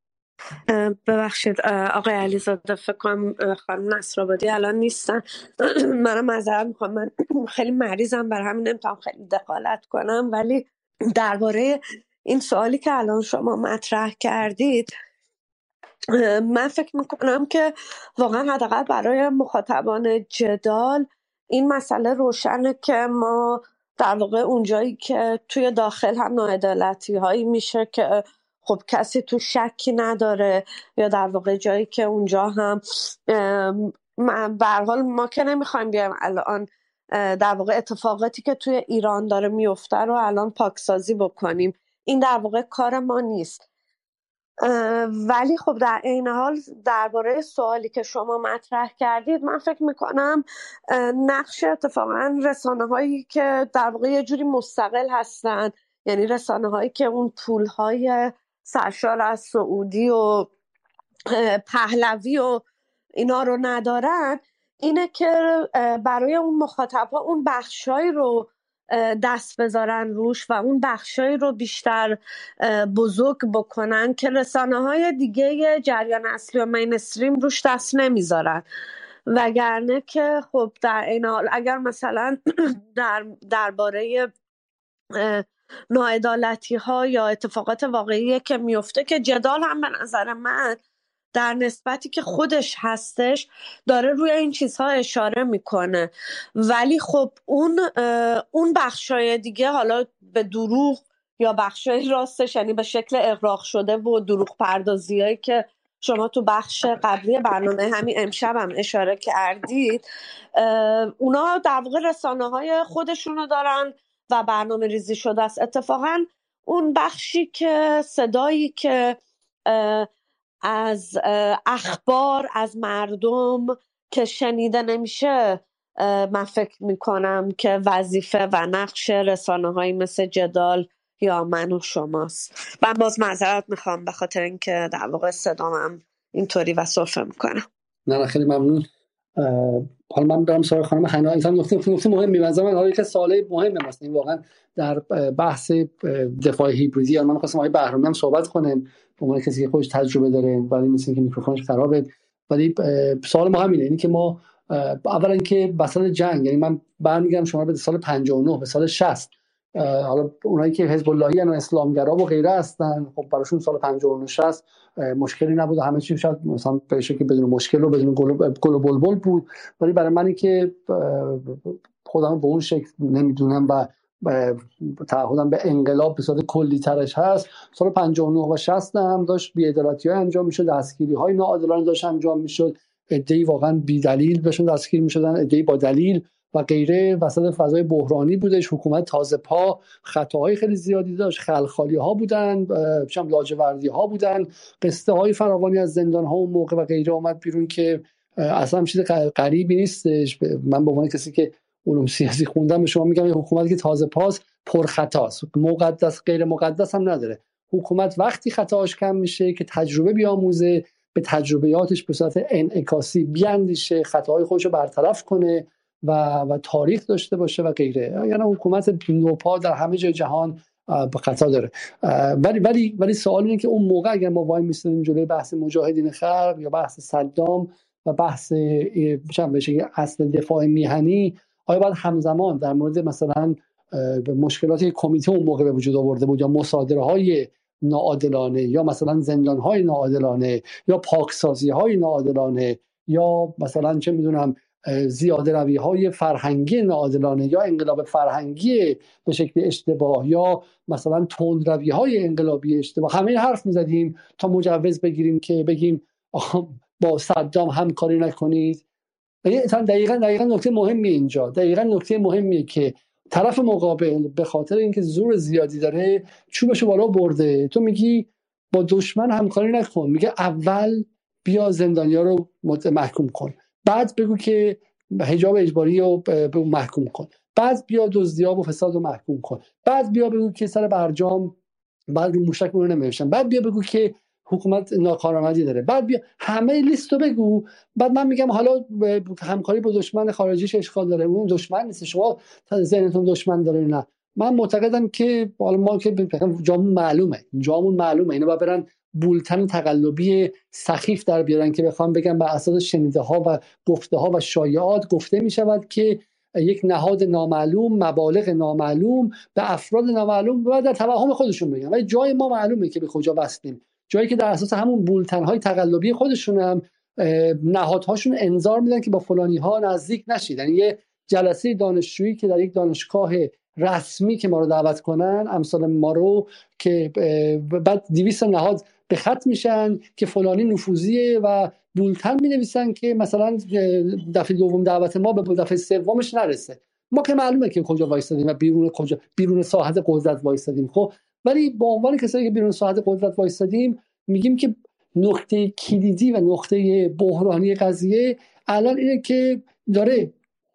ببخشید آقای علیزاده، فکر کنم خانم نصرآبادی الان نیستن. منم معذرت میخوام، من خیلی مریضم، بر همین نمیتونم خیلی دخالت کنم، ولی درباره این سوالی که الان شما مطرح کردید من فکر میکنم که واقعا حداقل برای مخاطبان جدال این مسئله روشنه که ما در واقع اونجایی که توی داخل هم ناعدالتی هایی میشه که خب کسی تو شکی نداره، یا در واقع جایی که اونجا هم به هر حال ما که نمیخوایم بیایم الان در واقع اتفاقاتی که توی ایران داره میفته رو الان پاکسازی بکنیم، این در واقع کار ما نیست. ولی خب در این حال درباره سوالی که شما مطرح کردید من فکر میکنم نقش اتفاقا رسانه هایی که در واقع یه جوری مستقل هستن، یعنی رسانه هایی که اون پول های سرشار از سعودی و پهلوی و اینا رو ندارن، اینه که برای اون مخاطب ها اون بخشایی رو دست بذارن روش و اون بخشایی رو بیشتر بزرگ بکنن که رسانه های دیگه جریان اصلی و مینستریم روش دست نمیذارن. وگرنه که خب در این حال اگر مثلا در درباره ناعدالتی ها یا اتفاقات واقعی که میفته که جدال هم به نظر من در نسبتی که خودش هستش داره روی این چیزها اشاره میکنه، ولی خب اون اون بخشای دیگه حالا به دروغ یا بخشای راستش یعنی به شکل اغراق شده و دروغ پردازیایی که شما تو بخش قبلی برنامه همین امشب هم اشاره کردید، اونا در واقع رسانه های خودشونو دارن و برنامه ریزی شده است. اتفاقا اون بخشی که صدایی که از اخبار از مردم که شنیده نمیشه من فکر میکنم که وظیفه و نقش رسانه هایی مثل جدال یا من و شماست. من باز معذرت میخوام به خاطر اینکه در واقع صدامم اینطوری و سرفه میکنم. نه نه خیلی ممنون. حالا من برم سراغ خانم حنا. این نکته نکته مهمی من زمان حالا که سوال مهمه مثلا واقعا در بحث دفاع هیبریدی یا من می‌خواستم آقای بهرامی هم صحبت کنم به عنوان کسی که خودش تجربه داره ولی مثل اینکه میکروفونش خرابه. ولی سوال ما همینه، اینی که ما اولا اینکه وسط جنگ، یعنی من برمیگردم شما به سال پنجاه و نه به سال شصت، حالا اونایی که حزب اللهی و اسلامگرا و غیره هستن خب براشون سال پنجاه و نه شصت مشکلی نبود، همه چی شاید مثلا به شکلی بدون مشکل و بدون گل و بلبل بود. ولی برای منی که خودم به اون شکل نمیدونم و تعهدم به انقلاب به صورت کلی ترش هست، سال پنجاه و نه و شصت هم داشت بی‌عدالتی‌های انجام میشد، دستگیری‌های ناعادلانه داشت انجام میشد، عده‌ای واقعا بی دلیل بهشون دستگیر میشدن، عده‌ای با دلیل و غیره. وسط فضای بحرانی بودش، حکومت تازه پا، خطاهای خیلی زیادی داشت، خلخالی ها بودن، چم لاجوردی ها بودن، قصه های فراوانی از زندان ها و موقع و غیره اومد بیرون که اصلا چیز غریبی نیستش. من به عنوان کسی که علوم سیاسی خوندم به شما میگم یه حکومتی که تازه پاس پر خطاست، مقدس غیر مقدس هم نداره. حکومت وقتی خطاش کم میشه که تجربه بیاموزه، به تجربیاتش به صورت انعکاسی بیاندیشه، خطاهای خودش رو برطرف کنه و و تاریخ داشته باشه و غیره. یعنی حکومت نوپا در همه جای جهان به خطا داره. ولی ولی ولی سوال اینه که اون موقع اگر ما وای میستادیم جلوی بحث مجاهدین خلق یا بحث صدام و بحث چند بشه اصل دفاع میهنی، آیا باید همزمان در مورد مثلا مشکلات کمیته اون موقع به وجود آورده بود یا مصادره های ناعادلانه یا مثلا زندان های ناعادلانه یا پاکسازی های ناعادلانه یا مثلا چه میدونم زیاده روی های فرهنگی ناعادلانه یا انقلاب فرهنگی به شکل اشتباه یا مثلا تند روی های انقلابی اشتباه، همه حرف میزدیم تا مجوز بگیریم که بگیم با صدام همکاری نکنید. دقیقاً دقیقاً نکته مهمی اینجا، دقیقاً نکته مهمیه که طرف مقابل به خاطر اینکه زور زیادی داره چوبشو بالا برده. تو میگی با دشمن همکاری نکن، میگه اول بیا زندانیا رو محکوم کن، بعد بگو که حجاب اجباری رو به محکوم کن، بعد بیا دزدیاب و فساد رو محکوم کن، بعد بیا بگو که سر برجام بعد رو موشک رو نمیشن، بعد بیا بگو که حکومت ناکارآمدی داره، بعد بیا همه لیست رو بگو. بعد من میگم حالا همکاری با دشمن خارجیش اشکال داره، اون دشمن نیست، شما ذهنتون دشمن داره. نه، من معتقدم که حالا ما که جامون معلومه جامون معلومه اینا باید برن بولتن تقلبی سخیف در بیارن که بخوام بگم بر اساس شنیده ها و گفته ها و شایعات گفته می شود که یک نهاد نامعلوم، مبالغ نامعلوم به افراد نامعلوم و در توهم خودشون بگن، ولی جای ما معلومه که به کجا وصلیم، جایی که در اساس همون بولتن های تقلبی خودشون هم نهادهاشون انذار میدن که با فلانی ها نزدیک نشید. یعنی یه جلسه دانشجویی که در یک دانشگاه رسمی که ما رو دعوت کنن امثال ما رو که بعد دویست نهاد به خط میشن که فلانی نفوذیه و بولتن مینویسن که مثلا دفعه دوم دعوت ما به دفعه سومش نرسه. ما که معلومه که کجا وایسادیم و بیرون کجا بیرون ساحت قدرت وایسادیم. خب ولی با عنوان کسایی که بیرون ساحت قدرت وایسادیم میگیم که نقطه کلیدی و نقطه بحرانی قضیه الان اینه که داره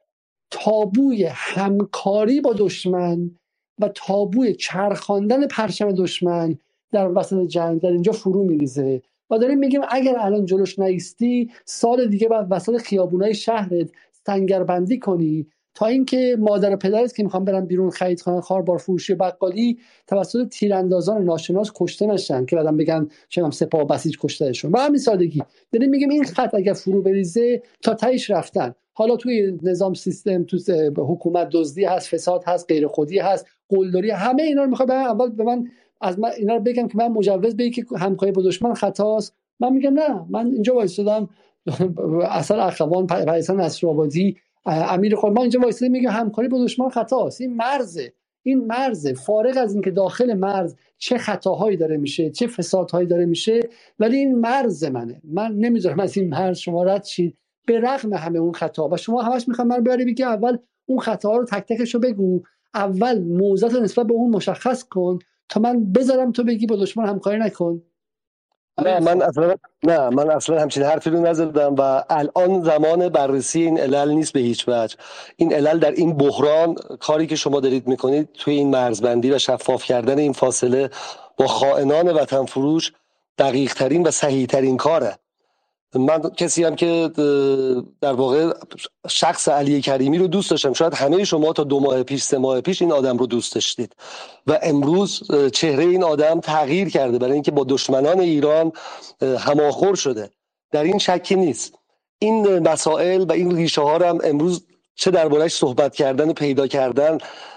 تابوی همکاری با دشمن و تابوی چرخاندن پرچم دشمن در وسط جنگ در اینجا فرو میریزه و داریم میگیم اگر الان جلوش نایستی سال دیگه بعد وسط خیابونای شهرت سنگربندی کنی تا اینکه مادر و پدرت که میخوان برن بیرون خرید کنن خاربار فروشی و بقالی توسط تیراندازان ناشناس کشته نشن که بعدم بگن چه هم سپاه بسیج کشتهشون. و همین سادگی داریم میگیم این خط اگر فرو بریزه تا تهش رفتن. حالا توی نظام سیستم تو حکومت دزدی هست، فساد هست، غیر خودی هست، قلدری، همه اینا رو میخواد اول به من از من اینا رو بگم که من مجوز بگی که همکاری با دشمن خطاست. من میگم نه، من اینجا وایسادم اصل اخوان پریسان نصرآبادی امیر خود ما اینجا وایسادیم میگه همکاری با دشمن خطاست. این مرزه این مرزه فارغ از اینکه داخل مرز چه خطاهایی داره میشه چه فسادهایی داره میشه، ولی این مرز منه، من نمیذارم از این مرز شما رد شید به رغم همه اون خطا. و شما همش میخوام من بیاری بگی اول اون خطاها رو تک تکش رو بگو، اول موضعت نسبت به اون مشخص کن تا من بذارم تو بگی با دشمن همکاری نکن. نه من اصلا نه من اصلا همچین حرفی رو نزدم و الان زمان بررسی این علل نیست به هیچ وجه. این علل در این بحران، کاری که شما دارید میکنید توی این مرزبندی و شفاف کردن این فاصله با خائنان وطن فروش دقیق ترین و صحیح ترین کاره. من کسی هم که در واقع شخص علی کریمی رو دوست داشتم، شاید همه شما تا دو ماه پیش سه ماه پیش این آدم رو دوست داشتید و امروز چهره این آدم تغییر کرده برای اینکه با دشمنان ایران هماخور شده. در این شکی نیست. این مسائل و این ریشه ها رو هم امروز چه درباره‌اش صحبت کردن و پیدا کردن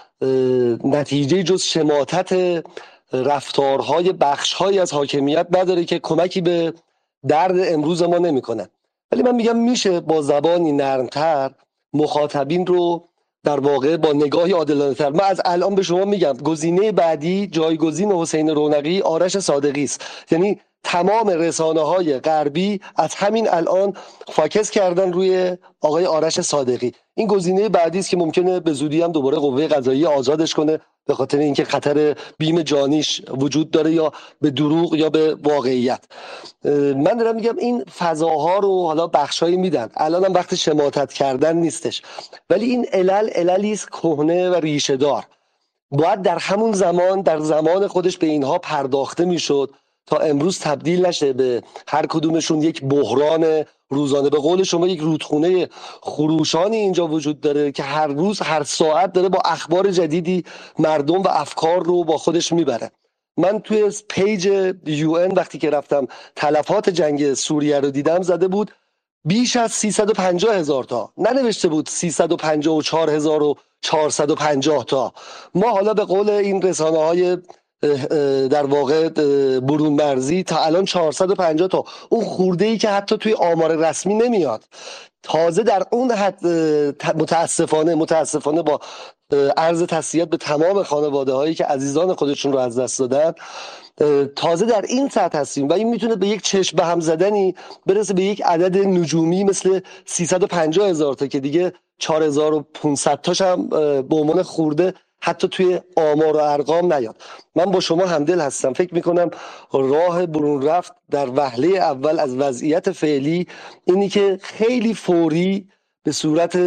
نتیجه جز شماتت رفتارهای بخش‌هایی از حاکمیت نداره که کمکی به درد امروز ما نمیکنه. ولی من میگم میشه با زبانی نرمتر مخاطبین رو در واقع با نگاهی عادلانه تر. من از الان به شما میگم گزینه بعدی جایگزین حسین رونقی آرش صادقی است. یعنی تمام رسانه‌های غربی از همین الان فاکس کردن روی آقای آرش صادقی. این گزینه بعدی است که ممکنه به زودی هم دوباره قوه قضاییه آزادش کنه به خاطر اینکه خطر بیم جانیش وجود داره، یا به دروغ یا به واقعیت. من دارم میگم این فضاها رو حالا بخشایی میدن، الان هم وقت شماتت کردن نیستش، ولی این علل عللی است کهنه و ریشه دار. باید در همون زمان در زمان خودش به اینها پرداخته میشد تا امروز تبدیل نشه به هر کدومشون یک بحران روزانه. به قول شما یک رودخونه خروشانی اینجا وجود داره که هر روز هر ساعت داره با اخبار جدیدی مردم و افکار رو با خودش میبره. من توی پیج یو ان وقتی که رفتم تلفات جنگ سوریه رو دیدم زده بود بیش از سیصد و پنجاه هزار تا، ننوشته بود سیصد و پنجاه و چهار هزار و چهارصد و پنجاه تا. ما حالا به قول این رسانه های در واقع برون مرزی تا الان چهارصد و پنجاه تا، اون خورده‌ای که حتی توی آمار رسمی نمیاد. تازه در اون حد متاسفانه متاسفانه با عرض تسلیت به تمام خانواده هایی که عزیزان خودشون رو از دست دادن، تازه در این سطح هستیم و این میتونه به یک چشم به هم زدنی برسه به یک عدد نجومی مثل سیصد و پنجاه هزار تا که دیگه چهار هزار و پانصد تاش هم به عنوان خورده حتی توی آمار و ارقام نیاد. من با شما همدل هستم. فکر میکنم راه برون رفت در وهله اول از وضعیت فعلی اینی که خیلی فوری به صورت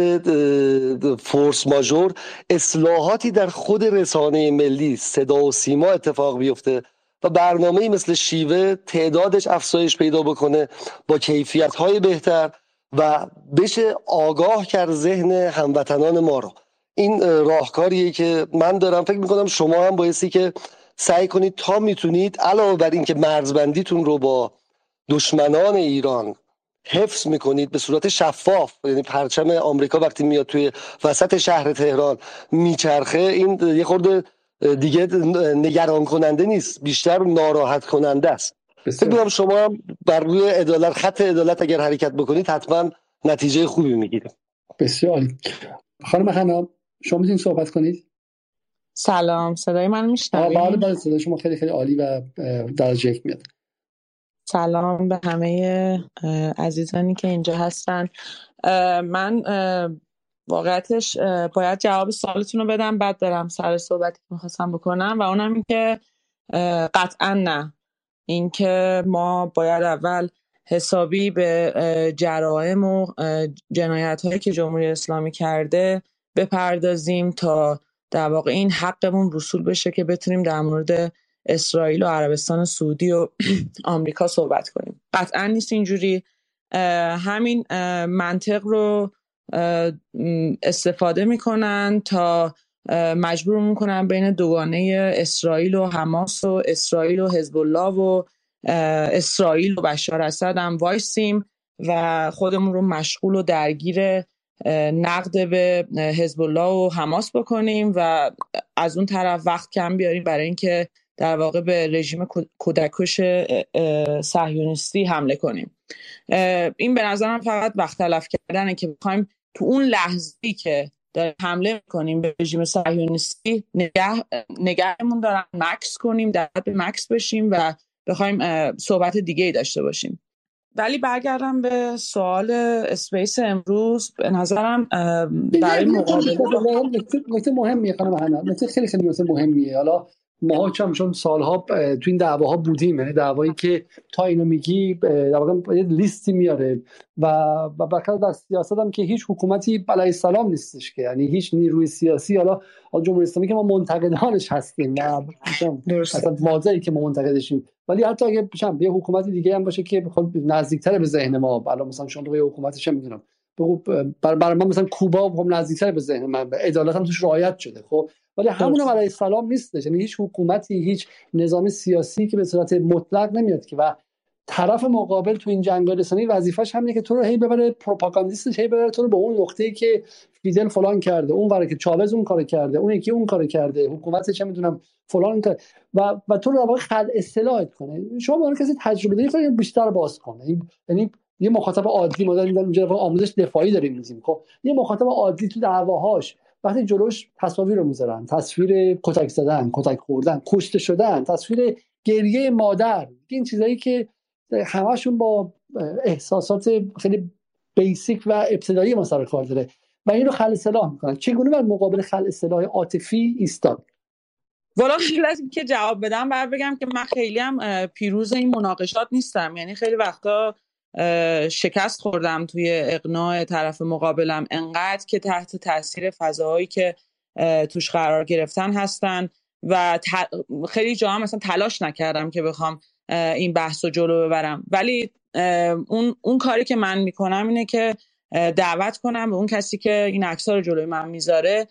فورس ماژور اصلاحاتی در خود رسانه ملی صدا و سیما اتفاق بیفته و برنامه‌ای مثل شیوه تعدادش افزایش پیدا بکنه با کیفیت‌های بهتر و بشه آگاه کرد ذهن هموطنان ما رو. این راهکاریه که من دارم. فکر میکنم شما هم بایستی که سعی کنید تا میتونید علاوه بر این که مرزبندیتون رو با دشمنان ایران حفظ میکنید به صورت شفاف، یعنی پرچم آمریکا وقتی میاد توی وسط شهر تهران میچرخه این یه خورده دیگه نگران کننده نیست، بیشتر ناراحت کننده است. فکر میکنم شما هم بر روی عدالت خط عدالت اگر حرکت بکنید حتما نتیجه خوبی میگیرید. بسیار عالی. خانم حنا شما میتونید صحبت کنید؟ سلام، صدای من میشنوید؟ بله بله، صدای شما خیلی خیلی عالی و درجه یک میاد. سلام به همه عزیزانی که اینجا هستن. من واقعیتش باید جواب سوالتون رو بدم بعد برم سر صحبتی که میخواستم بکنم و اونم این که قطعا نه، این که ما باید اول حسابی به جرائم و جنایت هایی که جمهوری اسلامی کرده بپردازیم تا در واقع این حقمون وصول بشه که بتونیم در مورد اسرائیل و عربستان سعودی و آمریکا صحبت کنیم. قطعا نیست اینجوری. همین منطق رو استفاده میکنن تا مجبور میکنن بین دوگانه اسرائیل و حماس و اسرائیل و حزب الله و اسرائیل و بشار اسد هم وایسیم و خودمون رو مشغول و درگیر نقد به حزب الله و حماس بکنیم و از اون طرف وقت کم بیاریم برای اینکه در واقع به رژیم کودککش صهیونیستی حمله کنیم. این به نظرم فقط وقت تلف کردنه که بخوایم تو اون لحظه‌ای که داریم حمله میکنیم به رژیم صهیونیستی نگه نگهمون دارن مکس کنیم، در به مکس بشیم و بخوایم صحبت دیگه‌ای داشته باشیم. ولی برگردم به سوال اسپیس امروز، به نظرم برای مقابله نکته مهمیه خانم حنا، نکته خیلی خیلی نکته مهمیه. حالا ما هم چون سالها تو این دعواها بودیم، یعنی دعوایی که تا اینو میگی در واقع یه لیستی میاره و و بخاطر در سیاست هم که هیچ حکومتی علیه السلام نیستش که، یعنی هیچ نیروی سیاسی، حالا جمهوری اسلامی که ما منتقدانش هستیم و اصلا واضحه که ما منتقدشیم، ولی حتی اگه بشم یه حکومت دیگه هم باشه که خب نزدیکتر به ذهن ما، الان مثلا شما رو یه حکومتش میدونم برای بر من مثلا کوبا خب نزدیکتر به ذهن من، عدالت هم توش رعایت شده، خب ولی همون هم علیه السلام نیستش. یعنی هیچ حکومتی، هیچ نظام سیاسی که به صورت مطلق نمیاد که و طرف مقابل تو این جنگ رسانی وظیفش همینه که تو رو هی ببره، پروپاگاندیستش هی ببره تو رو به اون نقطه‌ای که فیدل فلان کرده، اون وره که چاوز اون کارو کرده، اون یکی اون کارو کرده، حکومتش چه میدونم فلان کرده و و تو رو واقعا خلع اصلاحت کنه. شما با کسی تجربه داری خیلی بیشتر باز کنه. یعنی یه مخاطب عادی ما داریم اینجا آموزش دفاعی داریم می‌ذیم، خب یه مخاطب عادی تو دعواهاش وقتی جلوش تصاویر رو میذارن، تصویر کتک زدن، کتک خوردن، کشته شدن، تصویر گریه مادر، این چیزایی که همشون با احساسات خیلی بیسیک و ابتدایی ما سر کار داره و این رو خلع سلاح میکنن. چگونه باید مقابل خلع سلاح عاطفی ایستاد؟ والا خیلی از که جواب بدم بعد بگم که من خیلی هم پیروز این مناقشات نیستم، یعنی خیلی وقتا شکست خوردم توی اقناع طرف مقابلم، انقدر که تحت تاثیر فضاهایی که توش قرار گرفتن هستن و خیلی جا هم مثلا تلاش نکردم که بخوام این بحث رو جلو ببرم، ولی اون اون کاری که من میکنم اینه که دعوت کنم به اون کسی که این عکس‌ها رو جلوی من میذاره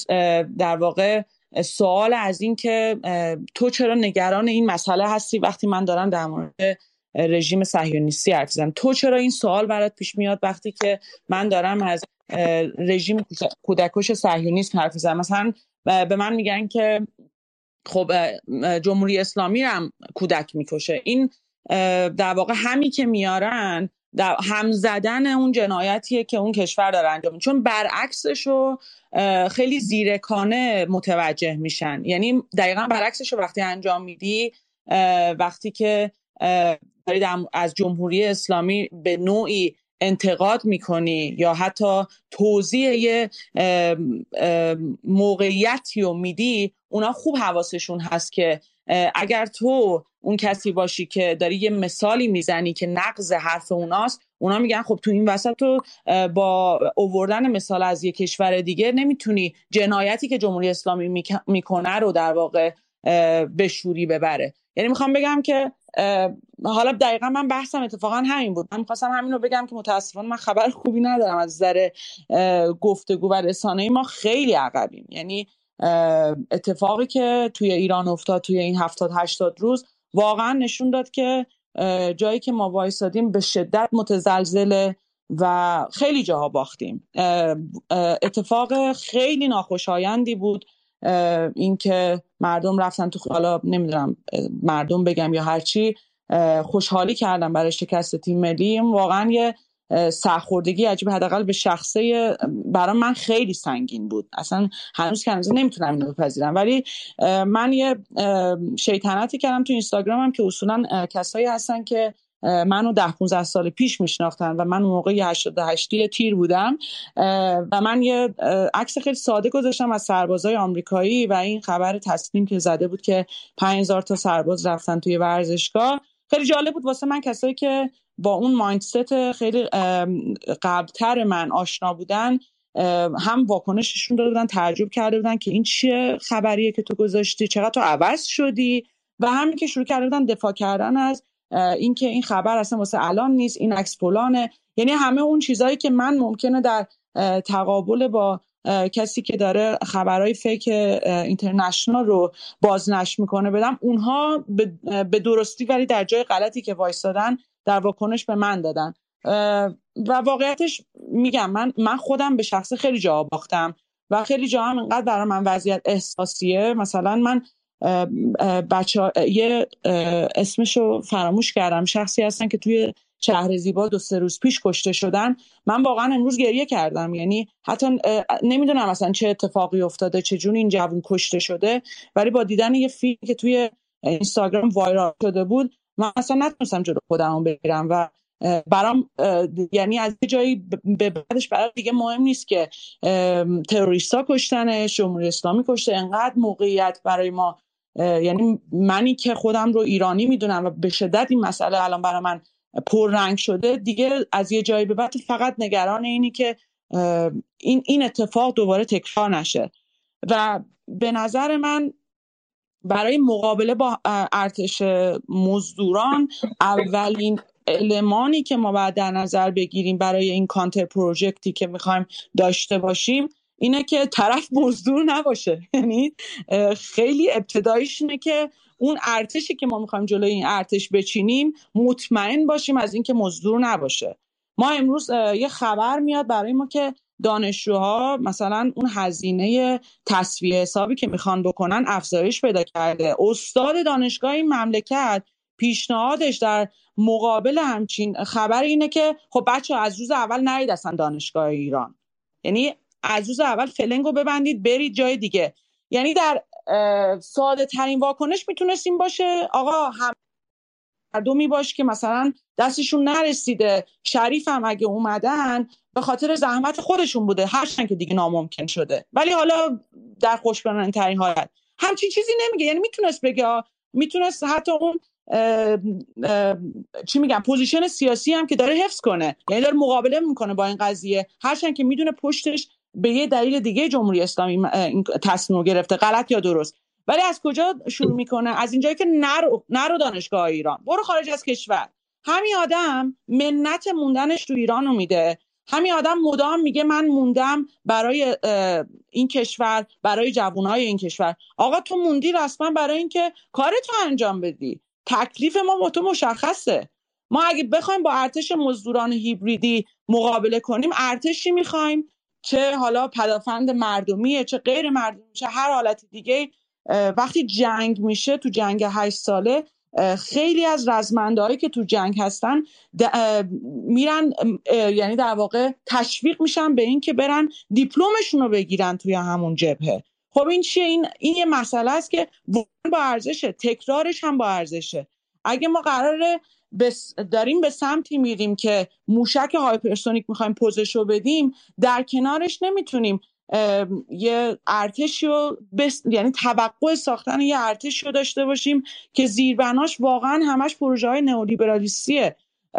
در واقع سوال از این که تو چرا نگران این مسئله هستی وقتی من دارم در مورد رژیم صهیونیستی حرف میزنم، تو چرا این سوال برات پیش میاد وقتی که من دارم از رژیم کودککش صهیونیسم حرف میزنم. مثلا به من میگن که خب جمهوری اسلامی هم کودک میکشه، این در واقع همی که میارن هم زدن اون جنایتیه که اون کشور داره انجام میده، چون برعکسشو خیلی زیرکانه متوجه میشن. یعنی دقیقاً برعکسشو وقتی انجام میدی، وقتی که داری از جمهوری اسلامی به نوعی انتقاد میکنی یا حتی توضیح یه موقعیتی رو میدی، اونا خوب حواسشون هست که اگر تو اون کسی باشی که داری یه مثالی میزنی که نقض حرف اوناست، اونا میگن خب تو این وسط تو با آوردن مثال از یه کشور دیگه نمیتونی جنایتی که جمهوری اسلامی میکنه رو در واقع به شوری ببره. یعنی میخوام بگم که حالا دقیقا من بحثم اتفاقا همین بود، من میخواستم همین رو بگم که متاسفانه من خبر خوبی ندارم از نظر گفتگو و رسانه‌ای، ما خیلی عقبیم. یعنی اتفاقی که توی ایران افتاد توی این هفتاد هشتاد روز واقعا نشون داد که جایی که ما وایسادیم به شدت متزلزله و خیلی جاها باختیم. اتفاق خیلی ناخوشایندی بود این که مردم رفتن تو، حالا نمیدونم مردم بگم یا هرچی، خوشحالی کردن برای شکست تیم ملی. واقعا یه سرخوردگی عجیب، حداقل به شخصه برای من خیلی سنگین بود. اصلا هنوز که هنوز نمیتونم اینو بپذیرم، ولی من یه شیطنتی کردم تو اینستاگرامم که اصولا کسایی هستن که منو ده پانزده سال پیش میشناختن و من اون موقع هشتاد و هشت تیر بودم و من یه عکس خیلی ساده گذاشتم از سربازای آمریکایی و این خبر تسلیم که زده بود که پنج هزار تا سرباز رفتن توی ورزشگاه. خیلی جالب بود واسه من، کسایی که با اون مایندست خیلی قبلتر من آشنا بودن هم واکنششون داده بودن، تعجب کرده بودن که این چیه خبریه که تو گذاشتی، چقدر تو عوض شدی، و همین که شروع کرده بودن دفاع کردن از این که این خبر اصلا واسه الان نیست، این عکس فلانه. یعنی همه اون چیزایی که من ممکنه در تقابل با کسی که داره خبرهای فیک اینترنشنال رو بازنشر میکنه بدم، اونها به درستی ولی در جای غلطی که وایسادن در واکنش به من دادن. و واقعیتش میگم من من خودم به شخص خیلی جا باختم و خیلی جا هم اینقدر برای من وضعیت احساسیه. مثلا من بچه یه اسمشو فراموش کردم، شخصی هستن که توی شهر زیبا دو سه روز پیش کشته شدن. من واقعا امروز گریه کردم، یعنی حتی نمیدونم اصلا چه اتفاقی افتاده، چه جون این جوون کشته شده، ولی با دیدن یه فیلم که توی اینستاگرام وایرال شده بود من اصلا نتونستم جلو خودمو بگیرم و برام یعنی از یه جایی به بعدش برای دیگه مهم نیست که تروریستا کشتنش، جمهوری اسلامی کشته، انقدر موقعیت برای ما یعنی منی که خودم رو ایرانی میدونم و به شدت این مسئله الان برای من پررنگ شده، دیگه از یه جایی به بعد فقط نگران اینی که این این اتفاق دوباره تکرار نشه. و به نظر من برای مقابله با ارتش مزدوران اولین المانی که ما باید در نظر بگیریم برای این کانتر پروژکتی که میخوایم داشته باشیم اینه که طرف مزدور نباشه. یعنی خیلی ابتداییش اینه که اون ارتشی که ما میخوایم جلوی این ارتش بچینیم مطمئن باشیم از اینکه مزدور نباشه. ما امروز یه خبر میاد برای ما که دانشجوها مثلا اون هزینه تسویه حسابی که میخوان بکنن افزایش پیدا کرده. استاد دانشگاه این مملکت پیشنهادش در مقابل همچین خبر اینه که خب بچه از روز اول نرید اصلا دانشگاه ایران، یعنی از روز اول فلنگو ببندید برید جای دیگه. یعنی در ساده ترین واکنش میتونستیم باشه آقا هم مردمی باش که مثلا دستشون نرسیده، شریف هم اگه اومدن به خاطر زحمت خودشون بوده، هرچند که دیگه ناممکن شده، ولی حالا در خوشبینانه ترین حالت همچین چیزی نمیگه. یعنی میتونست بگه، میتونست حتی اون اه اه چی میگم پوزیشن سیاسی هم که داره حفظ کنه، یعنی داره مقابله میکنه با این قضیه، هرچند که میدونه پشتش به یه دلیل دیگه جمهوری اسلامی این تصمیم گرفته، غلط یا درست. ولی از کجا شروع میکنه؟ از اینجایی که نرو نرو دانشگاه ایران، برو خارج از کشور. همین آدم منت موندنش تو ایران رو میده، همین آدم مدام میگه من موندم برای این کشور، برای جوانای این کشور. آقا تو موندی رسما برای اینکه کارتو انجام بدی. تکلیف ما با تو مشخصه. ما اگه بخوایم با ارتش مزدوران هیبریدی مقابله کنیم، ارتشی میخوایم چه حالا پدافند مردمیه چه غیر مردمی چه هر حالت دیگه. وقتی جنگ میشه، تو جنگ هشت ساله خیلی از رزمندهایی که تو جنگ هستن میرن، یعنی در واقع تشویق میشن به این که برن دیپلمشون رو بگیرن توی همون جبهه. خب این چیه؟ این این یه مسئله است که با ارزشه، تکرارش هم با ارزشه. اگه ما قراره بس داریم به سمتی میریم که موشک هایپرسونیک میخوایم پوزش رو بدیم، در کنارش نمیتونیم یه ارتشی رو بس... یعنی توقع ساختن یه ارتشی رو داشته باشیم که زیربناش واقعا همش پروژه های نئولیبرالیستیه.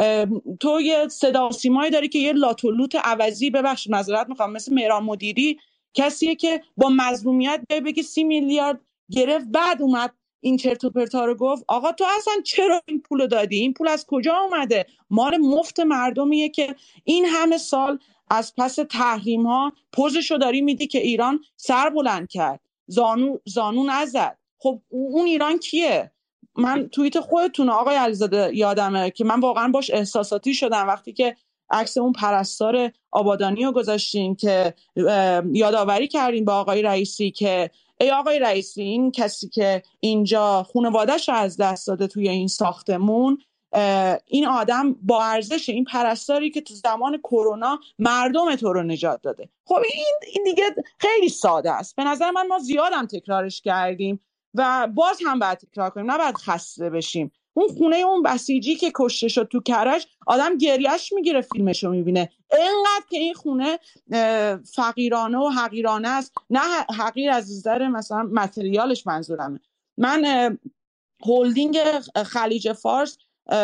تو یه صدا و سیمایی داری که یه لاتولوت عوضی، ببخشید معذرت میخوام، مثل مهران مدیری کسیه که با مظلومیت بگه سی میلیارد گرفت بعد اومد این چرت و پرتا رو گفت. آقا تو اصلا چرا این پولو دادی؟ این پول از کجا اومده؟ مال مفت مردمیه که این همه سال از پس تحریم ها پوزشو داری میدی که ایران سر بلند کرد، زانو زانو نزد. خب اون ایران کیه؟ من توییت خودتون آقای علیزاده یادمه که من واقعا باش احساساتی شدم وقتی که عکس اون پرستار آبادانی رو گذاشتین که یادآوری کردین با آقای رئیسی که ای آقای رئیسی، این کسی که اینجا خانواده‌اش رو از دست داده توی این ساختمون، این آدم با ارزش، این پرستاری که تو زمان کرونا مردم تو رو نجات داده. خب این این دیگه خیلی ساده است. به نظر من ما زیادم تکرارش کردیم و باز هم باید تکرار کنیم، نباید خسته بشیم. اون خونه اون بسیجی که کشته شد تو کرج، آدم گریهش میگیره فیلمشو میبینه، اینقدر که این خونه فقیرانه و حقیرانه است. نه حقیر از نظر مثلا متریالش منظورمه. من هولدینگ خلیج فارس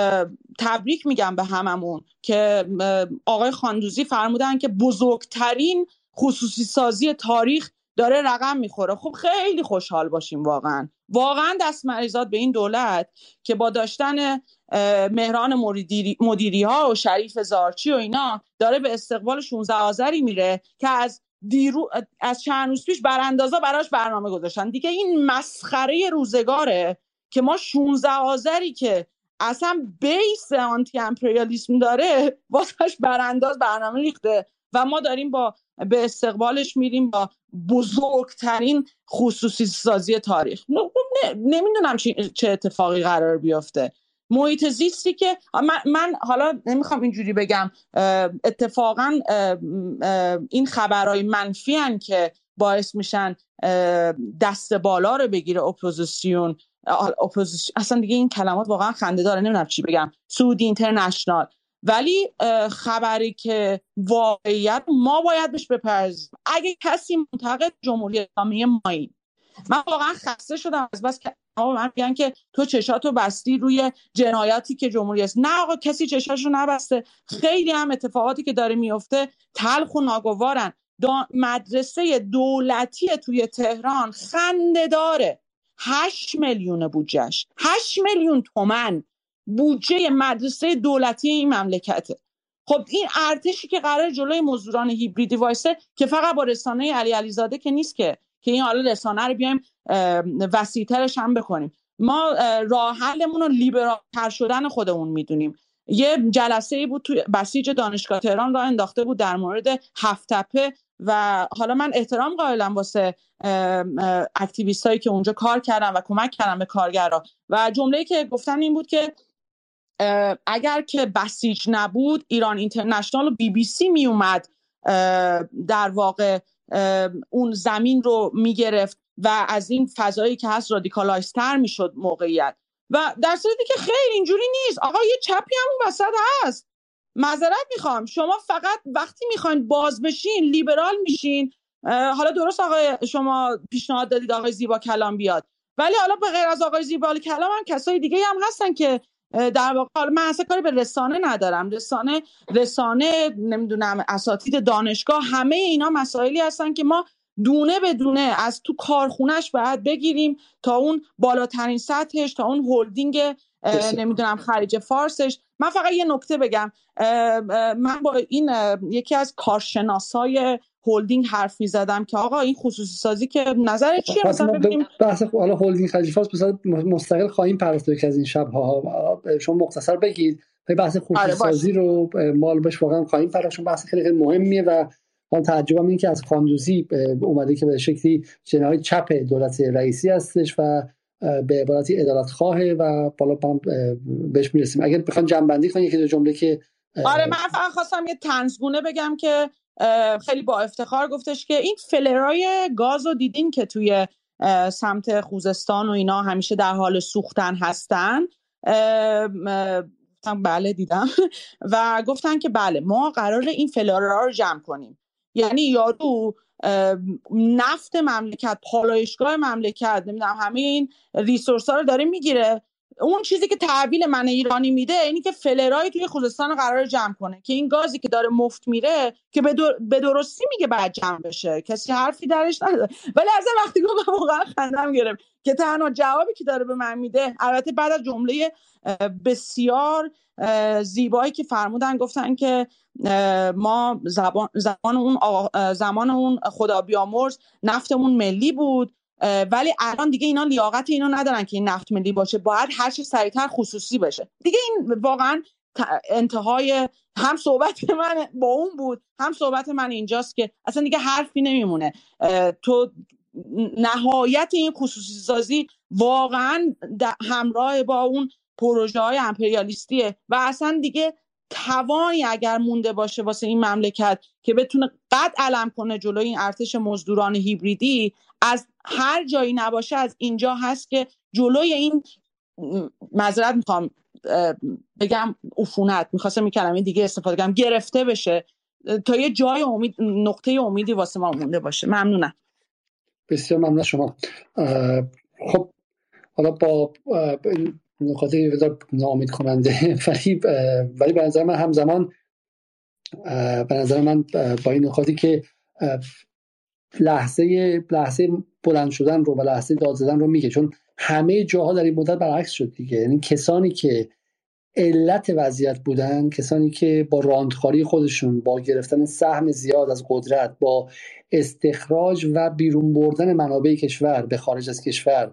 تبریک میگم به هممون که آقای خاندوزی فرمودن که بزرگترین خصوصی سازی تاریخ داره رقم میخوره. خب خیلی خوشحال باشیم واقعا واقعا دست مریزاد به این دولت که با داشتن مهران مدیری, مدیری ها و شریف زارچی و اینا داره به استقبال شانزده آذری میره که از دیرو از چند روز پیش براندازا براش برنامه گذاشتن. دیگه این مسخره روزگاره که ما شانزده آذری که اصلا بیس آنتی امپریالیسم داره واسش برانداز برنامه ریخته و ما داریم با به استقبالش میریم با بزرگترین خصوصی سازی تاریخ. نمیدونم چه اتفاقی قرار بیفته. محیط زیستی که من, من حالا نمیخوام اینجوری بگم اتفاقا این خبرهای منفی هن که باعث میشن دست بالا رو بگیره اپوزیسیون. اپوزیسیون اصلا دیگه این کلمات واقعا خنده داره، نمیدونم چی بگم، سعودی اینترنشنال. ولی خبری که واقعیت ما باید بهش بپردازیم. اگه کسی منتقد جمهوری اسلامی ماییم، من واقعا خسته شدم از بس که من میگن که تو چشاتو بستی روی جنایاتی که جمهوری اسلامی. نه آقا، کسی چشاشو نبسته. خیلی هم اتفاقاتی که داره میفته تلخ و ناگوارن. مدرسه دولتی توی تهران خنده داره. هشت میلیون بودجهش، هشت میلیون تومن بودجه مدرسه دولتی این مملکته. خب این ارتشی که قرار جلوی مزدوران هیبریدی وایسه که فقط با رسانه علی علیزاده که نیست که که این حالا رسانه رو بیایم وسیع‌ترش هم بکنیم. ما راه حلمون رو لیبرال تر شدن خودمون میدونیم. یه جلسه‌ای بود تو بسیج دانشگاه تهران راه انداخته بود در مورد هفت تپه و حالا من احترام قائلم واسه اکتیویستایی که اونجا کار کردن و کمک کردن به کارگرها و جمله‌ای که گفتن این بود که اگر که بسیج نبود ایران اینترنشنال و بی بی سی می اومد در واقع اون زمین رو میگرفت و از این فضایی که هست رادیکالایزتر میشد موقعیت. و در صورتی که خیر اینجوری نیست. آقا یه چپی هم اون وسط هست. معذرت میخوام، شما فقط وقتی میخواین باز بشین لیبرال میشین. حالا درست آقای شما پیشنهاد دادید آقای زیبا کلام بیاد، ولی حالا به غیر از آقای زیبا کلام هم کسای دیگه هم هستن که در واقع من اصلا کاری به رسانه ندارم. رسانه رسانه نمیدونم اساتید دانشگاه، همه اینا مسائلی هستن که ما دونه به دونه از تو کارخونش باید بگیریم تا اون بالاترین سطحش، تا اون هولدینگ نمیدونم خلیج فارسش. من فقط یه نکته بگم، من با این یکی از کارشناسای هولدینگ حرف می‌زدم که آقا این خصوصی سازی که نظرت چیه؟ مثلا ببینیم بحث حالا هولدینگ خلیج فارس مثلا مستقل خواهیم پرداخت که از این شب‌ها شما مختصر بگید. بحث خصوصی سازی رو مال بهش واقعا خواهیم پرداخت، بحث خیلی خیلی مهمیه و من تعجبم این که از خاندوزی اومده که به شکلی جناح چپ دولت رئیسی هستش و به عبارتی عدالت‌خواهه و بالا بهش میرسیم. اگر بخوام جنبندی کنم یکی دو جمله که آره من فقط خواستم یه طنزگونه بگم که خیلی با افتخار گفتش که این فلرای گاز رو دیدین که توی سمت خوزستان و اینا همیشه در حال سوختن هستن. بله دیدم و گفتن که بله ما قراره این فلرها رو جمع کنیم. یعنی یارو نفت مملکت، پالایشگاه مملکت، نمیدونم همه این ریسورس ها رو داره میگیره. اون چیزی که تحویل من ایرانی میده اینی که فلرای توی خوزستان قرار جمع کنه که این گازی که داره مفت میره که به در... درستی میگه بعد جمع بشه، کسی حرفی درش نداره. ولی از وقتی گفتم واقعا خندم گرفت که تنها جوابی که داره به من میده، البته بعد از جمله بسیار زیبایی که فرمودن، گفتن که ما زبان زمان اون آقا... زمان اون خدا بیامرز نفتمون ملی بود، ولی الان دیگه اینا لیاقت اینو ندارن که این نفت ملی باشه، باید هر چه سریعتر خصوصی بشه. دیگه این واقعا انتهای هم صحبت من با اون بود هم صحبت من اینجاست که اصلا دیگه حرفی نمیمونه. تو نهایت این خصوصی سازی واقعا همراه با اون پروژه های امپریالیستیه و اصلا دیگه توانی اگر مونده باشه واسه این مملکت که بتونه قد علم کنه جلوی این ارتش مزدوران هیبریدی، از هر جایی نباشه از اینجا هست که جلوی این، معذرت میخوام بگم عفونت، میخواستم این کلمه دیگه استفاده کنم، گرفته بشه تا یه جای امید، نقطه امیدی واسه ما مونده باشه. ممنونم. بسیار ممنون شما. خب حالا با نکاتی بذار ناامید کننده ولی ولی به نظر من همزمان به نظر من با این نکاتی که لحظه لحظه بلند شدن رو و لحظه داد زدن رو میگه، چون همه جاها در این مدت برعکس شد دیگه. یعنی کسانی که علت وضعیت بودن، کسانی که با راندخاری خودشون، با گرفتن سهم زیاد از قدرت، با استخراج و بیرون بردن منابع کشور به خارج از کشور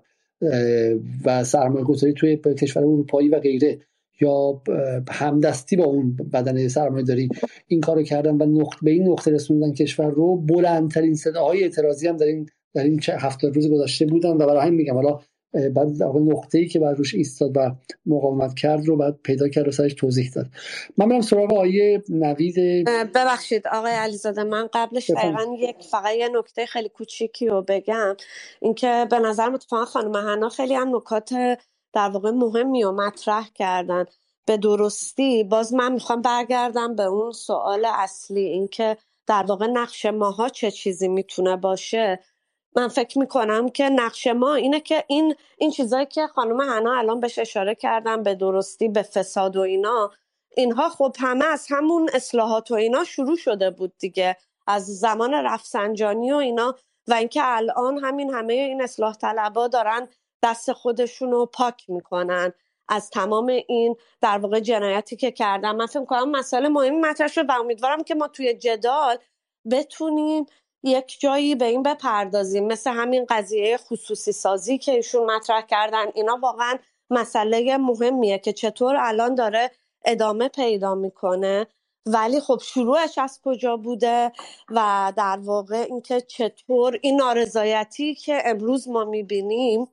و سرمایه گذاری توی کشور اروپایی و غیره، یا همدستی با اون بدن سرمایه داری این کارو کردن و نقطه به این نقطه رسوندن کشور رو، بلندترین صداهای اعتراضی هم در این در این هفتاد روز گذشته بودن و برای همین میگم حالا بعد نقطه‌ای که بر روش ایستاد و مقاومت کرد رو بعد پیدا کرد و سرش توضیح داد. من برم سراغ آیه نوید. ببخشید آقای علیزاده، من قبلش دقیقاً یک فقط یه نکته خیلی کوچیکی رو بگم، اینکه به نظر متفاوت خانم حنا خیلی هم نکات در واقع مهمی رو مطرح کردن به درستی. باز من میخوام برگردم به اون سوال اصلی، اینکه در واقع نقش ماها چه چیزی میتونه باشه. من فکر میکنم که نقش ما اینه که این این چیزایی که خانم حنا الان بهش اشاره کردن، به درستی به فساد و اینا، اینها خب همه از همون اصلاحات و اینا شروع شده بود دیگه، از زمان رفسنجانی و اینا، و اینکه الان همین همه این اصلاح طلبا دارن دست خودشون رو پاک میکنن از تمام این در واقع جنایتی که کردن. من فکر می‌کنم مسئله مهمی مطرح شد و امیدوارم که ما توی جدال بتونیم یک جایی به این بپردازیم، مثل همین قضیه خصوصی سازی که ایشون مطرح کردن. اینا واقعا مسئله مهمیه که چطور الان داره ادامه پیدا میکنه، ولی خب شروعش از کجا بوده و در واقع اینکه چطور این نارضایتی که امروز ما میبینیم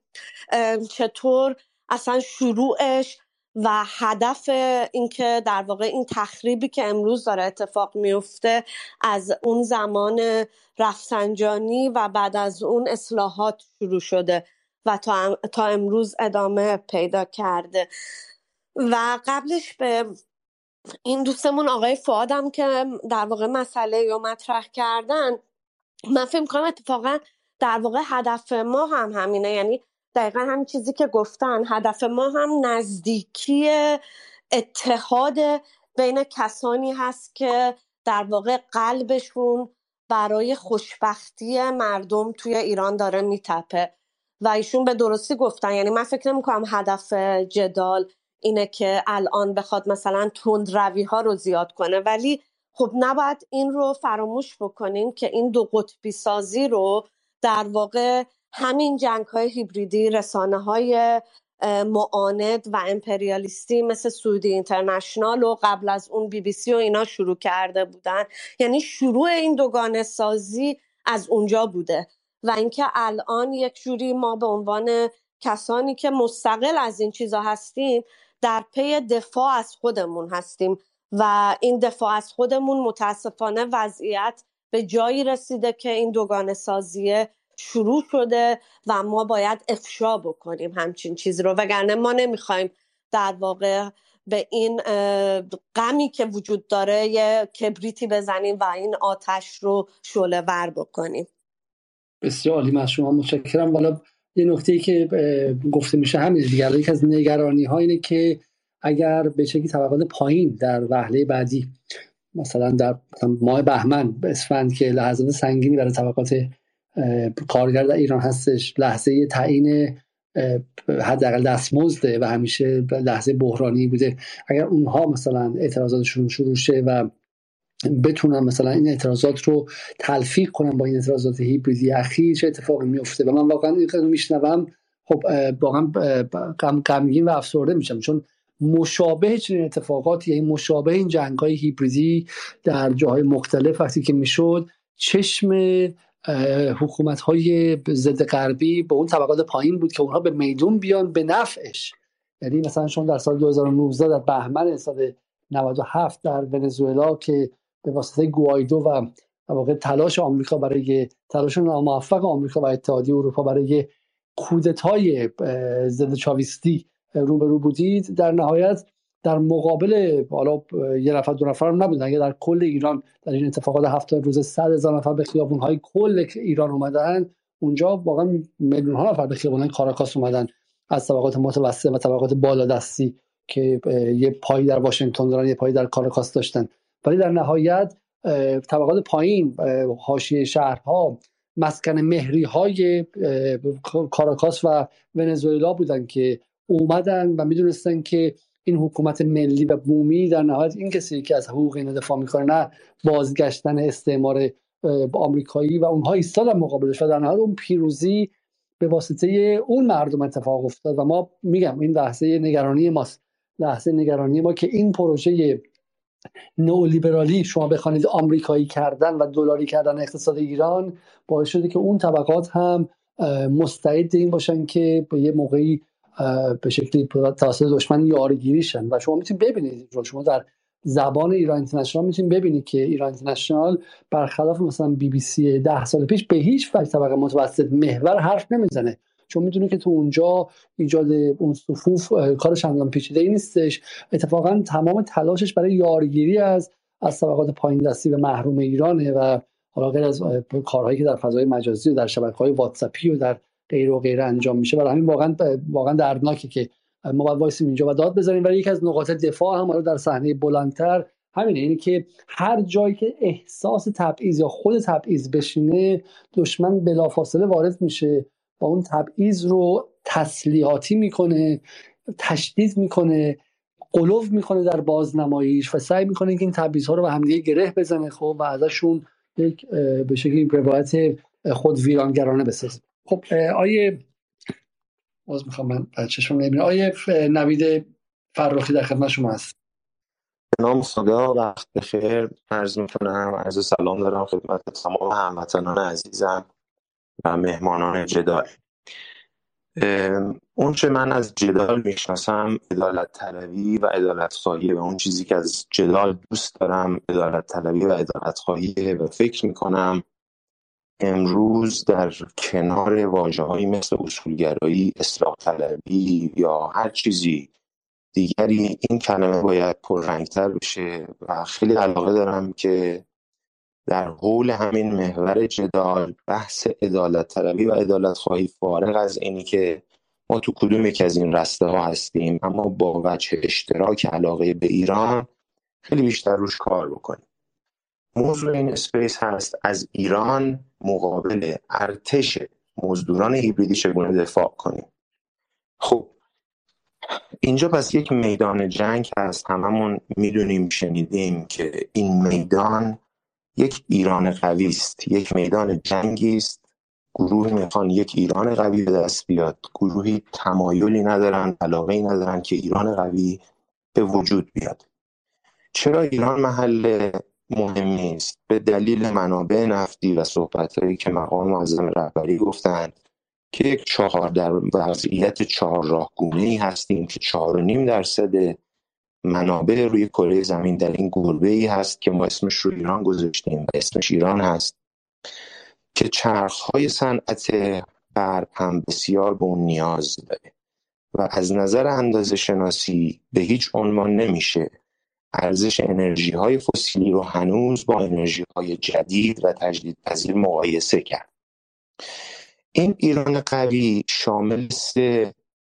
چطور اصلا شروعش و هدف اینکه در واقع این تخریبی که امروز داره اتفاق میفته از اون زمان رفسنجانی و بعد از اون اصلاحات شروع شده و تا, تا امروز ادامه پیدا کرده. و قبلش به این دوستمون آقای فؤادم که در واقع مسئله رو مطرح کردن، من فکر می‌کنم اتفاقا در واقع هدف ما هم همینه، یعنی دقیقا همین چیزی که گفتن، هدف ما هم نزدیکی اتحاد بین کسانی هست که در واقع قلبشون برای خوشبختی مردم توی ایران داره میتپه و ایشون به درستی گفتن. یعنی من فکر نمی‌کنم هدف جدال اینه که الان بخواد مثلا تندروی ها رو زیاد کنه، ولی خب نباید این رو فراموش بکنیم که این دو قطبی سازی رو در واقع همین جنگ های هیبریدی، رسانه های معاند و امپریالیستی مثل سعودی اینترنشنال و قبل از اون بی بی سی و اینا شروع کرده بودن. یعنی شروع این دوگانه سازی از اونجا بوده و اینکه الان یک جوری ما به عنوان کسانی که مستقل از این چیزا هستیم در پی دفاع از خودمون هستیم و این دفاع از خودمون متاسفانه وضعیت به جایی رسیده که این دوگانه سازیه شروع شده و ما باید افشا بکنیم همچین چیزی رو، وگرنه ما نمیخوایم در واقع به این غمی که وجود داره یه کبریتی بزنیم و این آتش رو شعله ور بکنیم. بسیار عالی، من از شما متشکرم. والا یه نکته‌ای که گفته میشه همین دیگه، یکی از نگرانی‌ها اینه که اگر به شکلی طبقات پایین در وهله بعدی، مثلا در ماه بهمن به اسفند که لحظات سنگینی برای طبقات کارگر در ایران هستش، لحظه تعیین حداقل دستمزد و همیشه لحظه بحرانی بوده، اگر اونها مثلا اعتراضاتشون شروع شه و بتونن مثلا این اعتراضات رو تلفیق کنن با این اعتراضات هیبریدی اخیر، چه اتفاقی میفته؟ و من واقعا این رو میشنوم خب واقعا غمگین و افسرده میشم، چون مشابه چنین اتفاقاتی، یعنی مشابه این جنگ‌های هیبریدی در جاهای مختلف وقتی که میشد، چشم حکومت‌های ضد غربی به اون طبقات پایین بود که اونها به میدون بیان به نفعش. یعنی مثلا شما در سال دو هزار و نوزده در بهمن سال نود و هفت در ونزوئلا که به واسطه گوایدو و واقع تلاش آمریکا برای تلاش ناموفق آمریکا و اتحادیه اروپا برای کودتای ضد چاویستی روبرو بودید، در نهایت در مقابل حالا یه نفر دو نفر هم نبودن، اگه در کل ایران در این اتفاقات هفتاد روز صد هزار نفر به خیابون‌های کل ایران اومدن، اونجا واقعا میلیون ها نفر به خیابون‌های کاراکاس اومدن از طبقات متوسط و طبقات بالادستی که یه پای در واشنگتن دارن، یه پای در کاراکاس داشتن. ولی در نهایت طبقات پایین، حاشیه شهرها، مسکن مهری‌های کاراکاس و ونزوئلا بودن که اومدن و میدونستن که این حکومت ملی و بومی در نهایت این کسی که از حقوق اینا دفاع میکنه، نه بازگشتن استعمار آمریکایی، و اونها ایستادن مقابلش و در نهایت اون پیروزی به واسطه اون مردم اتفاق افتاد. و ما میگم این لحظه نگرانی ماست، لحظه نگرانی ما که این پروژه نئولیبرالی شما بخوانید آمریکایی کردن و دلاری کردن اقتصاد ایران باعث شده که اون طبقات هم مستعد این باشن که به یه موقعی به شکلی توسط دشمن یارگیری شن. و شما میتونید ببینید، شما در زبان ایران اینترنشنال میتونید ببینید که ایران اینترنشنال برخلاف مثلا بی بی سی ده سال پیش به هیچ وجه طبقه متوسط محور حرف نمیزنه، چون میدونه که تو اونجا ایجاد اون صفوف کار چندان پیچیده‌ای نیستش. اتفاقا تمام تلاشش برای یارگیری از از طبقات پایین دستی و محروم ایرانه و حالا غیر از کارهایی که در فضای مجازی و در شبکه‌های واتساپی و در غیر و غیره انجام میشه. برای همین واقعا واقعا دردناکه که ما باید وایسیم اینجا و داد بزنیم. ولی یکی از نقاط دفاع هم حالا در صحنه بلندتر همینه، اینه که هر جایی که احساس تبعیض یا خود تبعیض بشینه، دشمن بلافاصله وارد میشه و اون تبعیض رو تسلیحاتی میکنه، تشدید میکنه، قلوف میکنه در بازنماییش و سعی میکنه که این تبعیض‌ها رو به همدیگه گره بزنه خب و ازشون یک به شکلی روایت خود ویرانگرانه بسازه. خب آیه باز میخوام من بچه‌شون نمیبینم. آیه نوید فرخی در خدمت شما هست. به نام خدا، وقت بخیر عرض میکنم. عرض سلام دارم خدمت تمام هموطنان عزیزم و مهمانان جدال. اون چه من از جدال میشناسم عدالت طلبی و عدالت خواهی و اون چیزی که از جدال دوست دارم عدالت طلبی و عدالت خواهیه و فکر میکنم امروز در کنار واژه‌هایی مثل اصولگرایی، اصلاح طلبی یا هر چیزی دیگری این کلمه باید پررنگتر بشه و خیلی علاقه دارم که در حول همین محور جدال بحث عدالت طلبی و عدالت خواهی فارغ از اینی که ما تو کدوم یک از این رسته ها هستیم اما با وجه اشتراک علاقه به ایران خیلی بیشتر روش کار بکنیم. موضوع این اسپیس هست از ایران مقابل ارتش مزدوران هیبریدی چگونه دفاع کنیم. خب اینجا پس یک میدان جنگ هست، هممون میدونیم شنیدیم که این میدان یک ایران قوی است، یک میدان جنگی است. گروه میخوان یک ایران قوی به دست بیاد، گروهی تمایلی ندارن، علاقه‌ای ندارن که ایران قوی به وجود بیاد. چرا ایران محل مهمی است؟ به دلیل منابع نفتی و صحبت‌هایی که مقام معظم رهبری گفتند که یک چهار در وضعیت چهار راهگونه‌ای هستیم که چهار و نیم درصد منابع روی کره زمین در این گربه‌ای هست که ما اسمش رو ایران گذاشتیم و اسمش ایران هست که چرخ‌های صنعت غرب هم بسیار به اون نیاز داره و از نظر اندازه شناسی به هیچ عنوان نمیشه ارزش انرژی های فسیلی رو هنوز با انرژی های جدید و تجدیدپذیر مقایسه کرد. این ایران قوی شامل سه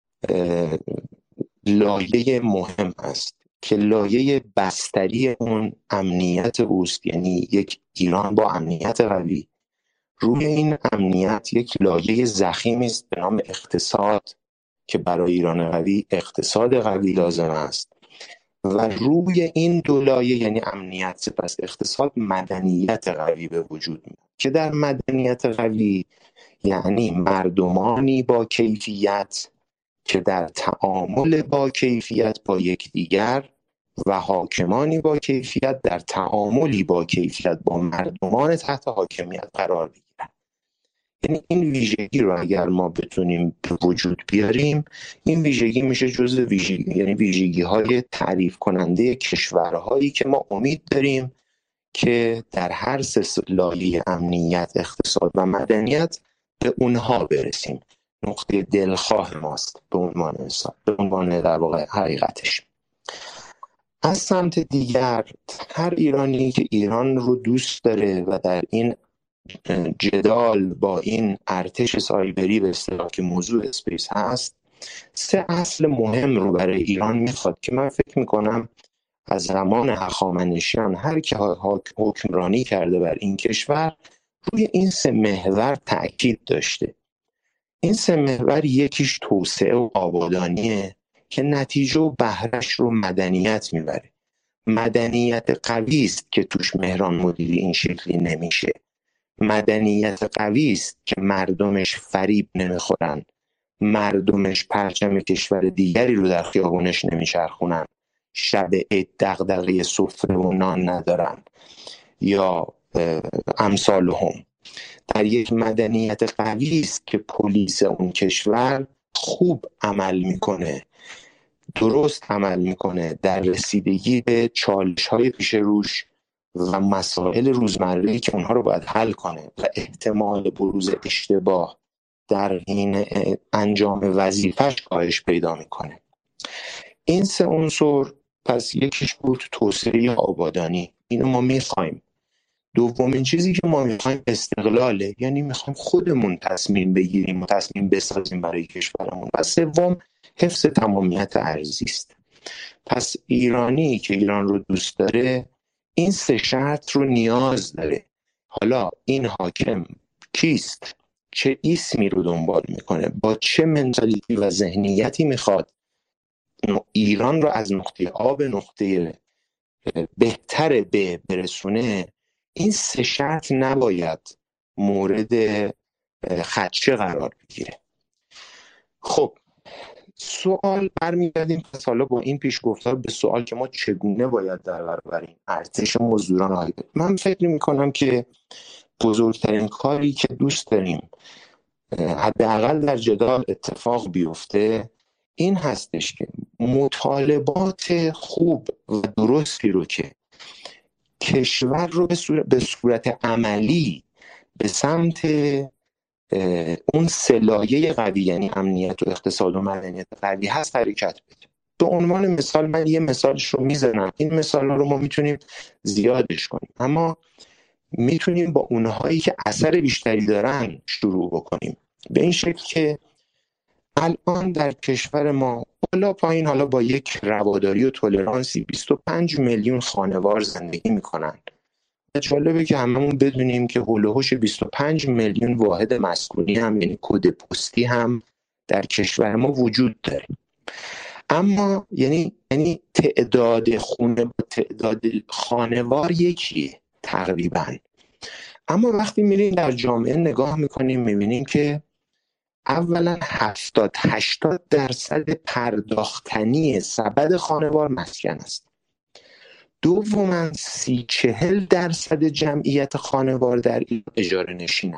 لایه مهم است که لایه بستری اون امنیت اوست، یعنی یک ایران با امنیت قوی. روی این امنیت یک لایه ضخیمی است به نام اقتصاد که برای ایران قوی اقتصاد قوی لازم است و روی این دو لایه یعنی امنیت سپس اقتصاد مدنیت قوی به وجود میاد که در مدنیت قوی یعنی مردمانی با کیفیت که در تعامل با کیفیت با یکدیگر و حاکمانی با کیفیت در تعاملی با کیفیت با مردمان تحت حاکمیت قرار بگیرند. یعنی این ویژگی رو اگر ما بتونیم به وجود بیاریم، این ویژگی میشه جزء ویژگی یعنی ویژگی های تعریف کننده کشورهایی که ما امید داریم که در هر سه لایه امنیت، اقتصاد و مدنیت به اونها برسیم. نقطه دلخواه ماست به عنوان انسان، به عنوان در واقع حقیقتش. از سمت دیگر هر ایرانی که ایران رو دوست داره و در این جدال با این ارتش سایبری به اصطلاح که موضوع اسپیس هست، سه اصل مهم رو برای ایران میخواد که من فکر میکنم از زمان هخامنشیان هر که حکمرانی کرده بر این کشور روی این سه محور تأکید داشته. این سه محور یکیش توسعه و آبادانیه که نتیجه و بهرش رو مدنیت میبره. مدنیت قوی است که توش مهران مدیری این شکلی نمیشه. مدنیت قوی است که مردمش فریب نمیخورن، مردمش پرچم کشور دیگری رو در خیابونش نمیچرخونن، شب عید دغدغه سفره و نان ندارن یا امثال هم. در یک مدنیت قوی است که پلیس اون کشور خوب عمل میکنه، درست عمل میکنه در رسیدگی به چالش های پیش روش و مسائل روزمره‌ای که اونها رو باید حل کنه و احتمال بروز اشتباه در این انجام وظیفه‌اش کاهش پیدا میکنه. این سه عنصر پس یکیش بود توسعه آبادانی. اینو ما میخوایم. دومین چیزی که ما میخوایم استقلاله، یعنی میخوایم خودمون تصمیم بگیریم و تصمیم بسازیم برای کشورمون. و سوم حفظ تمامیت ارضی است. پس ایرانی که ایران رو دوست داره این سه شرط رو نیاز داره. حالا این حاکم کیست؟ چه اسمی رو دنبال میکنه؟ با چه منتالیتی و ذهنیتی میخواد ایران رو از نقطه آ به نقطه بهتر به برسونه؟ این سه شرط نباید مورد خدشه قرار بگیره. خب سوال برمیگردیم پس حالا با این پیشگفتار به سوال که ما چگونه باید در برابر این ارتش مزدوران آگاهی بدیم. من فکر میکنم که بزرگترین کاری که دوست داریم حداقل در جدال اتفاق بیفته این هستش که مطالبات خوب و درستی رو که کشور رو به صورت, به صورت عملی به سمت اون سلایه قوی، یعنی امنیت و اقتصاد و مدنیت قوی هست، حرکت بده. به عنوان مثال من یه مثالش رو میزنم. این مثال رو ما میتونیم زیادش کنیم، اما میتونیم با اونهایی که اثر بیشتری دارن شروع بکنیم. به این شکل که الان در کشور ما بالا پایین حالا با یک رواداری و تولرانسی بیست و پنج میلیون خانوار زندگی میکنن. جالبه که هممون بدونیم که هول و هوش بیست و پنج میلیون واحد مسکونی هم، یعنی کد پستی هم در کشور ما وجود داره. اما یعنی یعنی تعداد خونه با تعداد خانوار یکیه تقریبا. اما وقتی میریم در جامعه نگاه میکنیم میبینیم که اولا هفتاد هشتاد درصد پرداختنی سبد خانوار مسکن است. دوما سی چهل درصد جمعیت خانوار در ایران اجاره نشینن.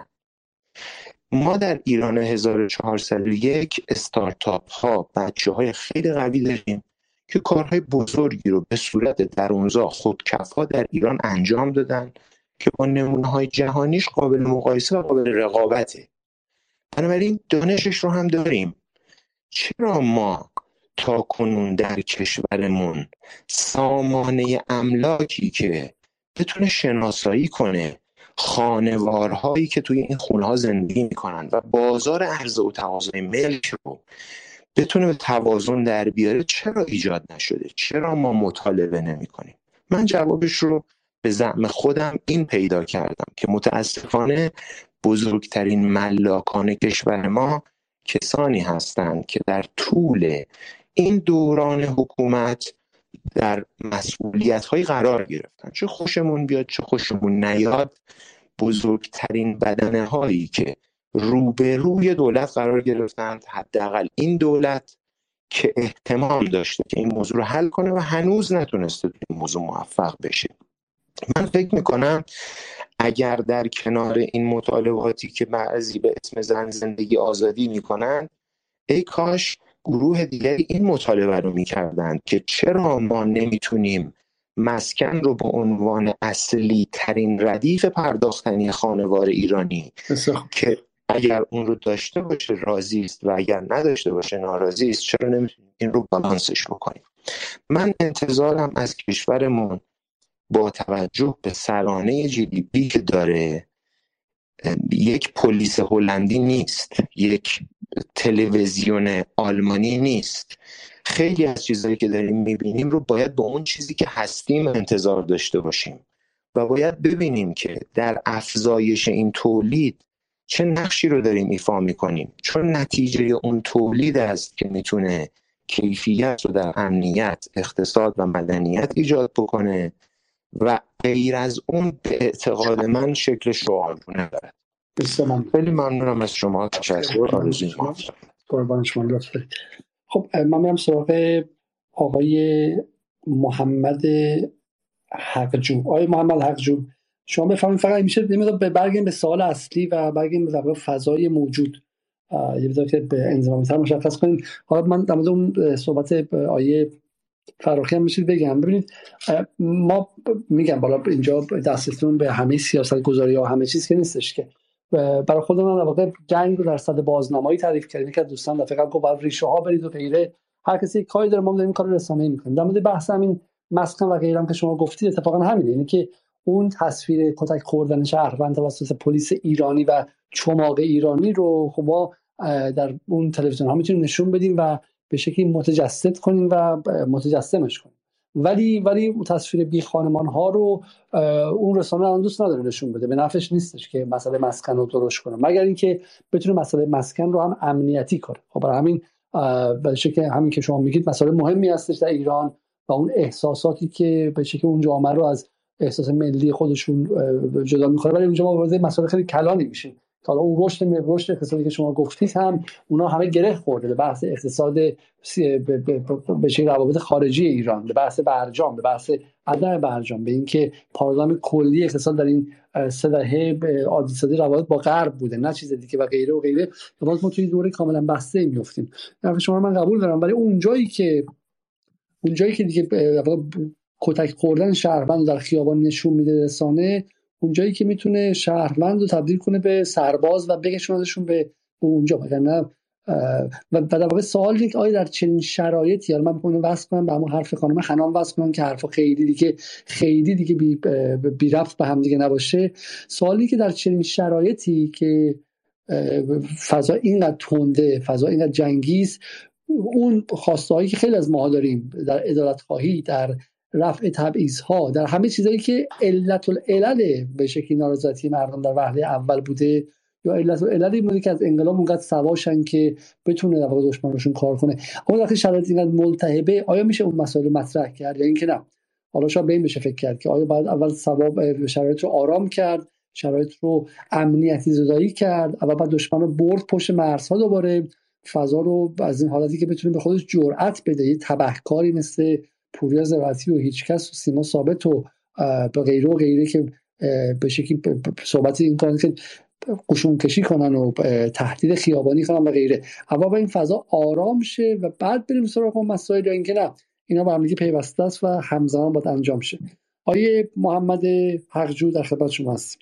ما در ایران هزار و چهارصد و یک استارتاپ ها، بچه های خیلی قوی داریم که کارهای بزرگی رو به صورت درونزا خودکفا در ایران انجام دادن که با نمونه های جهانیش قابل مقایسه و قابل رقابته. بنابراین دانشش رو هم داریم. چرا ما تا کنون در کشورمون سامانه املاکی که بتونه شناسایی کنه خانوارهایی که توی این خونه ها زندگی میکنن و بازار عرضه و تقاضای ملک رو بتونه به توازن در بیاره، چرا ایجاد نشده؟ چرا ما مطالبه نمی کنیم؟ من جوابش رو به زعم خودم این پیدا کردم که متاسفانه بزرگترین ملاکان کشور ما کسانی هستند که در طول این دوران حکومت در مسئولیت‌های قرار گرفتن. چه خوشمون بیاد چه خوشمون نیاد، بزرگترین بدنه هایی که روبروی دولت قرار گرفتند، حداقل این دولت که احتمال داشته که این موضوع رو حل کنه و هنوز نتونسته این موضوع موفق بشه. من فکر میکنم اگر در کنار این مطالباتی که بعضی به اسم زن زندگی آزادی میکنن، ای کاش گروه دیگری این مطالبه رو میکردند که چرا ما نمیتونیم مسکن رو به عنوان اصلی ترین ردیف پرداختنی خانوار ایرانی که اگر اون رو داشته باشه راضی است و اگر نداشته باشه ناراضی است، چرا نمیتونیم این رو بالانسش بکنیم؟ من انتظارم از کشورمون با توجه به سرانه جی دی پی که داره یک پلیس هلندی نیست، یک تلویزیون آلمانی نیست. خیلی از چیزایی که داریم میبینیم رو باید با اون چیزی که هستیم انتظار داشته باشیم و باید ببینیم که در افزایش این تولید چه نقشی رو داریم ایفا میکنیم، چون نتیجه اون تولید است که میتونه کیفیت رو در امنیت، اقتصاد و مدنیت ایجاد بکنه و غیر از اون به اعتقاد من شکل شعارگونه داره. خیلی ممنونم از شما. تشکر. آرزوی موفقیت. قربان شما. لطف دارید. خب من میرم سراغ آقای محمد حقجو. آقای محمد حقجو شما بفرمایید. فقط میشه نمیدونم به برگردیم به سوال اصلی و برگردیم به فضای موجود یه بذار که به انضمامی‌تر مشخص کنیم. حالا من در مورد اون صحبت آیه فراخی هم میشه بگم. ببینید ما میگم بالا اینجا دسترسیمون به همه سیاست گذاری ها همه چیز که نیستش که برای خود من واقعا جنگ رو در صد بازنمایی تعریف کردیم که دوستان دفعه قبل گفت بعد ریشه ها برید و غیره، هر کسی کاری داره، ما داریم کار رسانه‌ای میکنیم. در مورد بحث همین مسکن و غیره هم که شما گفتید اتفاقا همینه، یعنی که اون تصویر کتک خوردن شهروند توسط پلیس ایرانی و چماق ایرانی رو خب ما در اون تلویزیون ها میتونیم نشون بدیم و به شکلی متجسد کنیم و متجسمش کنیم، ولی ولی تصویر بی خانمان ها رو اون رسانه الان دوست نداره نشون بده، به نفعش نیستش که مسئله مسکن رو درست کنه، مگر اینکه بتونه مسئله مسکن رو هم امنیتی کنه. خب برای همین به شکل همین که شما میگید مسئله مهمی هستش در ایران و اون احساساتی که به شکل اون جامعه رو از احساس ملی خودشون جدا می‌کنه، ولی اونجا ما وارد مسائل خیلی کلانی میشیم. حالا اون رشد رشد اقتصادی که شما گفتید هم اونا همه گره خورده به بحث اقتصاد به شکل روابط خارجی ایران، به بحث برجام، به بحث عدم برجام، به اینکه پارادایم کلی اقتصاد در این سه دهه آزادی روابط با غرب بوده نه چیز دیگه و غیره و غیره. باز ما توی دوره کاملا بسته میافتیم. حرف شما من قبول دارم، ولی اون جایی که اون جایی که دیگه کتک خوردن شهروند در خیابان نشون میده رسانه، اون جایی که میتونه شهروند رو تبدیل کنه به سرباز و بکشوندشون به اونجا. وگرنه و در واقع سوال اینه که آیا در چنین شرایطی، حالا من میخوام واسه کنم به همون حرف خانم حنان واسه کنم که حرفا خیلی دیگه خیلی دیگه بی, بی ربط به هم دیگه نباشه، سوالی که در چنین شرایطی که فضا اینقدر تنده، فضا اینقدر جنگی است، اون خواسته‌هایی که خیلی از ما داریم در عدالت خواهی، در رفع تبعیض‌ها، در همه چیزایی که علت العلل به شکلی نارضایتی مردم در وهله اول بوده یا علت العللی بوده که از انقلاب اونقدر سواشن که بتونه در واقع دشمنشون کار کنه. اما وقتی شرایط اینقدر ملتهبه، آیا میشه اون مسائل مطرح کرد یا اینکه نه؟ حالا شاید به این بشه فکر کرد که آیا باید اول ثواب شرایط رو آرام کرد، شرایط رو امنیتی زدایی کرد، اول بعد دشمن رو برد پشت مرزها، دوباره فضا رو از این حالتی که بتونه به خودش جرأت بده، یه تبهکاری مثل پوریا زراعتی و هیچکس و سیما ثابت و به غیره و غیره که به شکلی صحبت این کنن که قشون کشی کنن و تهدید خیابانی کنن و غیره، اول با این فضا آرام شه و بعد بریم سراغ اون مسائل، یا اینکه نه اینا با هم دیگه پیوسته است و همزمان باید انجام شه. آیه محمد حقجو در خدمت شما هستیم.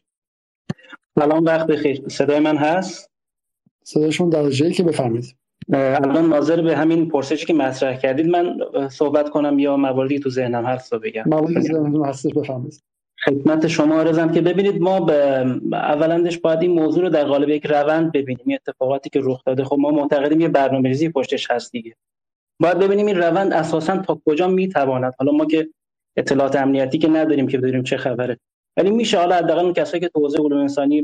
سلام، وقت بخیر. صدای من هست؟ صدایشون درجه‌ای که بفرمایید. الان ناظر به همین پرسشی که مطرح کردید من صحبت کنم یا مواردی تو ذهنم هست رو بگم؟ مواردی ذهنم هستش بفرمایید. خدمت شما عرضم که ببینید ما به اولندش باید این موضوع رو در قالب یک روند ببینیم. این اتفاقاتی که رخ داده خب ما معتقدیم یه برنامه‌ریزی پشتش هست دیگه. باید ببینیم این روند اساساً تا کجا میتواند، حالا ما که اطلاعات امنیتی که نداریم که بدونیم چه خبره، ولی میشه حالا حداقل اون کسایی که تو حوزه علوم انسانی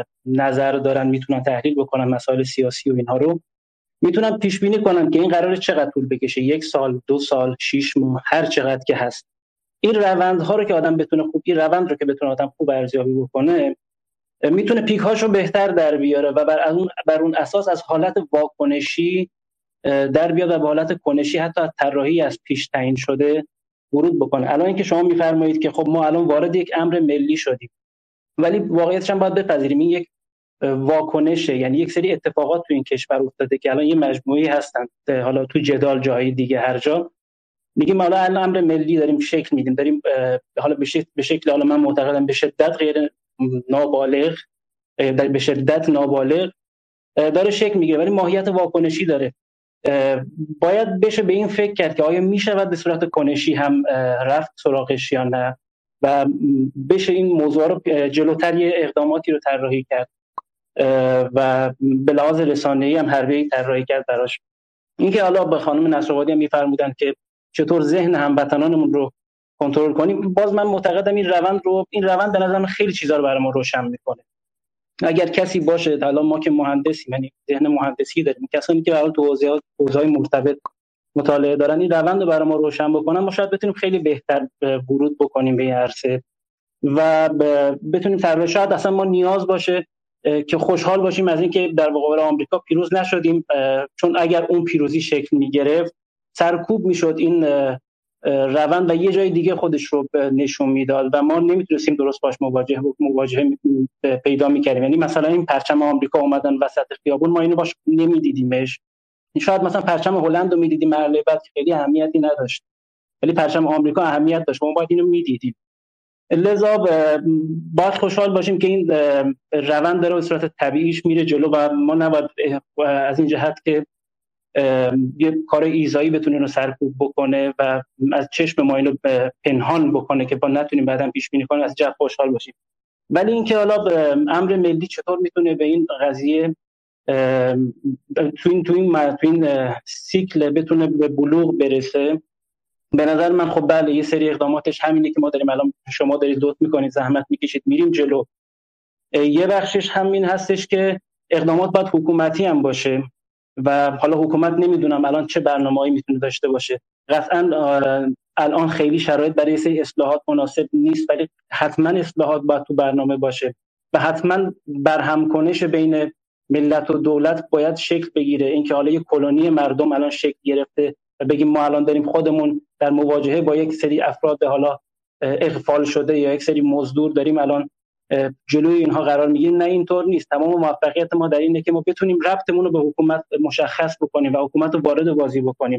نظر دارن میتونن تحلیل بکنن مسائل سیاسی و اینها رو، میتونن پیش بینی کنن که این قراره چقدر طول بکشه، یک سال، دو سال، شش ماه، هر چقدر که هست. این روندها رو که آدم بتونه خوب این روند رو که بتونه آدم خوب ارزیابی بکنه، میتونه پیک هاشو بهتر در بیاره و بر اون بر اون اساس از حالت واکنشی در بیاد و به حالت کنشی حتی از طراحی از پیش تعیین شده ورود بکنه. الان اینکه شما میفرمایید که خب ما الان وارد یک امر ملی شدیم، ولی واقعیتش هم باید بپذیریم این یک واکنشه، یعنی یک سری اتفاقات تو این کشور افتاده که الان یه مجموعه‌ای هستن، حالا تو جدال جایی دیگه هر جا میگیم حالا الان امر ملی داریم شکل میدیم، داریم حالا به شکل به شکل حالا من معتقدم به شدت غیر نابالغ به شدت نابالغ داره شکل میگیره، ولی ماهیت واکنشی داره. باید بشه به این فکر کرد که آیا میشود به صورت کنشی هم رفت سراغش یا نه و بشه این موضوع رو جلوتر یه اقداماتی رو طراحی کرد و به لحاظ رسانه‌ای هم حربه‌ای طراحی کرد براش. اینکه حالا به خانم نصرآبادی هم میفرمودن که چطور ذهن هموطنانمون رو کنترل کنیم، باز من معتقدم این روند رو این روند به نظر من خیلی چیزا رو برای ما روشن میکنه. اگر کسی باشه، حالا ما که مهندسیم، یعنی ذهن مهندسی داریم، کسانی که حالا تو حوزه‌های مرتبط مطالعه دارن، این روند رو برای ما روشن بکنن، ما شاید بتونیم خیلی بهتر ورود بکنیم به این عرصه و بتونیم طراحی. شاید اصلا ما نیاز باشه که خوشحال باشیم از اینکه در مقابل آمریکا پیروز نشدیم، چون اگر اون پیروزی شکل می‌گرفت سرکوب میشد این روند و یه جای دیگه خودش رو نشون میداد و ما نمیتونستیم درست باش مواجه مواجهه پیدا میکردیم. یعنی مثلا این پرچم آمریکا اومدن وسط خیابون، ما اینو باش نمیدیدیمش. شاید مثلا پرچم هلند رو میدیدیم مرحله بعد خیلی اهمیتی نداشت، ولی پرچم آمریکا اهمیت داشت، ما باید اینو میدیدیم. لذا باید خوشحال باشیم که این روند داره به صورت طبیعیش میره جلو و ما نباید از این جهت که یه کار ایذایی بتونه رو سرکوب بکنه و از چشم ما اینو پنهان بکنه که با نتونیم بعداً پیش بینی کنیم، از جد خوشحال باشیم. ولی اینکه حالا امر ملی چطور میتونه به این قضیه تو این تو این تو این سیکل بتونه به بلوغ برسه، به نظر من خب بله یه سری اقداماتش همینه که ما داریم الان، شما دارید لطف میکنید، زحمت میکشید، میریم جلو. یه بخشش همین هستش که اقدامات باید حکومتی هم باشه و حالا حکومت نمیدونم الان چه برنامه‌ای میتونه داشته باشه. قطعا الان خیلی شرایط برای سری اصلاحات مناسب نیست، ولی حتما اصلاحات باید تو برنامه باشه و حتما برهمکنش بین ملت و دولت باید شکل بگیره. اینکه حالا یک کلونی مردم الان شکل گرفته و بگیم ما الان داریم خودمون در مواجهه با یک سری افراد حالا اغفال شده یا یک سری مزدور داریم الان جلوی اینها قرار میگیریم، نه اینطور نیست. تمام موفقیت ما در اینه که ما بتونیم ربطمون رو به حکومت مشخص بکنیم و حکومت رو وارد بازی بکنیم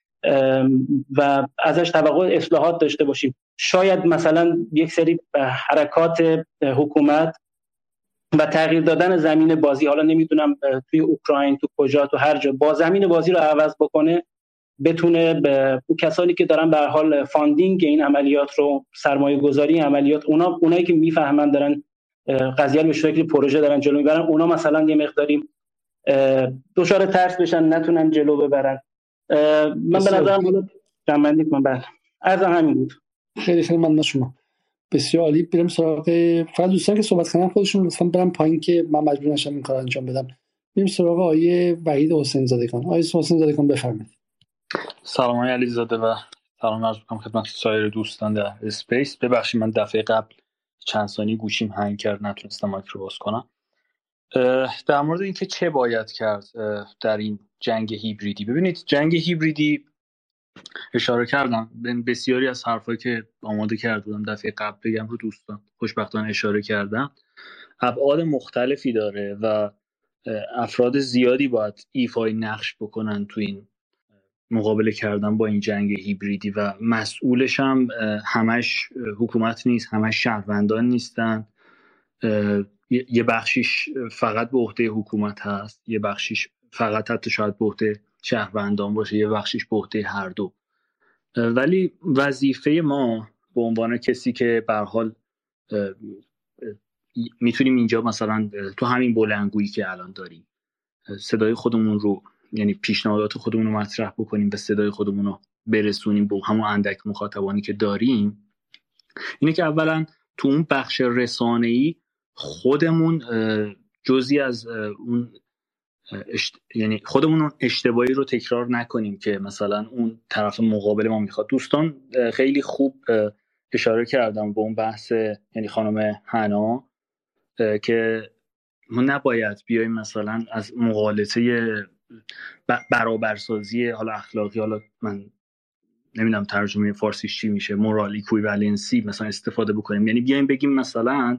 و ازش توقع اصلاحات داشته باشیم. شاید مثلا یک سری حرکات حکومت و تغییر دادن زمین بازی، حالا نمیدونم توی اوکراین، تو کجا، تو هر جا، با زمین بازی رو عوض بکنه، بتونه به کسانی که دارن به هر حال فاندینگ این عملیات رو، سرمایه گذاری عملیات، اونا اونایی که میفهمن دارن قضیه رو به شکلی پروژه دارن جلو میبرن، اونا مثلا یه مقداری دچار ترس بشن، نتونن جلو ببرن. من به نظرم حالا جمع‌بندی کنم. بله از همین بود. خیلی خیلی ممنون شما. بسیار عالی. بریم سراغ فقط دوستان که صحبت کردن خودشون لطفاً برن پایین که من مجبور نشم این کارو انجام بدم. بریم سراغ آقای وحید حسین زادگان. آقای حسین زادگان بفرمایید. سلام آقای علیزاده و سلام عرض می‌کنم خدمت سایر دوستان در اسپیس. ببخشید من دفعه قبل چند ثانیه گوشیم هنگ کرد، نتونستم مایک رو باز کنم. در مورد اینکه چه باید کرد در این جنگ هیبریدی، ببینید جنگ هیبریدی اشاره کردم به بسیاری از حرفایی که آماده کرده بودم دفعه قبل بگم رو دوستان خوشبختانه اشاره کردم. ابعاد مختلفی داره و افراد زیادی باید ایفای نقش بکنن تو این مقابله کردن با این جنگ هیبریدی و مسئولش هم همش حکومت نیست، همش شهروندان نیستن. یه بخشیش فقط به عهده حکومت هست، یه بخشیش فقط حتی شاید به عهده شهروندان باشه، یه بخشیش به عهده هر دو. ولی وظیفه ما به عنوان کسی که به هر حال میتونیم اینجا مثلا تو همین بلندگویی که الان داریم صدای خودمون رو، یعنی پیشنهادات خودمون رو مطرح بکنیم و صدای خودمون رو برسونیم به همون اندک مخاطبانی که داریم، اینه که اولا تو اون بخش رسانه‌ای خودمون جزئی از اون اشت... یعنی خودمون اون اشتباهی رو تکرار نکنیم که مثلا اون طرف مقابل ما میخواد. دوستان خیلی خوب اشاره کردم به اون بحث، یعنی خانم حنا، که ما نباید بیایم مثلا از مغالطه برابرسازی حالا اخلاقی، حالا من نمیدونم ترجمه فارسیش چی میشه، مورال ایکویوالنسی مثلا استفاده بکنیم. یعنی بیایم بگیم مثلا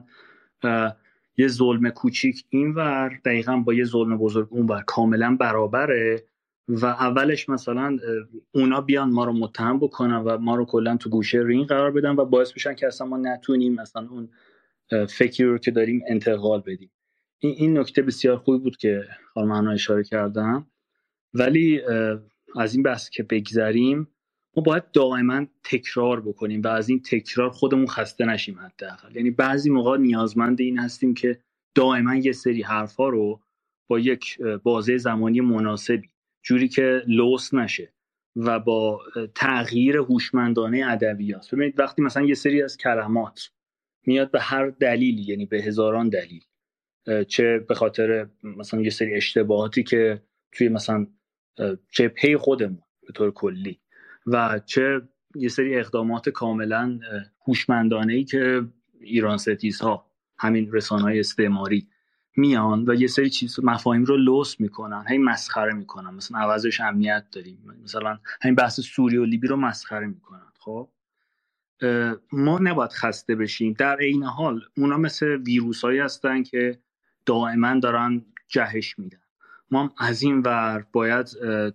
یه ظلم کوچیک اینور دقیقاً با یه ظلم بزرگ اونور کاملا برابره و اولش مثلا اونا بیان ما رو متهم بکنن و ما رو کلا تو گوشه رینگ قرار بدن و باعث بشن که اصلا ما نتونیم مثلا اون فکری رو که داریم انتقال بدیم. این این نکته بسیار خوبی بود که خانم حنا اشاره کردم. ولی از این بحث که بگذریم، ما باید دائما تکرار بکنیم و از این تکرار خودمون خسته نشیم حداقل. یعنی بعضی موقع نیازمند این هستیم که دائما یه سری حرفا رو با یک بازه زمانی مناسبی، جوری که لوس نشه و با تغییر هوشمندانه ادبیات. ببینید وقتی مثلا یه سری از کلمات میاد به هر دلیلی، یعنی به هزاران دلیل، چه به خاطر مثلا یه سری اشتباهاتی که توی مثلا جبهه خودمون به طور کلی و چه یه سری اقدامات کاملا هوشمندانه‌ای که ایران ستیزها، همین رسانه‌های استعماری میان و یه سری چیز مفاهیم رو لوس میکنن، هی مسخره میکنن. مثلا عوضش امنیت داریم، مثلا همین بحث سوریه و لیبی رو مسخره میکنن. خب ما نباید خسته بشیم. در عین حال اونا مثل ویروسایی هستن که دائما دارن جهش میدن. ما هم از این ور باید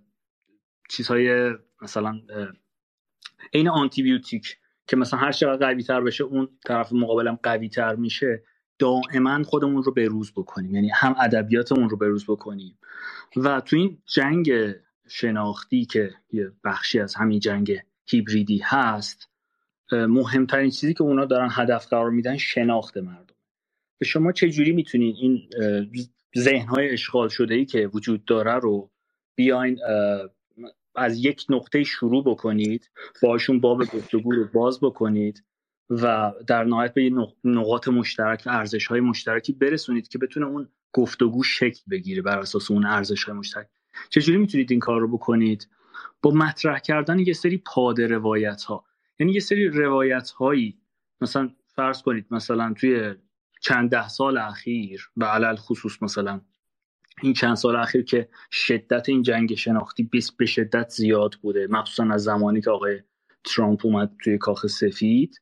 چیزهای مثلا عین آنتی بیوتیک که مثلا هر چقدر قوی تر بشه اون طرف مقابلم قوی تر میشه، دائما خودمون رو بروز بکنیم، یعنی هم ادبیاتمون رو بروز بکنیم و تو این جنگ شناختی که یه بخشی از همین جنگ هیبریدی هست، مهمترین چیزی که اونا دارن هدف قرار میدن شناخت مردم. به شما چجوری میتونین این ذهن‌های اشغال شده‌ای که وجود داره رو بیاین از یک نقطه شروع بکنید، باشون باب گفتگو رو باز بکنید و در نهایت به نقاط مشترک و ارزش‌های مشترکی برسونید که بتونه اون گفتگو شکل بگیره بر اساس اون ارزش‌های مشترک. چجوری میتونید این کار رو بکنید؟ با مطرح کردن یه سری پاد روایت‌ها. یعنی یه سری روایت‌هایی، مثلا فرض کنید مثلا توی چند ده سال اخیر و علل خصوص مثلا این چند سال اخیر که شدت این جنگ شناختی به شدت زیاد بوده، مخصوصا از زمانی که آقای ترامپ اومد توی کاخ سفید،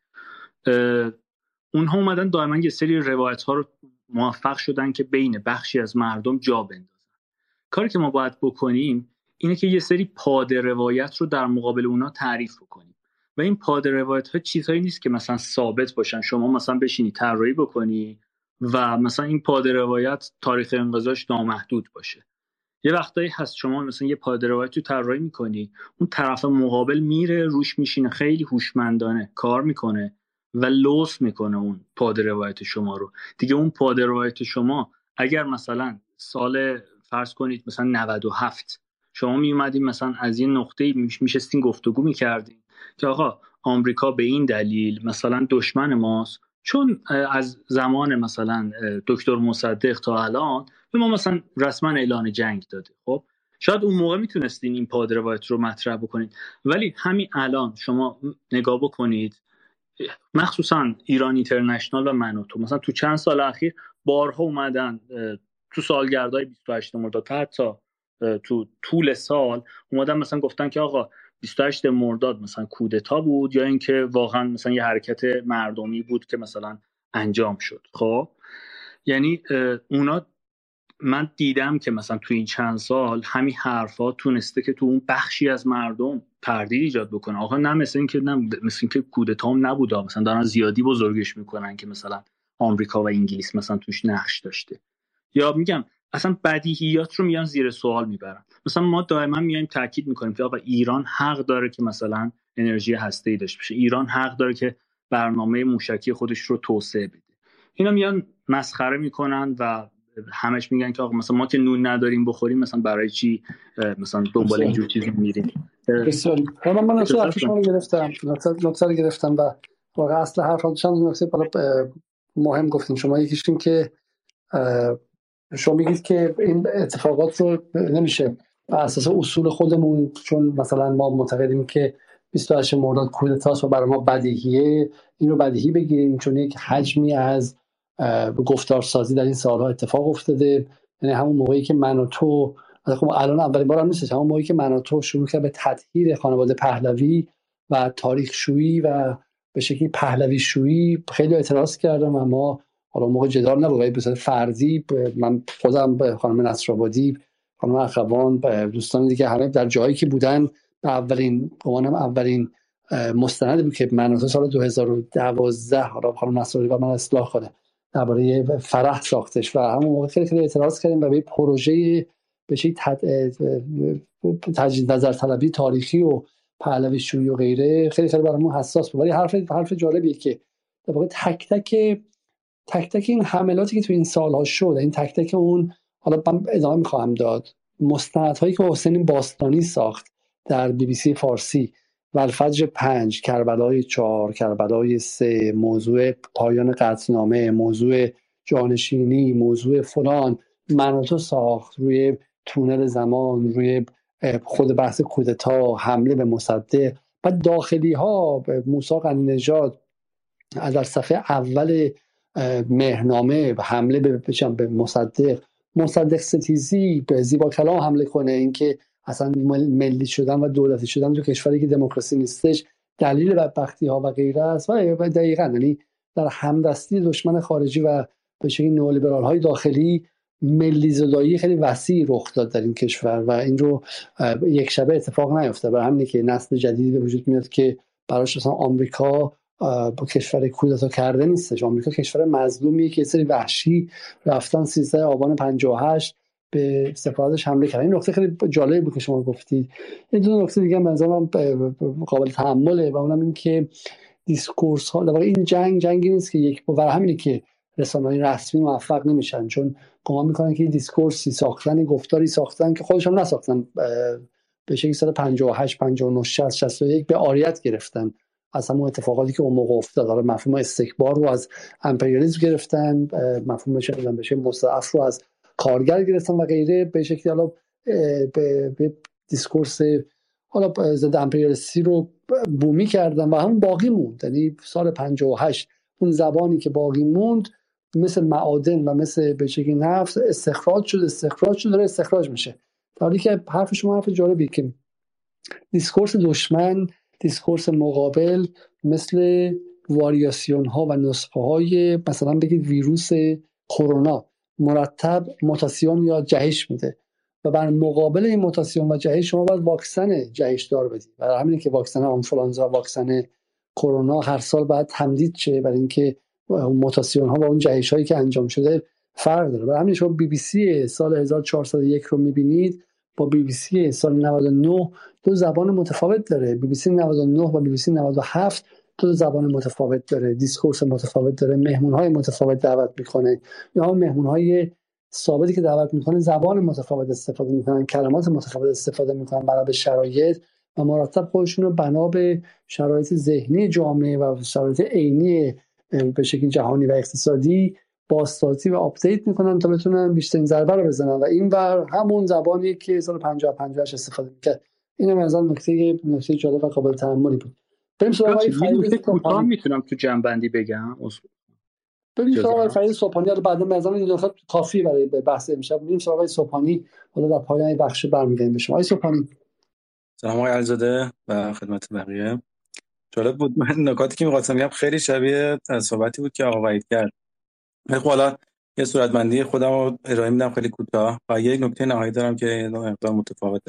اونها اومدن دائما یه سری روایت ها رو موفق شدن که بین بخشی از مردم جا بندازن. کاری که ما باید بکنیم اینه که یه سری پاد روایت رو در مقابل اونها تعریف بکنیم و این پاد روایت ها چیزهایی نیست که مثلا ثابت باشن شما مثلا بشینی طراحی بکنی و مثلا این پاد روایت تاریخ انقضاش نامحدود باشه. یه وقتایی هست شما مثلا یه پاد روایت رو طراحی میکنی، اون طرف مقابل میره روش میشینه، خیلی هوشمندانه کار میکنه و لوس میکنه اون پاد روایت شما رو. دیگه اون پاد روایت شما اگر مثلا سال فرض کنید مثلا نود و هفت شما میومدین مثلا از این نقطه میشستین گفتگو میکردین که آقا آمریکا به این دلیل مثلا دشمن ماست چون از زمان مثلا دکتر مصدق تا الان به ما مثلا رسما اعلان جنگ داده، خب شاید اون موقع میتونستین این پاد روایت رو مطرح بکنید، ولی همین الان شما نگاه بکنید مخصوصا ایران اینترنشنال و من و تو مثلا تو چند سال اخیر بارها اومدن تو سالگردهای بیست و هشتم مرداد حتی تو طول سال اومدن مثلا گفتن که آقا بیست و هشتم مرداد مثلا کودتا بود یا اینکه واقعا مثلا یه حرکت مردمی بود که مثلا انجام شد. خب یعنی اونا من دیدم که مثلا تو این چند سال همین حرفا تونسته که تو اون بخشی از مردم تردید ایجاد بکنه. آقا نه مثلا اینکه نه مثلا اینکه کودتا هم نبود، مثلا دارن زیادی بزرگش میکنن که مثلا آمریکا و انگلیس مثلا توش نقش داشته، یا میگم اصلا بدیهیات رو میان زیر سوال میبرن. مثلا ما دائما میایم تاکید میکنیم که آقا ایران حق داره که مثلا انرژی هسته‌ای داشته باشه، ایران حق داره که برنامه موشکی خودش رو توسعه بده. اینا میان مسخره میکنن و همش میگن که آقا مثلا ما که نون نداریم بخوریم مثلا برای چی مثلا دنبال اینجور چیزی میریم. بسیار من من اصلا شما رو گرفتم نکته رو گرفتم و واقعا اصل حرف چند نکته مهم گفتین شما. یکیش این که شما میگید که این اتفاقات رو نمیشه بر اساس اصول خودمون، چون مثلا ما معتقدیم که بیست و هشتم مرداد کودتاست و برای ما بدیهیه، این رو بدیهی بگیریم چون یک حجمی از گفتارسازی در این سالها اتفاق افتاده. یعنی همون موقعی که من و تو، خب الان اولین بار هم نیست، همون موقعی که من و تو شروع کرد به تطهیر خانواده پهلوی و تاریخ شویی و به شکلی پهلوی شویی، خیلی اعتراض کردم و ما حالا موقع جدال نبود، ولی به صورت فردی من خودم به خانم نصرآبادی، خانم اخوان، دوستان دیگه همه در جایی که بودن، اولین قوانم اولین مستند بود که من سال دو هزار و دوازده حالا خانم نصرآبادی و من اصلاح کنه درباره فرح ساختش و همون موقع خیلی خیلی اعتراض کردیم و به پروژه به شکلی تجدید نظر طلبی تاریخی و پهلوی شویی و غیره خیلی خیلی برامون حساس بود. ولی حرف حرف جالبیه که در واقع تک تک تک تک این حملاتی که تو این سالها شد، این تک تک اون، حالا من ادامه میخواهم داد، مستندهایی که حسین باستانی ساخت در بی بی سی فارسی و الفجر پنج، کربلای چهار، کربلای سه، موضوع پایان قطعنامه، موضوع جانشینی، موضوع فلان، من تو ساخت روی تونل زمان، روی خود بحث کودتا، حمله به مصدق و داخلی ها موسی قنی‌نژاد در صفحه اول مهرنامه حمله به به مصدق، مصدق ستیزی به زیبا کلام حمله کنه، اینکه اصلا ملی شدن و دولتی شدن تو کشوری که دموکراسی نیستش دلیل بدبختی ها و غیره است. و دقیقاً یعنی در همدستی دشمن خارجی و به شکلی نئولیبرال های داخلی ملی زدایی خیلی وسیع رخ داد در این کشور و این رو یک شبه اتفاق نیفته. برای همینه که نسل جدیدی به وجود میاد که براش اصلا آمریکا با کشور کودتا کرده نیستش. آمریکا کشور مظلومیه که یه سری وحشی رفتن سیزده آبان پنجاه و هشت به سفارتش حمله کردن. این نکته خیلی جالب بود که شما گفتید. این دو نکته دیگه من نظرم قابل تأمله و اونم این که دیسکورس ها، در واقع این جنگ جنگی نیست که یک برای همینه که رسانه‌های رسمی موفق نمیشن، چون گمان میکنن که دیسکورسی ساختن، گفتاری ساختن که خودشون نساختن، به شکلی سال پنجاه و هشت پنجاه و نه شصت شصت و یک به آریت گرفتن از همون اتفاقاتی که اون موقع افتاد. حالا مفهوم استکبار رو از امپریالیسم گرفتن، مفهوم چه بشه مستضعف رو از کارگر گرفتن و غیره، به شکلی حالا به, به دیسکورس حالا ضد امپریالیستی رو بومی کردن و هم باقی موند. یعنی سال پنجاه و هشت اون زبانی که باقی موند مثل معادن و مثل به شکلی نفت استخراج شد استخراج شد داره استخراج میشه. در حالی که حرف شما حرف جالبی که دیسکورس دشمن، دیسکورس مقابل مثل واریاسیون ها و نسخه های مثلا بگید ویروس کرونا مرتب موتاسیون یا جهش میده و بر مقابل این موتاسیون و جهش شما باید واکسن جهش دار بدید. برای همینه که واکسن آنفولانزا و واکسن کرونا هر سال باید تمدید شه، برای اینکه موتاسیون ها و اون جهش هایی که انجام شده فرق داره. برای همین شما بی بی سی سال هزار و چهارصد و یک رو میبینید با بی بی سی سال نود و نه دو زبان متفاوت داره. بی بی سی نود و نه و بی بی سی نود و هفت دو زبان متفاوت داره، دیسکورس متفاوت داره، مهمون‌های متفاوت دعوت میکنه، یا هم مهمون‌های ثابتی که دعوت میکنه زبان متفاوت استفاده میکنن، کلمات متفاوت استفاده میکنن بنا به شرایط و مرتب خودشون رو بنا به شرایط ذهنی جامعه و شرایط عینی به شکل جهانی و اقتصادی بازسازی و آپدیت میکنن تا بتونن بیشترین ضربه رو بزنن و این ور همون زبانی که سال پنجاه پنجاه استفاده میکرد. این از اون نکته نکته جالب و قابل تأملی بود. بریم سراغ نکته کوتاه میتونم تو جنبندی بگم. بریم سراغ فرید صبحانی. حالا بعدا مثلا این دو تا کافی برای بحث امشب. بریم سراغ صبحانی، حالا در پایان بخش برمیگردیم به شما. آقای صبحانی. سلام آقای علیزاده و خدمت بقیه. جالب بود. من نکاتی که می‌خواستم بگم خیلی شبیه صحبتی بود که آقا وحید کرد. من خب حالا یه صورتبندی خودم رو ارائه میدم خیلی کوتاه و یه نکته نهایی دارم که مقدار متفاوته.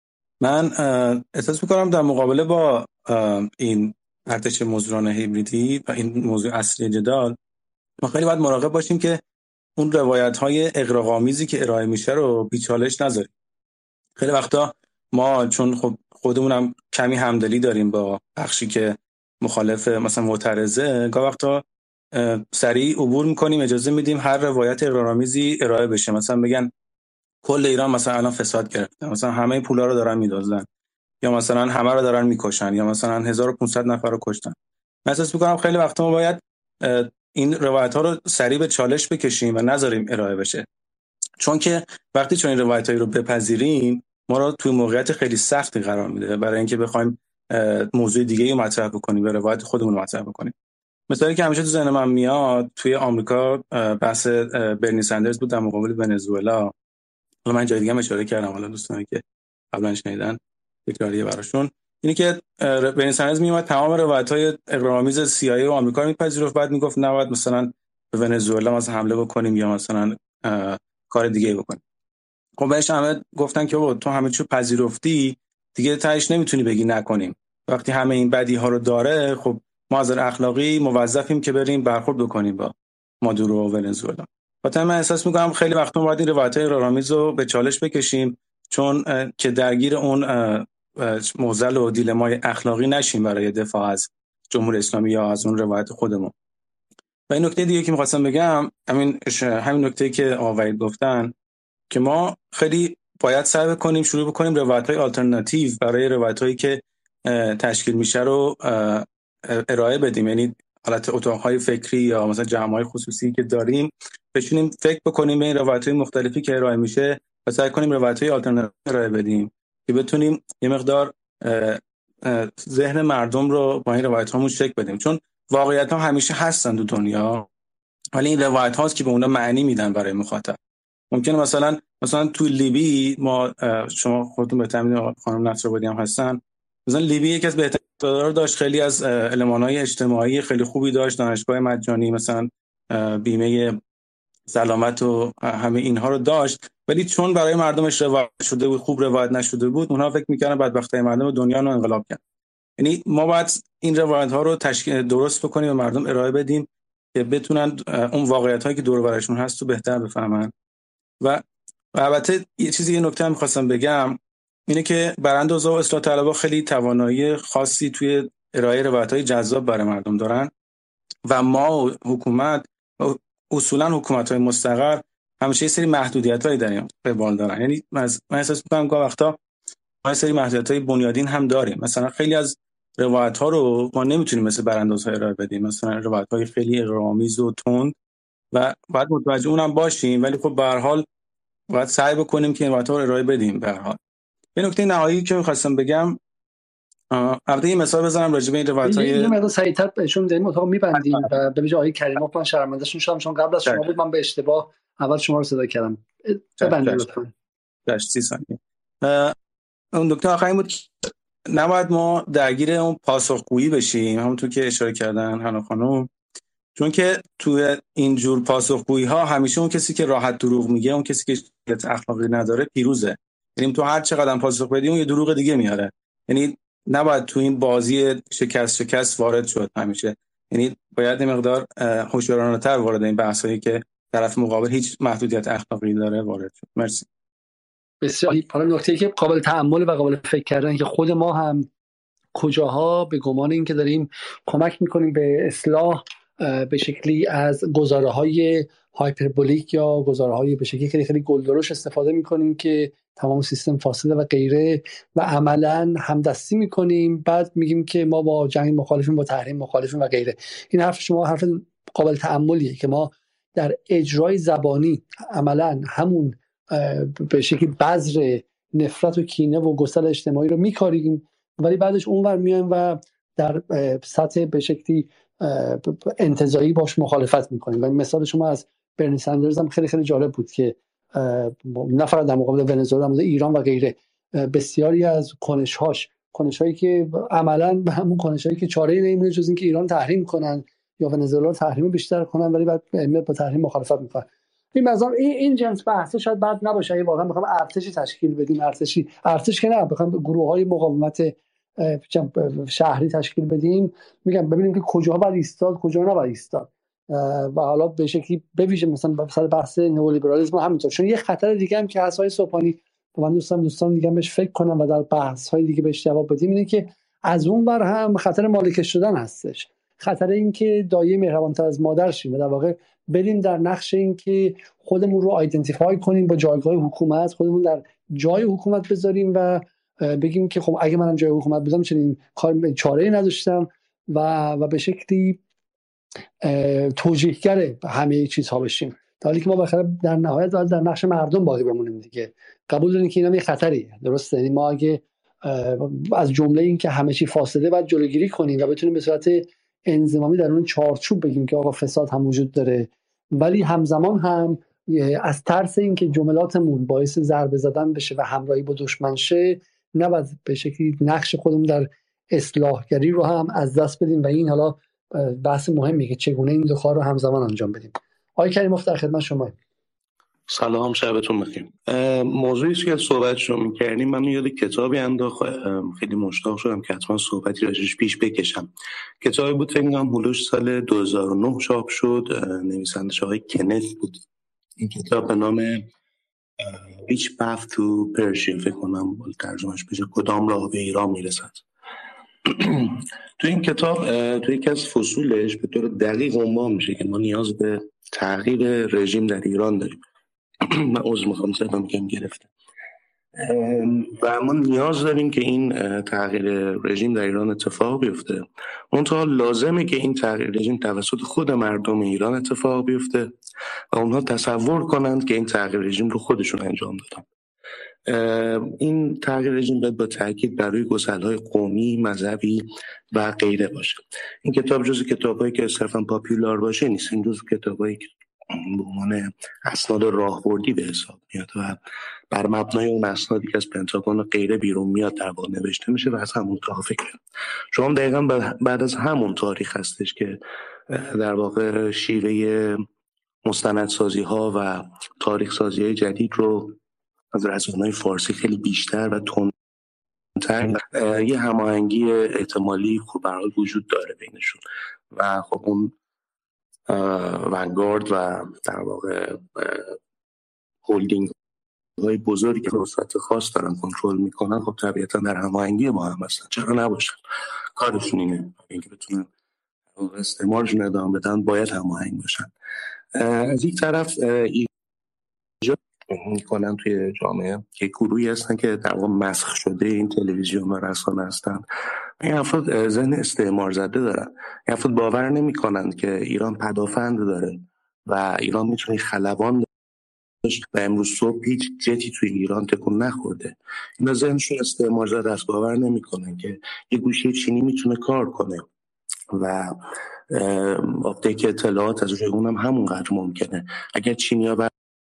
من احساس می‌کنم در مقابله با این ارتش مزران هیبریدی و این موضوع اصلی جدال ما خیلی باید مراقب باشیم که اون روایت‌های اغراق‌آمیزی که ارائه میشه رو بیچالش نذاریم. خیلی وقتا ما چون خب خودمونم کمی همدلی داریم با بخشی که مخالف مثلا معترضه، گاه وقتا سریع عبور میکنیم، اجازه میدیم هر روایت اغراق‌آمیزی ارائه بشه. مثلا بگن کل ایران مثلا الان فساد گرفته، مثلا همه پولا رو دارن میدزدن، یا مثلا همه رو دارن میکشن، یا مثلا هزار و پانصد نفر رو کشتن. من احساس میکنم خیلی وقتا ما باید این روایت ها رو سریع به چالش بکشیم و نذاریم ارائه بشه، چون که وقتی چون این روایت هایی رو بپذیریم ما رو توی موقعیت خیلی سختی قرار میده برای اینکه بخوایم موضوع دیگه رو مطرح بکنیم و روایت خودمون رو مطرح بکنیم. مثالی که همیشه تو ذهن من میاد توی آمریکا بحث برنی سندرز بود در مقابل ونزوئلا. حالا من جای دیگه هم اشاره کردم، حالا دوستانی که قبلا شنیدن تکراریه براشون. اینی که برنی سندرز میومد تمام روایت‌های اغراق‌آمیز سی آی ای و آمریکا رو میپذیرفت، بعد میگفت نباید مثلا به ونزوئلا مثلا حمله بکنیم یا مثلا کار دیگه بکنیم. خب بهش همه گفتن که بابا تو همه چیو پذیرفتی دیگه، تهش نمیتونی بگی نکنیم. وقتی همه این بدی ها رو داره، خب ما از اخلاقی موظفیم که بریم برخورد بکنیم با مادورو و ونزوئلا. البته من احساس میکنم خیلی وقتا باید این روایت‌های اغراق‌آمیز رو به چالش بکشیم، چون که درگیر اون معضل و دیلمای اخلاقی نشیم برای دفاع از جمهوری اسلامی یا از اون روایت خودمون. و این نکته دیگه که می‌خواستم بگم همین همین نکته‌ای که آقا گفتن که ما خیلی باید سعی بکنیم شروع بکنیم روایت‌های آلترناتیو برای روایت‌هایی که تشکیل میشه رو ارائه بدیم. یعنی حالت اتاق‌های فکری یا مثلا جمع‌های خصوصی که داریم بشینیم فکر بکنیم به این روایت‌های مختلفی که ارائه میشه و سعی کنیم روایت‌های آلترناتیو ارائه بدیم که بتونیم یه مقدار ذهن مردم رو با این روایت‌هامون شکل بدیم، چون واقعیت‌ها همیشه هستن تو دنیا، ولی این روایت‌هاست که به اونها معنی میدن برای مخاطب. ممکنه مثلا مثلا تو لیبی ما شما خودتون بهتر می‌دونید خانم نصرآبادی هم هستن، مثلا لیبی یکی از بهترین اقتدار داشت، خیلی از المان‌های اجتماعی خیلی خوبی داشت، دانشگاه مجانی مثلا بیمه سلامت و همه اینها رو داشت، ولی چون برای مردمش روایت شده بود خوب روایت نشده بود، اونها فکر می‌کردن بدبختای مردم دنیا رو انقلاب کرد. یعنی ما باید این روایت‌ها رو تشکیل درست بکنیم و مردم ارائه بدیم که بتونن اون واقعیت‌هایی که دور و برشون هست رو بهتر بفهمن. و و البته یه چیزی یه نکته هم می‌خواستم بگم اینه که براندازا و اصلاح طلبها خیلی توانایی خاصی توی ارائه روایت‌های جذاب برای مردم دارن و ما و حکومت اصولا حکومت‌های مستقر همیشه یه سری محدودیت‌هایی در این قبال دارن. یعنی من احساس می‌کنم که وقتا ما یه سری محدودیت‌های بنیادین هم داریم. مثلا خیلی از روایت‌ها رو ما نمیتونیم مثل براندازها ارائه بدیم، مثلا روایت‌های خیلی اغراق‌آمیز و تند و باید متوجه اونم باشیم، ولی خب به هر حال باید سعی بکنیم که این روایت‌ها رو ارائه بدیم. به هر حال یه نکته نهایی که می‌خواستم بگم، البته این مثال بزنم راجع به این روایت‌های یه مقدار سریعتر بهشون داریم اتاق می‌بندیم و به ویژه آقای کریموف من شرمنده‌شون شدم چون قبل از شما بود، من به اشتباه اول شما رو صدا کردم. ببندید لطفاً. داشت سی ثانیه. اون نکته آخری بود که نباید ما درگیر اون پاسخگویی بشیم، همونطور که اشاره کردن هانا خانم، چون که تو این جور پاسخگویی ها همیشه اون کسی که راحت دروغ میگه، اون کسی که اخلاقی نداره پیروزه. یعنی تو هر چقدر پاسخ بدی اون یه دروغ دیگه میاره. یعنی نباید تو این بازی شکست شکست وارد شد همیشه. یعنی باید این مقدار هوشیارانه‌تر وارد این بحثایی که طرف مقابل هیچ محدودیت اخلاقی داره وارد شد. مرسی. بسیار. حالا نکته‌ای که قابل تأمل و قابل فکر کردن که خود ما هم کجاها به گمان اینکه داریم کمک میکنیم به اصلاح به شکلی از گزاره‌های هایپربولیک یا گزاره‌های به شکلی خیلی خیلی گلدرش استفاده میکنیم که تمام سیستم فاصله و غیره و عملاً همدستی میکنیم، بعد میگیم که ما با جنگ مخالفیم، با تحریم مخالفیم و غیره. این حرف شما حرف قابل تأملیه که ما در اجرای زبانی عملاً همون به شکلی بذر نفرت و کینه و گسل اجتماعی رو میکاریم، ولی بعدش اونور میایم و در سطح به شکلی انتزاعی باش مخالفت میکنیم. و مثال شما از برنی سندرز هم خیلی خیلی جالب بود که نه فقط در مقابل ونزوئلا، در مورد ایران و غیره بسیاری از کنش‌هاش کنش‌هایی که عملاً به همون کنش‌هایی که چاره‌ای نمی‌مونه جز اینکه ایران تحریم کنن یا ونزوئلا رو تحریم بیشتر کنن، ولی بعد با تحریم مخالفت میکنن. این مثلا این این جنس بحث شاید بعد نباشه اگه واقعا بخوام ارتشی تشکیل بدیم، ارتشی ارتش که نه، بخوام گروه‌های مقاومت شهری تشکیل بدیم، میگم ببینیم که کجاها باید ایستاد کجا نباید ایستاد و حالا به شکلی بویژه مثلا سر بحث نئولیبرالیسم همینطور. چون یه خطر دیگه هم که حسای صبحانی من دوستان دوستان دیگه بهش فکر کنم و در بحث‌های دیگه بهش جواب بدیم اینه که از اون بر هم خطر مالکش شدن هستش، خطر این که دایه مهربان‌تر از مادر شیم و در واقع بریم در نقش این که خودمون رو آیدنتیفای کنیم با جایگاه حکومت، خودمون در جای حکومت بذاریم و بگیم که خب اگه منم جای حکومت بودم چنین کار چاره‌ای نداشتم و و به شکلی توجیهگر همه چیزها بشیم، در حالی که ما بخاطر در نهایت باید در نقش مردم باقی بمونیم دیگه. قبول دارین که اینا یه خطریه، درسته؟ یعنی ما اگه از جمله این که همه چی فاصله باید جلوگیری کنیم و بتونیم به صورت انضمامی در اون چارچوب بگیم که آقا فساد هم وجود داره، ولی همزمان هم از ترس این که جملاتمون باعث ضربه زدن بشه و همراهی با دشمن شه نباید به شکلی نقش خودمون در اصلاحگری رو هم از دست بدیم و این حالا بحث مهمیه که چگونه این دو کار رو همزمان انجام بدیم. آقای کریموف در خدمت شما. سلام، شبتون بخیر. موضوعی که صحبتشو می‌کردیم من یاد کتابی انداخت، خیلی مشتاق شدم که حتما صحبتی راجعش پیش بکشم. کتابی بود فکر کنم هولوش سال دو هزار و نه چاپ شد، نویسندش آقای کنت بود. این کتاب به نام Which Path to Persia فکر کنم ترجمهش بشه کدام راه به ایران میرسد. تو این کتاب تو یکی از فصولش به طور دقیق عنوان میشه که ما نیاز به تغییر رژیم در ایران داریم. من عذر میخوام صدام کم گرفته و ما نیاز داریم که این تغییر رژیم در ایران اتفاق بیفته. منتها لازمه که این تغییر رژیم توسط خود مردم ایران اتفاق بیفته و اونها تصور کنند که این تغییر رژیم رو خودشون انجام دادن. این تغییر رژیم باید با تاکید برای گسل‌های قومی، مذهبی و غیره باشه. این کتاب جزو کتابایی که صرفاً پاپولار باشه نیست، این جزو کتابایی که به عنوان اسناد راهبردی به حساب میاد و بر مبنای اون اسنادی که از پنتاگون و غیره بیرون میاد در واقع نوشته میشه و از همون تاریخ فکر شما دقیقاً بعد از همون تاریخ هستش که در واقع شیوه مستندسازی ها و تاریخ سازی های جدید رو از رسانه‌های فارسی خیلی بیشتر و تندتر یه هماهنگی احتمالی خوب برحال وجود داره بینشون و خب اون ونگارد و در واقع هولدینگ های بزرگی که وسط خاص دارن کنترل میکنن، خب طبیعتا در هماهنگی با هم هستن، چرا نباشن؟ کارشون اینه، اینکه بتونن استعمارش ندام بدن باید هماهنگ باشن. از یک طرف ایجاد میکنن توی جامعه که گروهی هستن که در واقع مسخ شده این تلویزیون و رسانه هستن. این افراد ذهن استعمار زده دارن، این افراد باور نمیکنن که ایران پدافند داره و ایران میتونه خلبان و امروز صبح هیچ جتی توی ایران تکون نخورده. اینا ذهنشون استعمار زده است، باور نمیکنن که یه گوشه چینی میتونه کار کنه و آپدیت اطلاعات از روی اونم همونقدر ممکنه. اگر چینی‌ها بر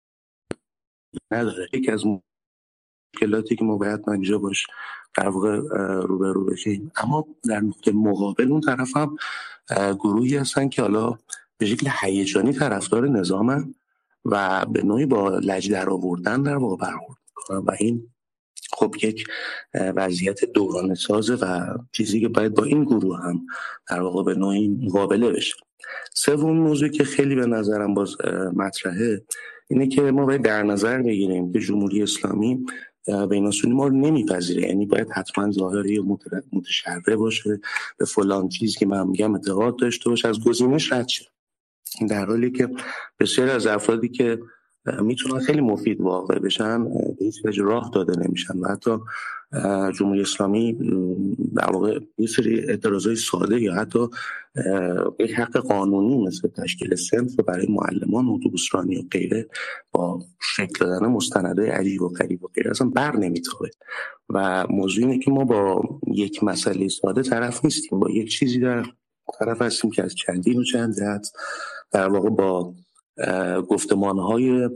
نداره، یکی از مشکلاتی که ما باید اینجا باش در واقع روبرو بشیم. اما در نقطه مقابل اون طرف هم گروهی هستن که حالا به شکل هیجانی طرفدار نظامن و به نوعی با لج در آوردن در واقع برخورد میکنن و این خب یک وضعیت دوران سازه و چیزی که باید با این گروه هم در واقع به نوعی مقابله بشه. سوم موضوعی که خیلی به نظرم باز مطرحه اینه که ما باید در نظر بگیریم که جمهوری اسلامی بین‌السنی ما رو نمیپذیره، یعنی باید حتما ظاهری متشرع باشه، به فلان چیزی که من میگم اعتقاد داشته باشه، از گزینش رد شه، در حالی که بسیار از افرادی که میتونن خیلی مفید واقع بشن به هیچ وجه راه داده نمیشن و حتی جمهوری اسلامی در واقع یه سری اعتراضای ساده یا حتی یک حق قانونی مثل تشکیل صنف برای معلمان اتوبوسرانی و غیره با شکل دادن مستندهای عجیب و غریب و غیره اصلا بر نمیتابه. و موضوع اینه که ما با یک مسئله ساده طرف نیستیم، با یک چیزی در طرف هستیم که از چندین و چند جهت در واقع با گفتمانهای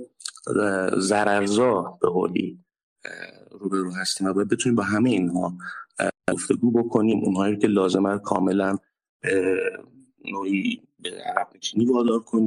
ضررزا به قولی روبرو هستیم و باید بتونیم با همه اینها گفتگو بکنیم، اونهایی که لازمه کاملا نوعی به عقب نشینی وادار کنیم.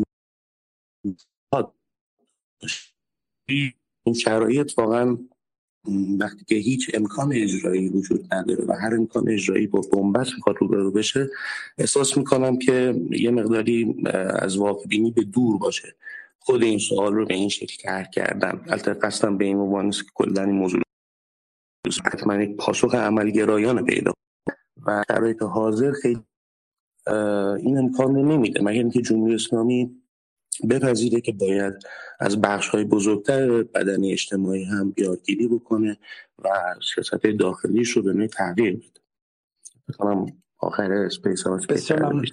این شرایط واقعا وقتی که هیچ امکان اجرایی وجود نداره و هر امکان اجرایی با بنبست میخواد روبرو بشه، احساس میکنم که یه مقداری از واقع‌بینی به دور باشه خود این سوال رو به این شکل طرح کردن. البته قصدم به این عنوان است که کلا این موضوع حتما یک پاسخ عملگرایانه پیدا و شرایط حاضر خیلی این امکان رو نمیده، مگر اینکه جمهوری اسلامی بپذیره که باید از بخش‌های بزرگتر بدنه اجتماعی هم یادگیری بکنه و سیاست داخلیش رو به نوعی تغییر بده. بکنم آخر اسپیس ها بسیار ممنون.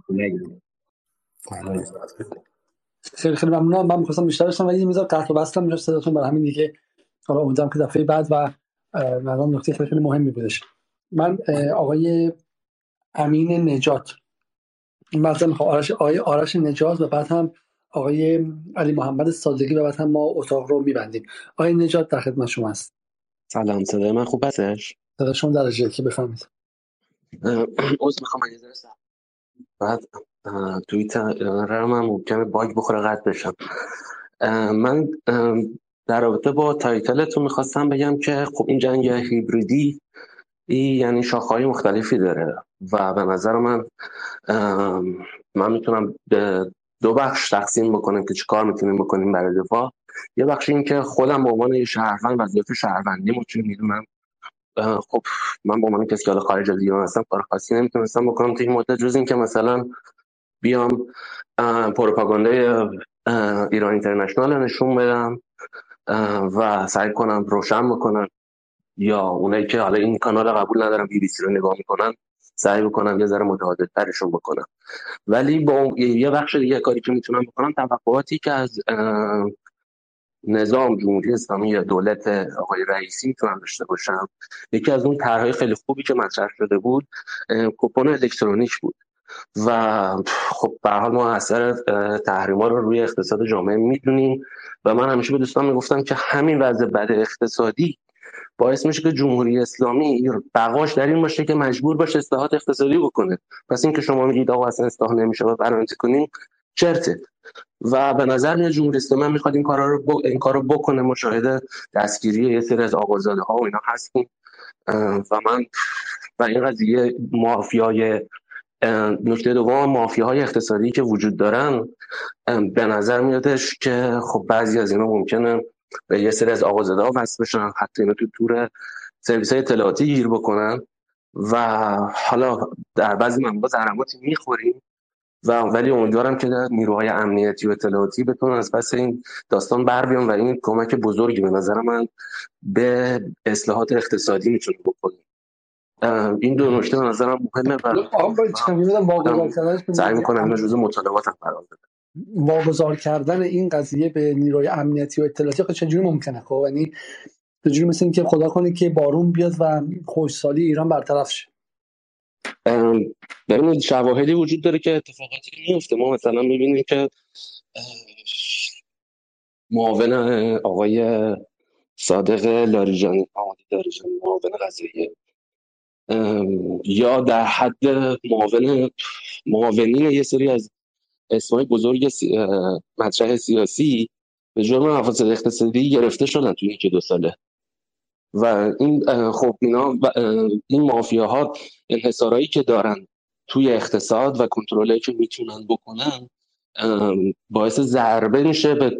خیلی خیلی ممنونم. من می‌خواستم بیشتر بشنوم ولی میذار قطع و وصلم میشه صداتون، برای همین دیگه حالا امیدوارم که دفعه بعد و مثلا نکته خیلی خیلی مهمی بودش. من آقای امین نجات بعد هم آرش آقای آرش نجات و بعد هم آقای علی محمد صادقی و بعد هم ما اتاق رو میبندیم. آقای نجات در خدمت شما است. سلام، صدای من خوب هستش؟ صدای شما درجه که بفهمید. عذر میخوام اگه ذره بعد توییتر من ممکنه باگ بخوره قطع بشم. من در رابطه با تایتلتون میخواستم بگم که خب این جنگ هیبریدی یعنی شاخه‌های مختلفی داره و به نظر من من میتونم به دو بخش تقسیم بکنم که چی کار میتونیم بکنیم برای دفاع. یه بخش این که خودم به عنوان یه شهروند وظیفه شهروندی مچون میدونم، خب من به عنوان کسی که حالا خارج از ایران هستم کار خاصی نمیتونستم بکنم تو این مدت، جز این که مثلا بیام پروپاگاندای ایران اینترنشنال نشون بدم و سعی کنم روشن بکنم، یا اونایی که حالا این کانال قبول ندارن بی بی سی رو نگاه میکنن سعی بکنم یه ذره متعادل‌ترشون بکنم. ولی با یه بخش دیگه کاری که میتونم بکنم توقعاتی که از نظام جمهوری اسلامی یا دولت آقای رئیسی میتونم داشته باشم. یکی از اون طرح‌های خیلی خوبی که مطرح شده بود کوپن الکترونیک بود و خب به هر حال ما اثر تحریم‌ها رو روی اقتصاد جامعه میدونیم و من همیشه به دوستان میگفتم که همین وضع بد اقتصادی باعث میشه که جمهوری اسلامی بقاش در این باشه که مجبور باشه اصلاحات اقتصادی بکنه. پس این که شما میگید آقا اصلا اصلاح نمیشه و برنامه‌ریزی کنیم چرته و به نظر میاد جمهوری اسلامی میخواد این کارا رو ب... این کارو بکنه. مشاهده دستگیری یه سری از آقازاده ها و اینا هستیم و من و این قضیه مافیای نکته دوم مافیاهای اقتصادی که وجود دارن به نظر میادش که خب بعضی از اینا ممکنه به یه سری از آقازاده ها وصل بشن، حتی اینو تو تور سرویس های اطلاعاتی گیر بکنن و حالا در بعضی مواقع زحماتی میخوریم و ولی امیدوارم که نیروهای امنیتی و اطلاعاتی بتونن از پس این داستان بر بیان و این کمک بزرگی به نظر من به اصلاحات اقتصادی میتونه بکنه. این دو نکته به نظرم مهمه و سعی میکنم اینو جزو مطالباتم قرار بدم. واگذار کردن این قضیه به نیروی امنیتی و اطلاعاتی خب چجوری ممکنه؟ خب یعنی چجوری مثل این که خدا کنه که بارون بیاد و خوشسالی ایران برطرف شه؟ ببینید شواهدی وجود داره که اتفاقاتی میفته. ما مثلا میبینیم که معاون آقای صادق لاریجانی آقای لاریجانی معاون قضاییه یا در حد معاون معاونین یه سری از اسمای بزرگ سی... مطرح سیاسی به جرم مفاسد اقتصادی گرفته شدن توی یک دو ساله و این خب اینا این مافیاها انحصارایی که دارن توی اقتصاد و کنترلی که میتونن بکنن باعث ضربه میشه به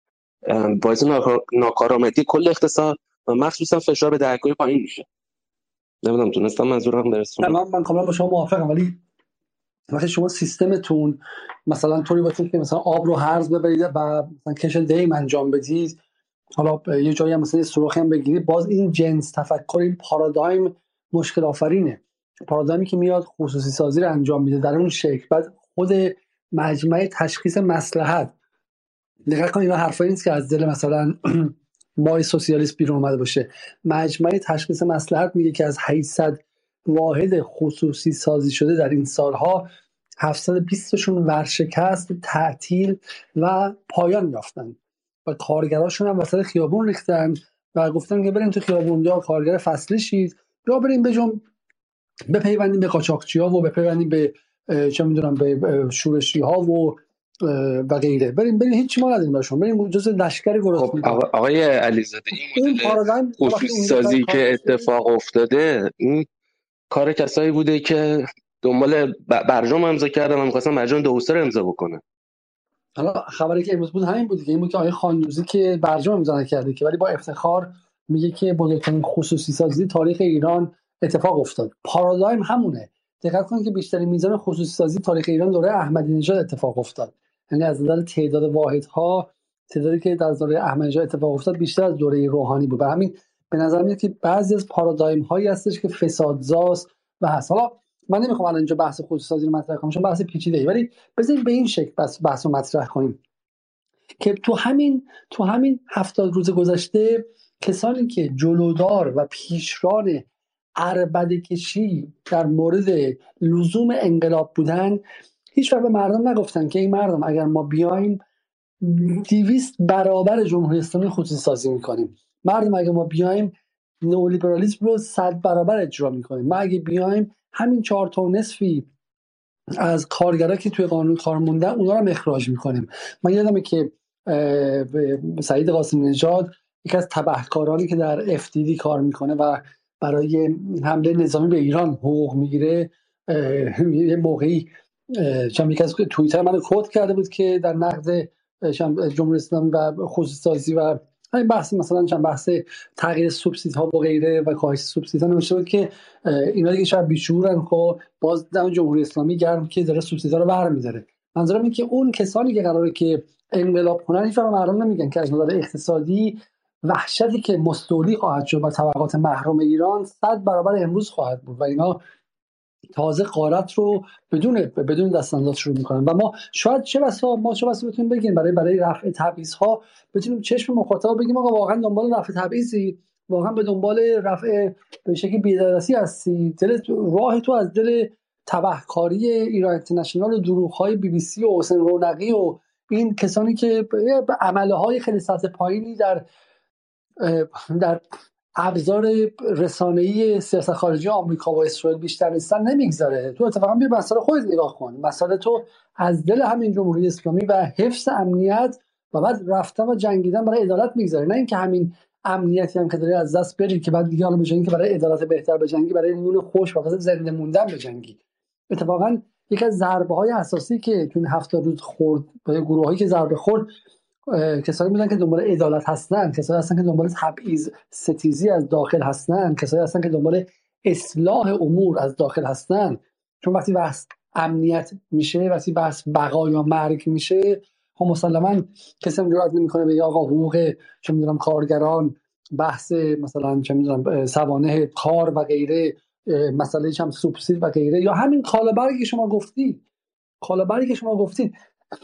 باعث ناکارآمدی کل اقتصاد و مخصوصا فشار به دهک‌های پایین میشه. نمیدونم تونستم منظورم برسونم. من من کاملا با شما موافقم، ولی وقتی شما سیستمتون مثلا طوری باشه که مثلا آب رو هرز ببرید و مثلا کش دیم انجام بدید، حالا یه جایی هم مثلا یه سوراخی هم بگیرید، باز این جنس تفکر، این پارادایم مشکل آفرینه. پارادایمی که میاد خصوصی سازی رو انجام میده در اون شکل، بعد خود مجمع تشخیص مصلحت، دقیقاً اینا حرفایی نیست که از دل مثلا مای سوسیالیست بیرون اومده باشه. مجمع تشخیص مصلحت میگه که از هشتصد واحد خصوصی سازی شده در این سالها هفتصد و بیست تاشون ورشکست، تعطیل و پایان یافتن و کارگراشون هم وسط خیابون ریختن و گفتن که بریم تو خیابون یا کارگر فصلی شید یا بریم بجم بپیوندیم به قاچاقچی‌ها و بپیوندیم به چه میدونم به شورشی‌ها و و غیره، بریم بریم هیچ ما نداریم برشون، بریم جزء لشکر گرسنگی. خب آقای علیزاده این مدل خصوصی سازی که اتفاق افتاده این کار کسایی بوده که دنبال برجام امضا کردن و می‌خواستن برجام دو سه رو امضا بکنه. حالا خبری که امروز بود همین بود که این بود که آقای خاندوزی که برجام امضا نکرده که ولی با افتخار میگه که بزرگترین خصوصی سازی تاریخ ایران اتفاق افتاد. پارادایم همونه. دقت کنید که بیشترین میزان خصوصی سازی تاریخ ایران دوره احمدی نژاد اتفاق افتاد. یعنی از نظر تعداد واحدها تعدادی که در دوره احمدی نژاد اتفاق افتاد بیشتر از دوره روحانی بود. برای همین به نظر میاد که بعضی از پارادایم هایی هستش که فسادزاست و هست. حالا من نمیخوام الان اینجا بحث خصوصی سازی رو مطرح کنم چون بحث پیچیده‌ای، ولی بذارید به این شکل بس بحث رو مطرح کنیم که تو همین تو همین هفتاد روز گذشته کسانی که جلودار و پیشران عربده کشی در مورد لزوم انقلاب بودن هیچ وقت به مردم نگفتن که این مردم اگر ما بیایم دویست برابر جمهوری اسلامی خصوصی سازی میکنیم، مردم اگر ما بیایم نئولیبرالیسم رو صد برابر اجرا میکنیم، ما اگه بیایم همین چهار تا نصفی از کارگرایی که توی قانون کار موندن اونا رو اخراج میکنیم. من یادمه که سعید قاسمی نژاد یکی از تبهکارانی که در اف دی دی کار میکنه و برای حمله نظامی به ایران حقوق میگیره یه موقعی چند یکی از توییتر منو کد کرده بود که در نقد جمهوری اسلامی و خصوصی سازی و همین بحث مثلا چند بحث تغییر سوبسیدها و غیره و کاهش سوبسیدها نوشته بود که اینا دیگه شاید بیشورن، خب باز دم جمهوری اسلامی گرم که داره سوبسیدها رو برمی‌داره. منظورم اینه که اون کسانی که قراره که انقلاب کنن هیچ وقت مردم نمیگن که از نظر اقتصادی وحشتی که مستولی خواهد شد و طبقات محروم ایران صد برابر امروز خواهد بود و اینا تازه غارت رو بدون بدون دستانداز شروع میکنن و ما شاید چه بسا ما چه بسا بتونیم بگیم برای برای رفع تبعیض‌ها بتونیم چشم مخاطب بگیم آقا واقعا دنبال رفع تبعیضی، واقعا به دنبال رفع به شکلی بی‌عدالتی هستی، دل راه تو از دل تبهکاری ایران اینترنشنال و دروغ‌های بی بی سی و حسین رونقی و این کسانی که به عملهای خیلی سطح پایینی در در ابزار رسانه‌ای سیاست خارجی آمریکا و اسرائیل بیشتر نیستن نمیگذاره. تو اتفاقا بیا مسئله خودت نگاه کن، مسئله تو از دل همین جمهوری اسلامی و حفظ امنیت و بعد رفتن و جنگیدن برای عدالت میگذاره، نه اینکه همین امنیتی هم که داری از دست بری که بعد دیگه حالا بجنگی که برای عدالت بهتر بجنگی، برای نون خوش و واسه زنده موندن بجنگی. اتفاقا یکی از ضربه‌های اساسی که تو این هفته روز خورد به گروهایی که ضربه خورد کسایی بودن که دنبال عدالت هستن، کسایی هستن که دنبال تبعیض ستیزی از داخل هستن، کسایی هستن که دنبال اصلاح امور از داخل هستن. چون وقتی بحث امنیت میشه، وقتی بحث بقا یا مرگ میشه، خب مسلما کسی هم جرئت نمیکنه بگه آقا حقوق چه میدونم کارگران، بحث مثلا چه میدونم سوانح کار و غیره، مسئله چم سوبسید و غیره، یا همین کالابرگی که شما گفتید کالابرگی که شما گفتید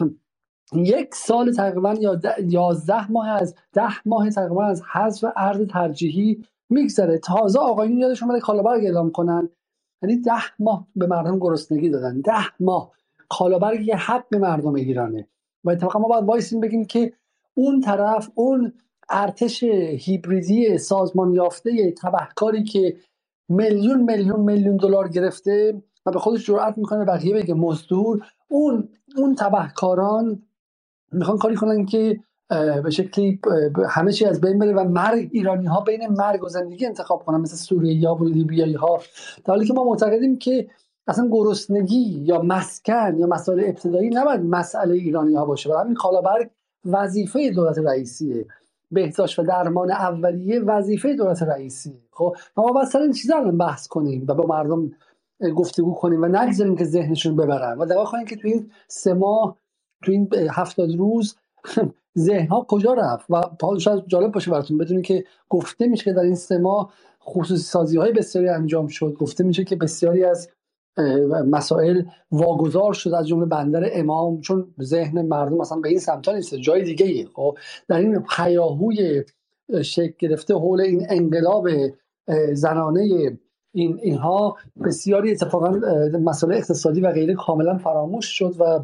یک سال تقریبا یا یازده ماه از ده ماه تقریبا از حذف ارز ترجیحی میگذره. تازه آقایون یادشون میاد کالابرگ اعلام کنن، یعنی ده ماه به مردم گرسنگی دادن. ده ماه کالابرگ یه حق مردم ایرانه و اتفاقا ما باید وایسیم بگیم که اون طرف، اون ارتش هیبریدی سازمان یافته تبهکاری که میلیون میلیون میلیون دلار گرفته و به خودش جرئت میکنه بقیه بگه مزدور، اون اون تبهکاران میخوان کاری کنن که به شکلی همه چی از بین بره و مرگ ایرانی ها بین مرگ و زندگی انتخاب کنن، مثل سوریایی ها و لیبیایی ها، در حالی که ما معتقدیم که اصلا گرسنگی یا مسکن یا مسائل ابتدایی نباید مسئله ایرانی ها باشه. برای همین کالابرگ وظیفه دولت رئیسیه، بهداشت و درمان اولیه وظیفه دولت رئیسیه. خب ما باید سر این چیزا الان بحث کنیم و با مردم گفتگو کنیم و نگذاریم که ذهنشون ببرن و دعوا کنیم که تو این سه ماه، تو این هفتاد روز ذهن ها کجا رفت. و شاید جالب باشه براتون بدونید که گفته میشه که در این سه ماه خصوصی سازی های بسیاری انجام شد، گفته میشه که بسیاری از مسائل واگذار شد، از جمله بندر امام، چون ذهن مردم مثلا به این سمتا نیست، جای دیگه ای. خب در این هیاهوی شکل گرفته حول این انقلاب زنانه این اینها بسیاری اتفاقا مسائل اقتصادی و غیره کاملا فراموش شد و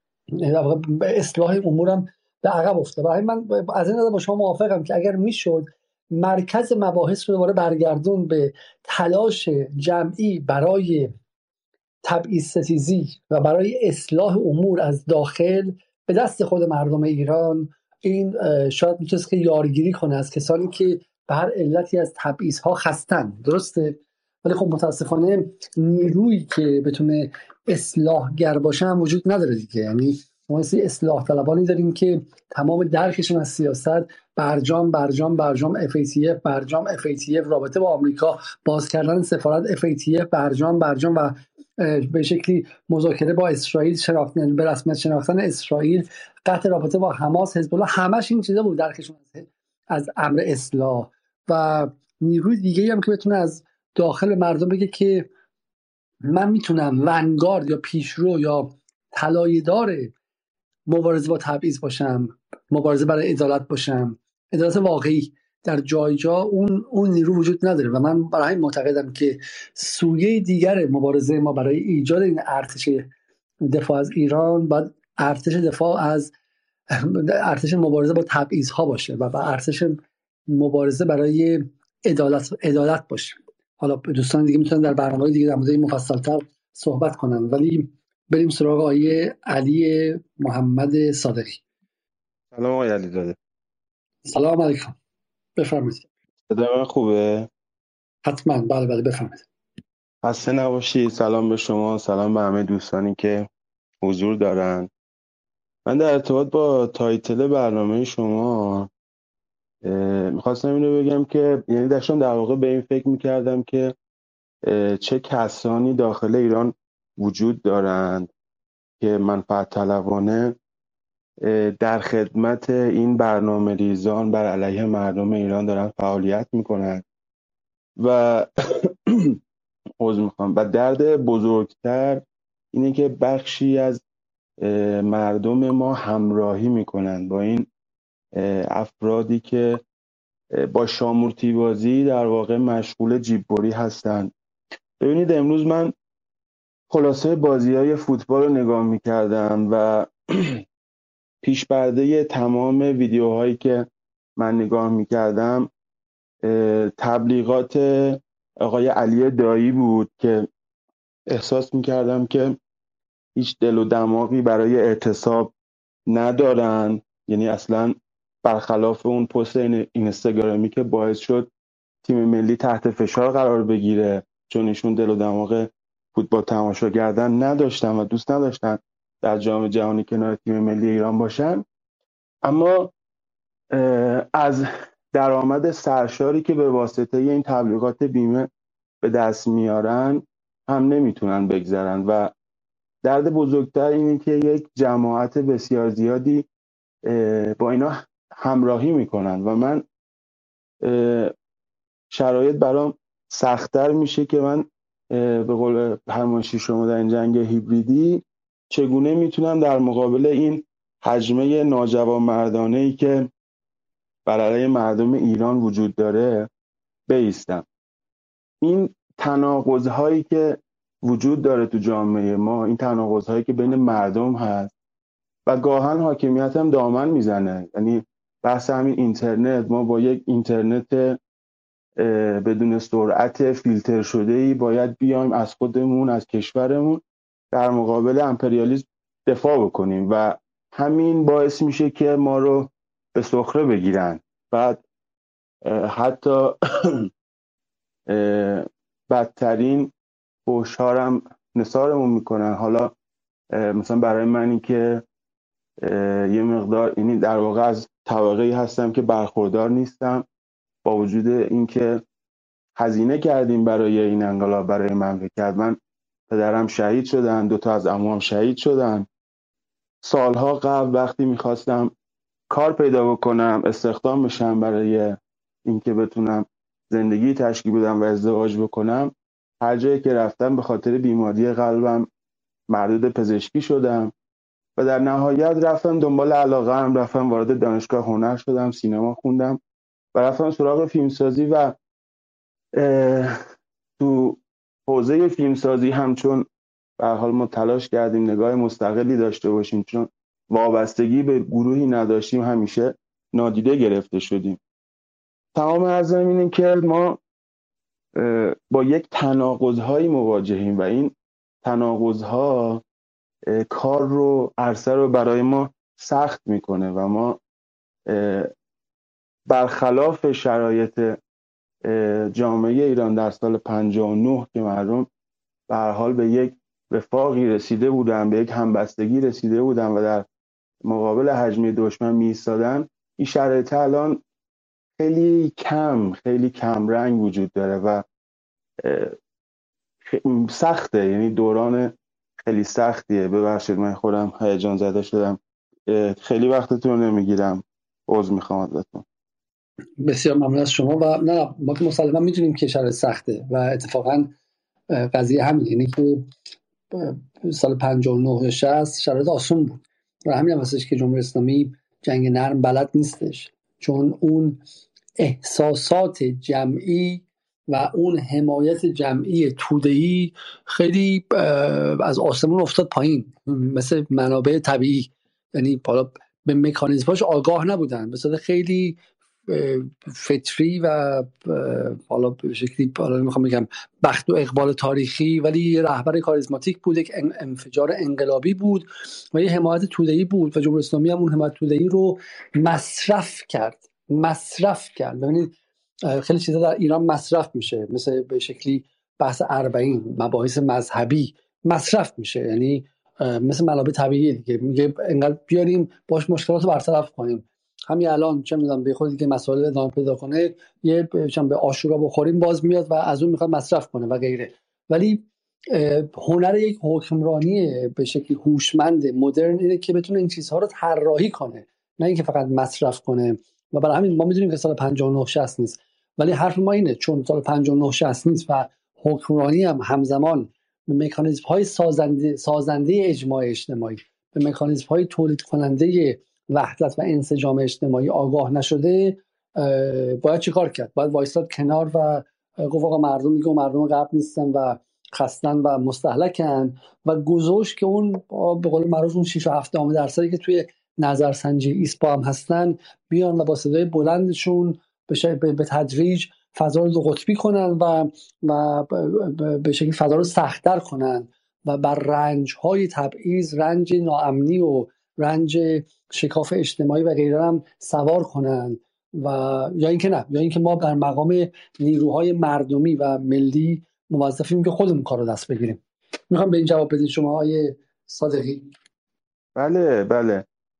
به اصلاح امورم به عقب افتاد. برای من از این نظر با شما موافقم که اگر میشد مرکز مباحث رو دوباره برگردون به تلاش جمعی برای تبعیض ستیزی و برای اصلاح امور از داخل به دست خود مردم ایران، این شاید میتونست که یارگیری کنه از کسانی که به هر علتی از تبعیض ها خستن. درسته؟ ولی خب متاسفانه نیرویی که بتونه اصلاحگر باشه هم وجود نداره دیگه. یعنی ما اصلاح طلبانی داریم که تمام درکشون از سیاست برجام برجام برجام اف ای تی اف برجام اف ای تی اف، رابطه با آمریکا، باز کردن سفارت اف ای تی اف برجام برجام و به شکلی مذاکره با اسرائیل، شناختن به رسمیت شناختن اسرائیل، قطع رابطه با حماس، حزب الله، همش این چیزا بود درکشون از امر اصلاح. و نیروی دیگه‌ای هم که بتونه از داخل مردم بگه که من میتونم ونگارد یا پیشرو یا طلایه‌دار مبارزه با تبعیض باشم، مبارزه برای عدالت باشم، عدالت واقعی در جای جا، اون اون نیرو وجود نداره. و من برای این معتقدم که سویه دیگر مبارزه ما برای ایجاد این ارتش دفاع از ایران باید ارتش دفاع از ارتش مبارزه با تبعیض ها باشه و با ارتش مبارزه برای عدالت عدالت باشه. حالا دوستان دیگه میتونن در برنامه‌های دیگه در مورد مفصل‌تر صحبت کنن، ولی بریم سراغ آقای علی محمد صادقی. سلام آقای علیزاده. سلام علیکم، بفرمایید. صدای من خوبه؟ حتما، بله بله بفرمایید. خسته نباشید. سلام به شما، سلام به همه دوستانی که حضور دارن. من در ارتباط با تایتل برنامه شما میخواستم اینو بگم که یعنی داشتم در واقع به این فکر میکردم که چه کسانی داخل ایران وجود دارند که منفعت طلبانه در خدمت این برنامه ریزان بر علیه مردم ایران دارن فعالیت میکنن و عذر میخوام و درد بزرگتر اینه که بخشی از مردم ما همراهی میکنن با این افرادی که با شامورتی بازی در واقع مشغول جیببری هستن. ببینید امروز من خلاصه بازی‌های فوتبال رو نگاه میکردم و پیش پرده تمام ویدیوهایی که من نگاه میکردم تبلیغات آقای علی دایی بود که احساس میکردم که هیچ دل و دماغی برای اعتصاب ندارن. یعنی اصلا برخلاف اون پست اینستاگرامی که باعث شد تیم ملی تحت فشار قرار بگیره چون ایشون دل و دماغ فوتبال تماشا کردن نداشتن و دوست نداشتن در جام جهانی کنار تیم ملی ایران باشن، اما از درآمد سرشاری که به واسطه این تبلیغات بیمه به دست میارن هم نمیتونن بگذرن و درد بزرگتر اینه که یک جماعت بسیار زیادی با اینا همراهی میکنن و من شرایط برام سخت‌تر میشه که من به قول فرمایشی شما در این جنگ هیبریدی چگونه میتونم در مقابل این حجمه ناجوانمردانه‌ای که بر علیه مردم ایران وجود داره بایستم. این تناقض‌هایی که وجود داره تو جامعه ما، این تناقض‌هایی که بین مردم هست و گاهن حاکمیت هم دامن میزنه، یعنی بحث همین اینترنت، ما با یک اینترنت بدون سرعت فیلتر شده‌ای باید بیایم از خودمون، از کشورمون در مقابل امپریالیسم دفاع بکنیم و همین باعث میشه که ما رو به سخره بگیرن. بعد حتی بدترین فحش‌ها نثارمون میکنن. حالا مثلا برای منی که یه مقدار، یعنی در واقع از طبقه‌ای هستم که برخوردار نیستم، با وجود اینکه هزینه کردیم برای این انقلاب، برای مملکت. من پدرم شهید شدن، دوتا از عموام شهید شدن. سالها قبل وقتی میخواستم کار پیدا بکنم، استخدام بشم برای اینکه بتونم زندگی تشکیل بدم و ازدواج بکنم، هر جایی که رفتم به خاطر بیماری قلبم مردود پزشکی شدم و در نهایت رفتم دنبال علاقه‌ام، رفتم وارد دانشگاه هنر شدم، سینما خوندم و رفتم سراغ فیلمسازی و تو حوزه فیلمسازی هم چون به هر حال ما تلاش کردیم نگاه مستقلی داشته باشیم، چون وابستگی به گروهی نداشتیم، همیشه نادیده گرفته شدیم. تمام عرضم اینه که ما با یک تناقض‌هایی مواجهیم و این تناقض‌ها کار رو، عرصه رو برای ما سخت میکنه و ما برخلاف شرایط جامعه ایران در سال پنجاه و نه که مردم به هر حال به یک وفاقی رسیده بودن، به یک همبستگی رسیده بودن و در مقابل حجمه دشمن می ایستادن، این شرایط الان خیلی کم خیلی کم رنگ وجود داره و سخته، یعنی دوران خیلی سختیه. ببخشید من خودم هیجان زده شدم، خیلی وقتتون نمیگیرم، عذر میخوام ازتون. بسیار ممنون از شما. و نه ما که مسلما میدونیم که شرایط سخته و اتفاقا قضیه همین، اینه که سال پنجاه و نه یا شصت شرایط آسون بود و همین هم هستش که جمهوری اسلامی جنگ نرم بلد نیستش، چون اون احساسات جمعی و اون حمایت جمعی توده‌ای خیلی از آسمون افتاد پایین، مثل منابع طبیعی، یعنی حالا به مکانیزماش آگاه نبودن، به صورت خیلی فطری و حالا به شکلی حالا میخوام بگم بخت و اقبال تاریخی، ولی یه رهبر کاریزماتیک بود، یک انفجار انقلابی بود و یه حمایت توده‌ای بود و جمهوری اسلامی هم اون حمایت توده‌ای رو مصرف کرد مصرف کرد ببینید خیلی چیزا در ایران مصرف میشه، مثل به شکلی بحث اربعین، مباحث مذهبی مصرف میشه، یعنی مثل منابع طبیعی دیگه، میگه انقدر بیاریم باش مشکلات رو برطرف کنیم. همین الان چه میدونم به خودی که مسائل ادامه پیدا کنه، یه چند به عاشورا بخوریم باز میاد و از اون میخواد مصرف کنه و غیره. ولی هنر یک حکمرانی به شکلی هوشمند مدرن اینه که بتونه این چیزها رو طراحی کنه، نه اینکه فقط مصرف کنه. و برای همین ما میدونیم که سال پنجاه و نه شصت نیست، ولی حرف ما اینه چون سال پنجاه و نه شصت نیست و حکمرانی هم همزمان به مکانیزم های سازنده سازنده اجماع اجتماعی، به مکانیزم های تولید کننده وحدت و انسجام اجتماعی آگاه نشده، باید چی کار کرد؟ باید وایساد کنار و گفت آقا مردم دیگه مردم قبل نیستن و خستن و مستهلکن و گذاشت که اون به قول معروف اون شش و هفت درصدی که توی نظرسنجی ایسپا هم هستن بیان و با صدای بلندشون به تدریج فضا رو دو قطبی کنن و و به شکلی فضا رو سخت‌تر کنن و بر رنج‌های تبعیض، رنج ناامنی و رنج شکاف اجتماعی و غیره هم سوار کنن و یا اینکه نه، یا اینکه ما در مقام نیروهای مردمی و ملی موظفیم که خودمون کار رو دست بگیریم. میخوام به این جواب بدید شما آقای صادقی. بله بله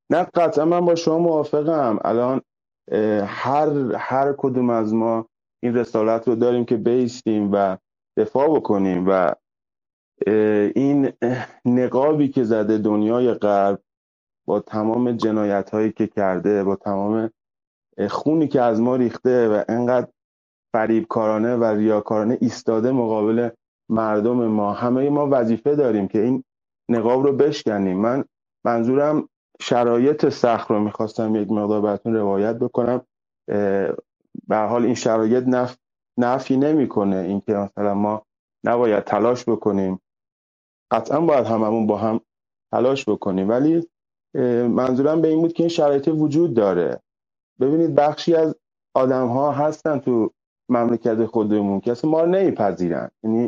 نه قطعا من با شما موافقم. الان هر هر کدوم از ما این رسالت رو داریم که بایستیم و دفاع بکنیم و این نقابی که زده دنیای غرب با تمام جنایت هایی که کرده، با تمام خونی که از ما ریخته و انقدر فریبکارانه و ریاکارانه ایستاده مقابل مردم ما، همه ما وظیفه داریم که این نقاب رو بشکنیم. من منظورم شرایط سخت رو میخواستم یک مقدار براتون روایت بکنم. به هر حال این شرایط نف... نفی نمیکنه اینکه مثلا ما نباید تلاش بکنیم، قطعا باید هممون با هم تلاش بکنیم، ولی منظورم به این بود که این شرایط وجود داره. ببینید بخشی از آدم ها هستن تو مملکت خودمون که اصلا ما رو نمیپذیرن. یعنی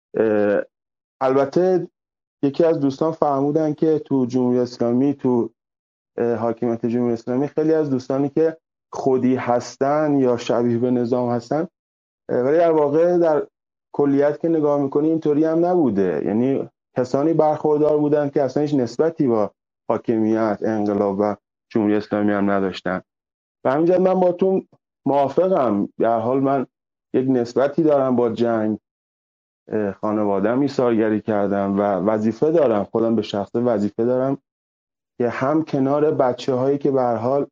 البته یکی از دوستان فرمودن که تو جمهوری اسلامی، تو حاکمیت جمهوری اسلامی، خیلی از دوستانی که خودی هستن یا شبیه به نظام هستن، ولی در واقع در کلیت که نگاه میکنی اینطوری هم نبوده. یعنی کسانی برخوردار بودن که اصلا هیچ نسبتی با حاکمیت، انقلاب و جمهوری اسلامی هم نداشتن. و همینجا من با تو موافقم. در حال من یک نسبتی دارم با جنگ، خانواده‌ام ایثارگری کردم و وظیفه دارم، خودم به شخصه وظیفه دارم که هم کنار بچه هایی که به هر حال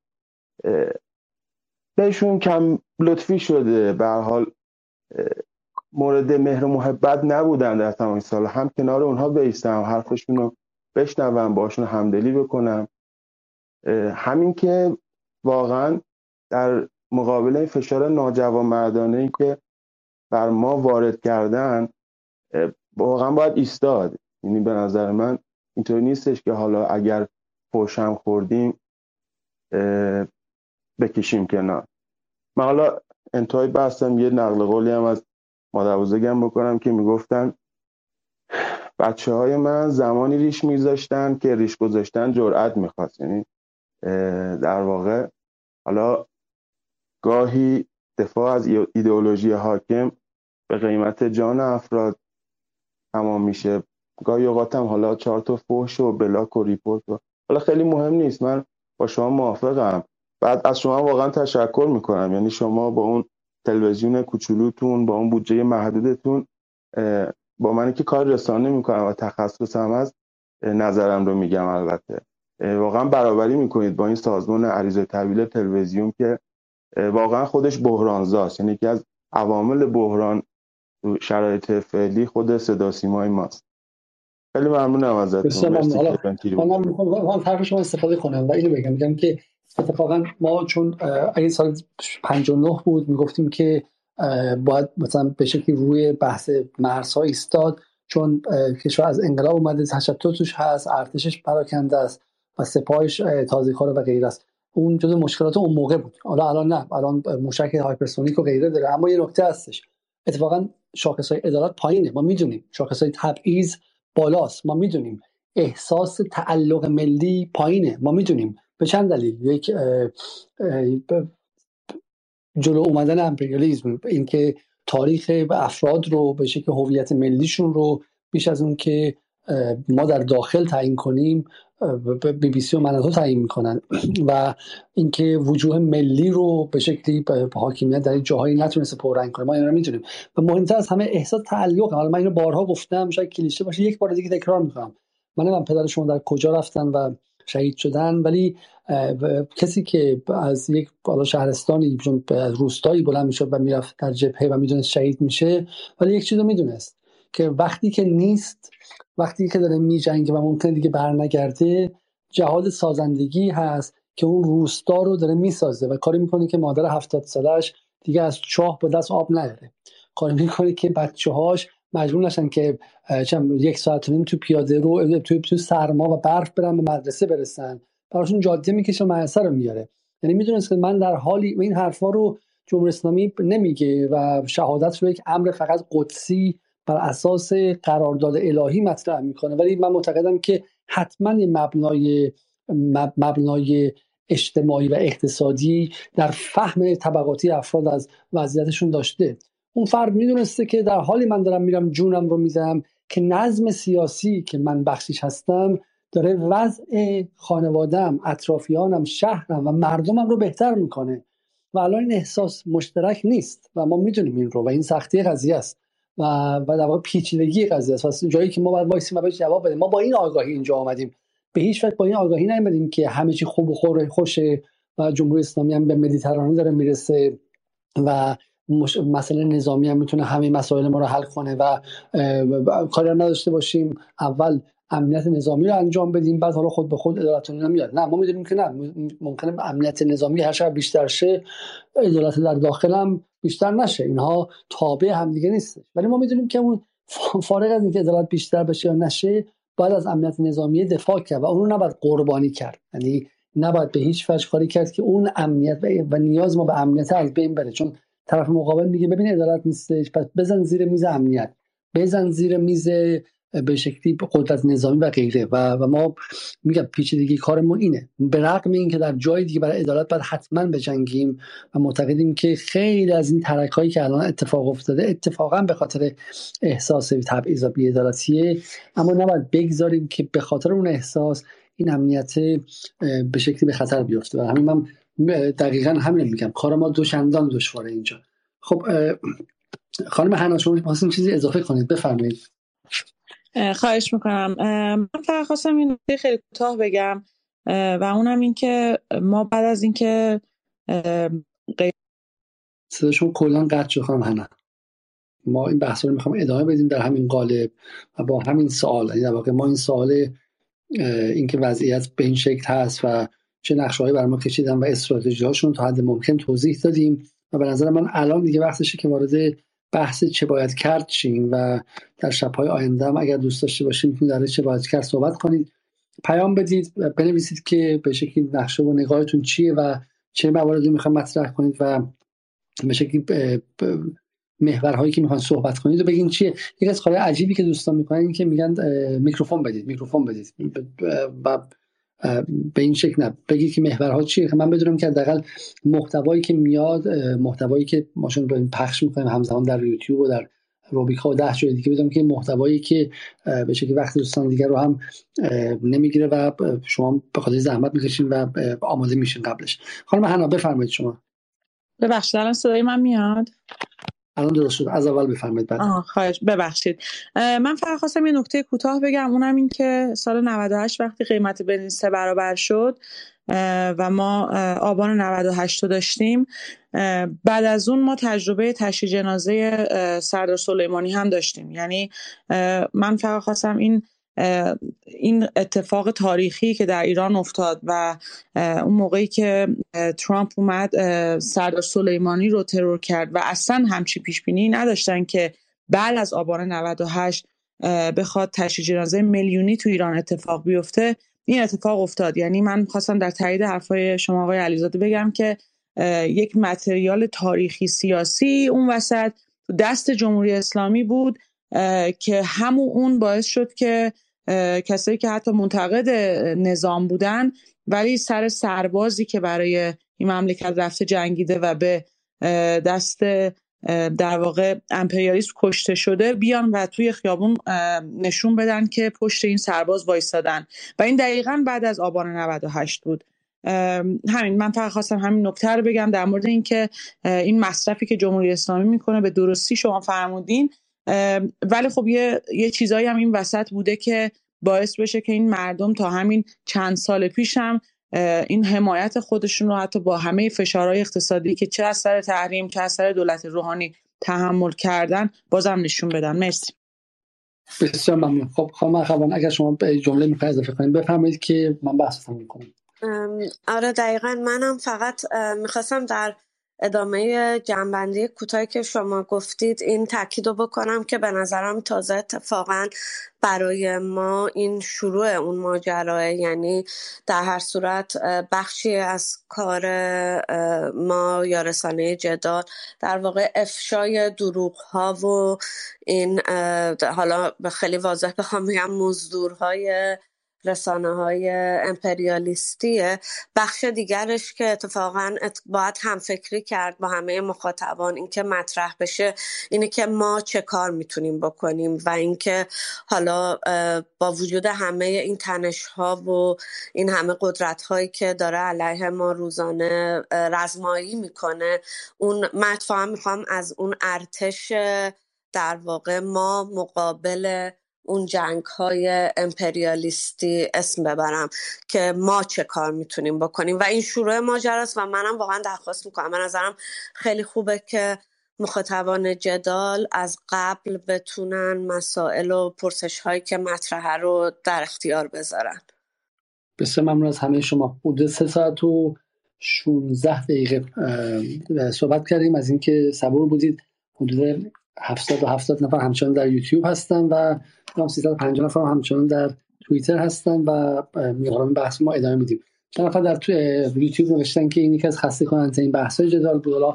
بهشون کم لطفی شده، به هر حال مورد مهر و محبت نبودن در تمام سال، هم کنار اونها بایستم، حرفشون رو بشنوم، باشون همدلی بکنم. همین که واقعا در مقابل این فشار ناجوانمردانه‌ای که بر ما وارد کردن واقعا باید ایستاد. یعنی به نظر من اینطوری نیستش که حالا اگر پوشم خوردیم بکشیم کنار. من حالا انتهای بحثم یه نقل قولی هم از مادر بزرگم بکنم که میگفتن بچه های من زمانی ریش میذاشتن که ریش گذاشتن جرأت میخواست. یعنی در واقع حالا گاهی دفاع از ایدئولوژی حاکم به قیمت جان افراد تمام میشه، گاهی اوقات هم حالا چهار تا فحش و بلاک و ریپورت و حالا خیلی مهم نیست. من با شما موافقم. بعد از شما واقعا تشکر میکنم. یعنی شما با اون تلویزیون کوچولوتون، با اون بودجه محدودتون، با منی که کار رسانه میکنم و تخصصم از نظرم رو میگم، البته واقعا برابری میکنید با این سازمان عریضه تحویل تلویزیون که واقعا خودش بحرانزاست. یعنی یکی از عوامل بحران شرایط فعلی خود صدا سیمای ماست. خیلی ممنونم ازتون. مرسی. حالا من میخوام حرف شما استفاده کنم و اینو بگم بگم که اتفاقا ما چون اگه سال پنجاه و نه بود میگفتیم که باید مثلا به شکلی روی بحث مرزها ایستاد، چون کشور از انقلاب اومده، تشتت توش هست، ارتشش پراکنده است و سپاهش تازه‌کار و غیره است. اون جزو مشکلات اون موقع بود. حالا الان نه، الان موشک هایپرسونیک و غیره داره. اما یه نکته هستش، اتفاقا شاخص‌های عدالت پایینه، ما میدونیم. شاخص‌های تبعیض بالاست، ما میدونیم. احساس تعلق ملی پایینه، ما میدونیم. به چند دلیل. یک اه اه جلو اومدن امپریالیسم، اینکه تاریخ افراد رو به شکل هویت ملیشون رو بیش از اون که ما در داخل تعیین کنیم بی بی سی و مناطق تعیین میکنن و اینکه وجوه ملی رو به شکلی حاکمیت در جاهایی نتونسته پررنگ کنه. ما اینا رو میدونیم و مهمتر از همه احساس تعلق. حالا من اینو بارها گفتم، شاید کلیشه باشه، یک بار دیگه تکرار میکنم. من نمیدونم پدر شما در کجا رفتن و شهید شدن، ولی کسی که از یک بالا شهرستانی از روستایی بلند میشد و میرفت در جبهه و میدونست شهید میشه، ولی یک چیزو میدونست که وقتی که نیست، وقتی که داره میجنگه و ممکنه دیگه برنگرده، جهاد سازندگی هست که اون روستا رو داره میسازه و کاری میکنه که مادر هفتاد سالش دیگه از چاه با دست آب نیاره. کاری میکنه که بچه‌هاش مجبور نشن که یک ساعت و نیم تو پیاده رو تو تو سرما و برف برن به مدرسه برسن، براشون جاده میکشه و مدرسه رو میاره. یعنی میدونست که من در حالی، این حرفا رو جمهوری اسلامی نمیگه و شهادت رو یک امر فقط قدسی بر اساس قرارداد الهی مطرح میکنه، ولی من معتقدم که حتما مبنای مبنای اجتماعی و اقتصادی در فهم طبقاتی افراد از وضعیتشون داشته. اون فرد میدونسته که در حالی من دارم میرم جونم رو میدم که نظم سیاسی که من بخشیش هستم داره وضع خانواده‌ام، اطرافیانم، شهرم و مردمم رو بهتر میکنه و الان این احساس مشترک نیست و ما میدونیم این رو و این سختی قضیه است و و در واقع پیچیدگی قضیه است. و جایی که ما باید وایسیم و بهش جواب بدیم. ما با این آگاهی اینجا آمدیم، به هیچ وجه با این آگاهی نیومدیم که همه چی خوب و خوشه و جمهوری اسلامی هم به مدیترانه داره میرسه و مش... مسئله نظامی هم میتونه همه مسائل ما رو حل کنه و کاری هم نداشته باشیم اول امنیت نظامی رو انجام بدیم بعد حالا خود به خود عدالت نمیاد. نه، ما میدونیم که نه، ممکنه امنیت نظامی هر چقدر بیشتر شه عدالت در داخل هم بیشتر نشه، اینها تابع هم دیگه نیست. ولی ما میدونیم که اون فارغ از اینکه عدالت بیشتر بشه یا نشه باید از امنیت نظامی دفاع کرد و اون رو نباید قربانی کرد. یعنی نباید به هیچ وجه کاری کرد که اون امنیت و نیاز ما به امنیت از بین بره، چون طرف مقابل میگه ببین عدالت نیستش پس بزن زیر میز امنیت، بزن زیر میز به شکلی قدرت نظامی و غیره و, و ما میگم پیچیدگی کارمون اینه. به رغم اینکه در جای دیگه برای عدالت باید حتما بجنگیم و معتقدیم که خیلی از این ترک‌هایی که الان اتفاق افتاده اتفاقا به خاطر احساس تبعیض و بی‌عدالتیه، اما نباید بگذاریم که به خاطر اون احساس این امنیت به شکلی به خطر بیفته. و همین من دقیقاً همین میگم، کار ما دوچندان دشواره اینجا. خب خانم حنا شما واسه چیزی اضافه کنید بفرمایید. خواهش میکنم. من فقط خواستم این نکته خیلی کوتاه بگم و اونم این که ما بعد از اینکه غیر... صداشون کلا قطع شد خانم حنا. ما این بحث رو میخوام ادامه بدیم در همین قالب و با همین سوال، یعنی در واقع ما این سوال اینکه وضعیت به این شکل هست و چه نقشه‌هایی برای ما کشیدن و استراتژی‌هاشون تا حد ممکن توضیح دادیم و به نظر من الان دیگه وقتشه که وارد بحث چه باید کرد شیم و در شب‌های آینده هم اگر دوست داشته باشیم میتونید در چه باید کرد صحبت کنید، پیام بدید، بنویسید که به شکلی نقشه و نگاهتون چیه و چه مواردی میخواید مطرح کنید و به شکلی محورهایی که میخوان صحبت کنید و بگین چیه. یک از کارهای عجیبی که دوستان میکنن این که میگن میکروفون بدید میکروفون بدید و به این شکل نه، بگید که محورها چیه که من بدونم که حداقل محتوایی که میاد، محتوایی که ما شون داریم پخش میکنیم همزمان در یوتیوب و در روبیکا و ده جای دیگه، بدونم که محتوایی که به شکلی وقت دوستان دیگر رو هم نمیگیره و شما به خاطر زحمت میکشین و آماده میشین قبلش. خانم حنا بفرمایید. شما ببخشید الان صدای من میاد؟ الان درست شد، از اول بفرمایید. بعد آها خواهش ببخشید. من فقط خواستم یه نکته کوتاه بگم، اونم این که سال نود و هشت وقتی قیمت بنزین سه برابر شد و ما آبان نود و هشت رو داشتیم، بعد از اون ما تجربه تشییع جنازه سردار سلیمانی هم داشتیم. یعنی من فقط خواستم این این اتفاق تاریخی که در ایران افتاد و اون موقعی که ترامپ اومد سردار سلیمانی رو ترور کرد و اصلا همچی پیش بینی نداشتن که بعد از آبان نود و هشت بخواد تشییع جنازه میلیونی تو ایران اتفاق بیفته، این اتفاق افتاد. یعنی من خواستم در تایید حرفای شما آقای علیزاده بگم که یک متریال تاریخی سیاسی اون وسط دست جمهوری اسلامی بود که همون اون باعث شد که کسایی که حتی منتقد نظام بودن ولی سر سربازی که برای این مملکت رفته جنگیده و به دست در واقع امپریالیسم کشته شده بیان و توی خیابون نشون بدن که پشت این سرباز وایسادن و این دقیقاً بعد از آبان نود و هشت بود. همین، من فقط خواستم همین نکته رو بگم در مورد این که این مصرفی که جمهوری اسلامی میکنه به درستی شما فرمودین، ولی خب یه یه چیزایی هم این وسط بوده که باعث بشه که این مردم تا همین چند سال پیش هم این حمایت خودشون رو حتی با همه فشارهای اقتصادی که چه از سر تحریم چه از سر دولت روحانی تحمل کردن بازم نشون بدن. مرسی. بسیار ممنون. خب خانم اخوان اگر شما به جمله میخواید اضافه کنید بفرمایید که من بحث تموم کنم. آره دقیقاً، منم فقط میخواستم در ادامه جنبندی کوتاهی که شما گفتید این تاکید رو بکنم که به نظرم تازه اتفاقاً برای ما این شروع اون ماجراه، یعنی در هر صورت بخشی از کار ما یا رسانه جدال در واقع افشای دروغ ها و این حالا خیلی واضح بخوام بگم مزدورهای رسانه های امپریالیستیه. بخش دیگرش که اتفاقا باید هم فکری کرد با همه مخاطبان، اینکه مطرح بشه اینه که ما چه کار میتونیم بکنیم و اینکه حالا با وجود همه این تنش ها و این همه قدرت هایی که داره علیه ما روزانه رزمایی میکنه، اون مطفا میخوام از اون ارتش در واقع ما مقابل اون جنگ های امپریالیستی اسم ببرم که ما چه کار میتونیم بکنیم و این شروع ماجراست. و منم واقعا درخواست میکنم، من نظرم خیلی خوبه که مخاطبان جدال از قبل بتونن مسائل و پرسش هایی که مطرحه رو در اختیار بذارن. بسیار ممنون از همه شما. حدود سه ساعت و شانزده دقیقه صحبت کردیم از اینکه صبور بودید. حدود هفتصد و هفتاد نفر همچنان در یوتیوب هستن و سیصد و پنجاه نفر همچنان در توییتر هستن و می‌خوایم بحث ما ادامه میدیم. چند نفر در تو یوتیوب نوشتن که این یکی از خسته کننده این بحث‌های جدال بود. حالا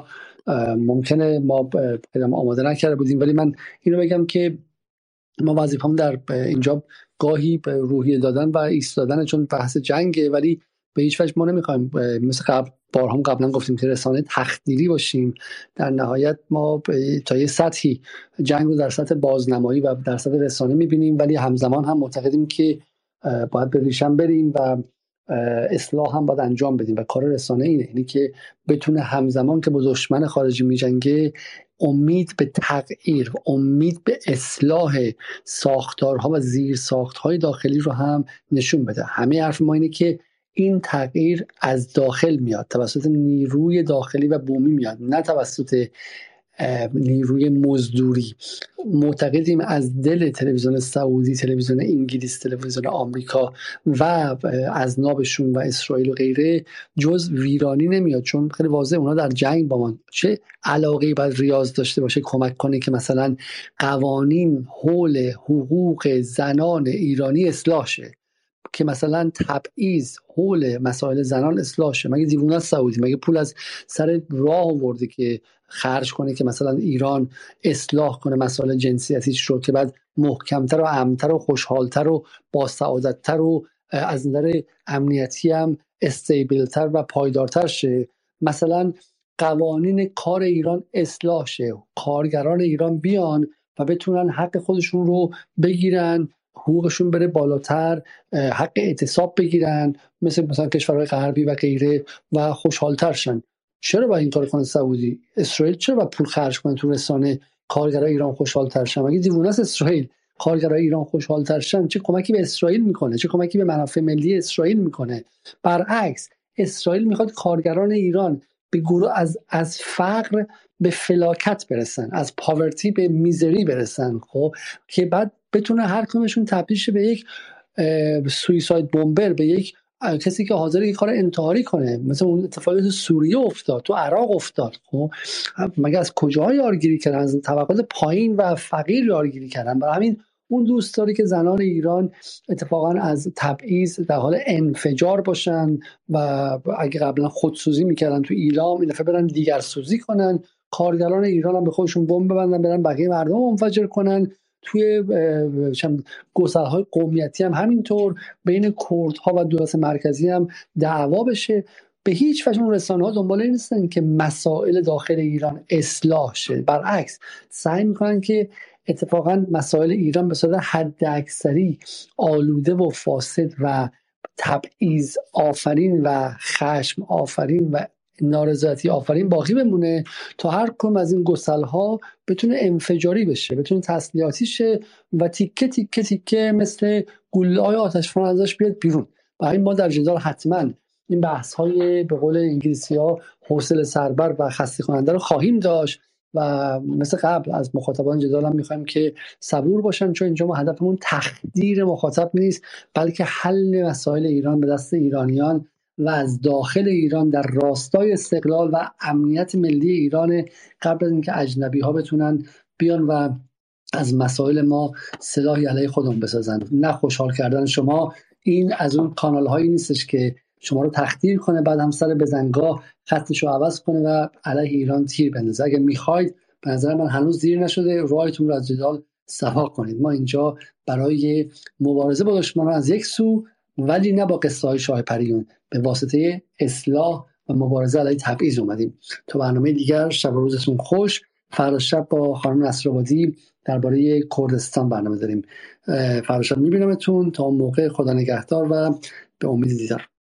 ممکنه ما قدم آماده نکرده بودیم، ولی من اینو بگم که ما وظیفه‌مون در اینجا گاهی به روحیه دادن و ایستادن، چون بحث جنگه، ولی به هیچ وجه ما نمیخوایم مثل قبل بارها هم قبلا گفتیم که رسانه تخدیری باشیم. در نهایت ما تا یه سطحی جنگ رو در سطح بازنمایی و در سطح رسانه میبینیم، ولی همزمان هم معتقدیم که باید به ریشم بریم و اصلاح هم باید انجام بدیم و کار رسانه اینه، اینه که بتونه همزمان که با دشمن خارجی میجنگه امید به تغییر و امید به اصلاح ساختارها و زیر ساختهای داخلی رو هم نشون بده. همه حرف ما اینه که این تغییر از داخل میاد، توسط نیروی داخلی و بومی میاد، نه توسط نیروی مزدوری. معتقدیم از دل تلویزیون سعودی، تلویزیون انگلیس، تلویزیون آمریکا و از نابشون و اسرائیل و غیره جز ویرانی نمیاد، چون خیلی واضح اونا در جنگ با ما چه علاقه‌ای باید ریاض داشته باشه کمک کنه که مثلا قوانین حول حقوق زنان ایرانی اصلاح شه، که مثلا تبعیض حول مسائل زنان اصلاح شه. مگه دیوونه است سعودی؟ مگه پول از سر راه آورده که خرج کنه که مثلا ایران اصلاح کنه مسائل جنسیتیش رو که بعد محکمتر و امنتر و خوشحالتر و با سعادتتر و از نظر امنیتی هم استیبلتر و پایدارتر شه؟ مثلا قوانین کار ایران اصلاح شه، کارگران ایران بیان و بتونن حق خودشون رو بگیرن، حقوقشون بره بالاتر، حق اعتصاب بگیرن مثل مثلا کشورهای غربی و غیره و خوشحالتر شن. چرا باید این کار کنه سعودی؟ اسرائیل چرا باید پول خرج کنه تو رسانه کارگرای ایران خوشحالتر شن؟ مگه دیوونه است اسرائیل؟ کارگرای ایران خوشحالتر شن چه کمکی به اسرائیل میکنه؟ چه کمکی به منافع ملی اسرائیل میکنه؟ برعکس، اسرائیل میخواد کارگران ایران به گروه از از فقر به فلاکت برسن، از پاورتی به میزری برسن، خب که بعد بتونه هر کدومشون تبدیل شه به یک سویساید بمبر، به یک کسی که حاضر یک کار انتحاری کنه. مثل اون اتفاقی تو سوریه افتاد، تو عراق افتاد. خب مگه از کجا یارگیری کردن؟ از طبقات پایین و فقیر یارگیری کردن. برای همین اون دوست داره که زنان ایران اتفاقا از تبعیض در حال انفجار باشن و اگه قبلا خودسوزی میکردن تو ایلام این دفعه برن دیگر سوزی کنن. کارگران ایران هم به خودشون بمب ببندن برن بقیه مردم منفجر کنن. توی گسل‌های قومیتی هم همینطور، بین کردها و دولت مرکزی هم دعوا بشه. به هیچ وجه اون رسانه‌ها دنبال این نیستن که مسائل داخل ایران اصلاح شه، برعکس سعی میکنن که اتفاقا مسائل ایران به صورت حداکثری آلوده و فاسد و تبعیض آفرین و خشم آفرین و نارضایتی آفرین باقی بمونه تا هر کدوم از این گسل‌ها بتونه انفجاری بشه، بتونه تسلیحاتی شه و تیکه تیکه تیکه مثل گله‌های آتشفشان ازش بیاد بیرون. برای ما در جدال حتما این بحث‌های به قول انگلیسی‌ها حوصله سربر و خسته کننده رو خواهیم داشت و مثل قبل از مخاطبان جدال هم می‌خوایم که صبور باشن، چون اینجا ما هدفمون تخدیر مخاطب نیست، بلکه حل مسائل ایران به دست ایرانیان و از داخل ایران در راستای استقلال و امنیت ملی ایران، قبل از اینکه اجنبی ها بتونن بیان و از مسائل ما سلاحی علیه خودمون بسازن. نه خوشحال کردن شما، این از اون کانال هایی نیستش که شما رو تخدیر کنه بعد هم سر بزنگاه خطش رو عوض کنه و علیه ایران تیر بندازه. اگه میخواید به نظر من هنوز دیر نشده، راهتون رو از جدال سوا کنید. ما اینجا برای مبارزه با دشمنان از یک سو ولی نه با قصه های شاه پریون، به واسطه اصلاح و مبارزه علیه تبعیض اومدیم. تا برنامه دیگر، شب و روزتون خوش. فردا شب با خانم نصرآبادی درباره کردستان برنامه داریم. فردا شب میبینمتون. تا اون موقع خدا نگهدار و به امید دیدار.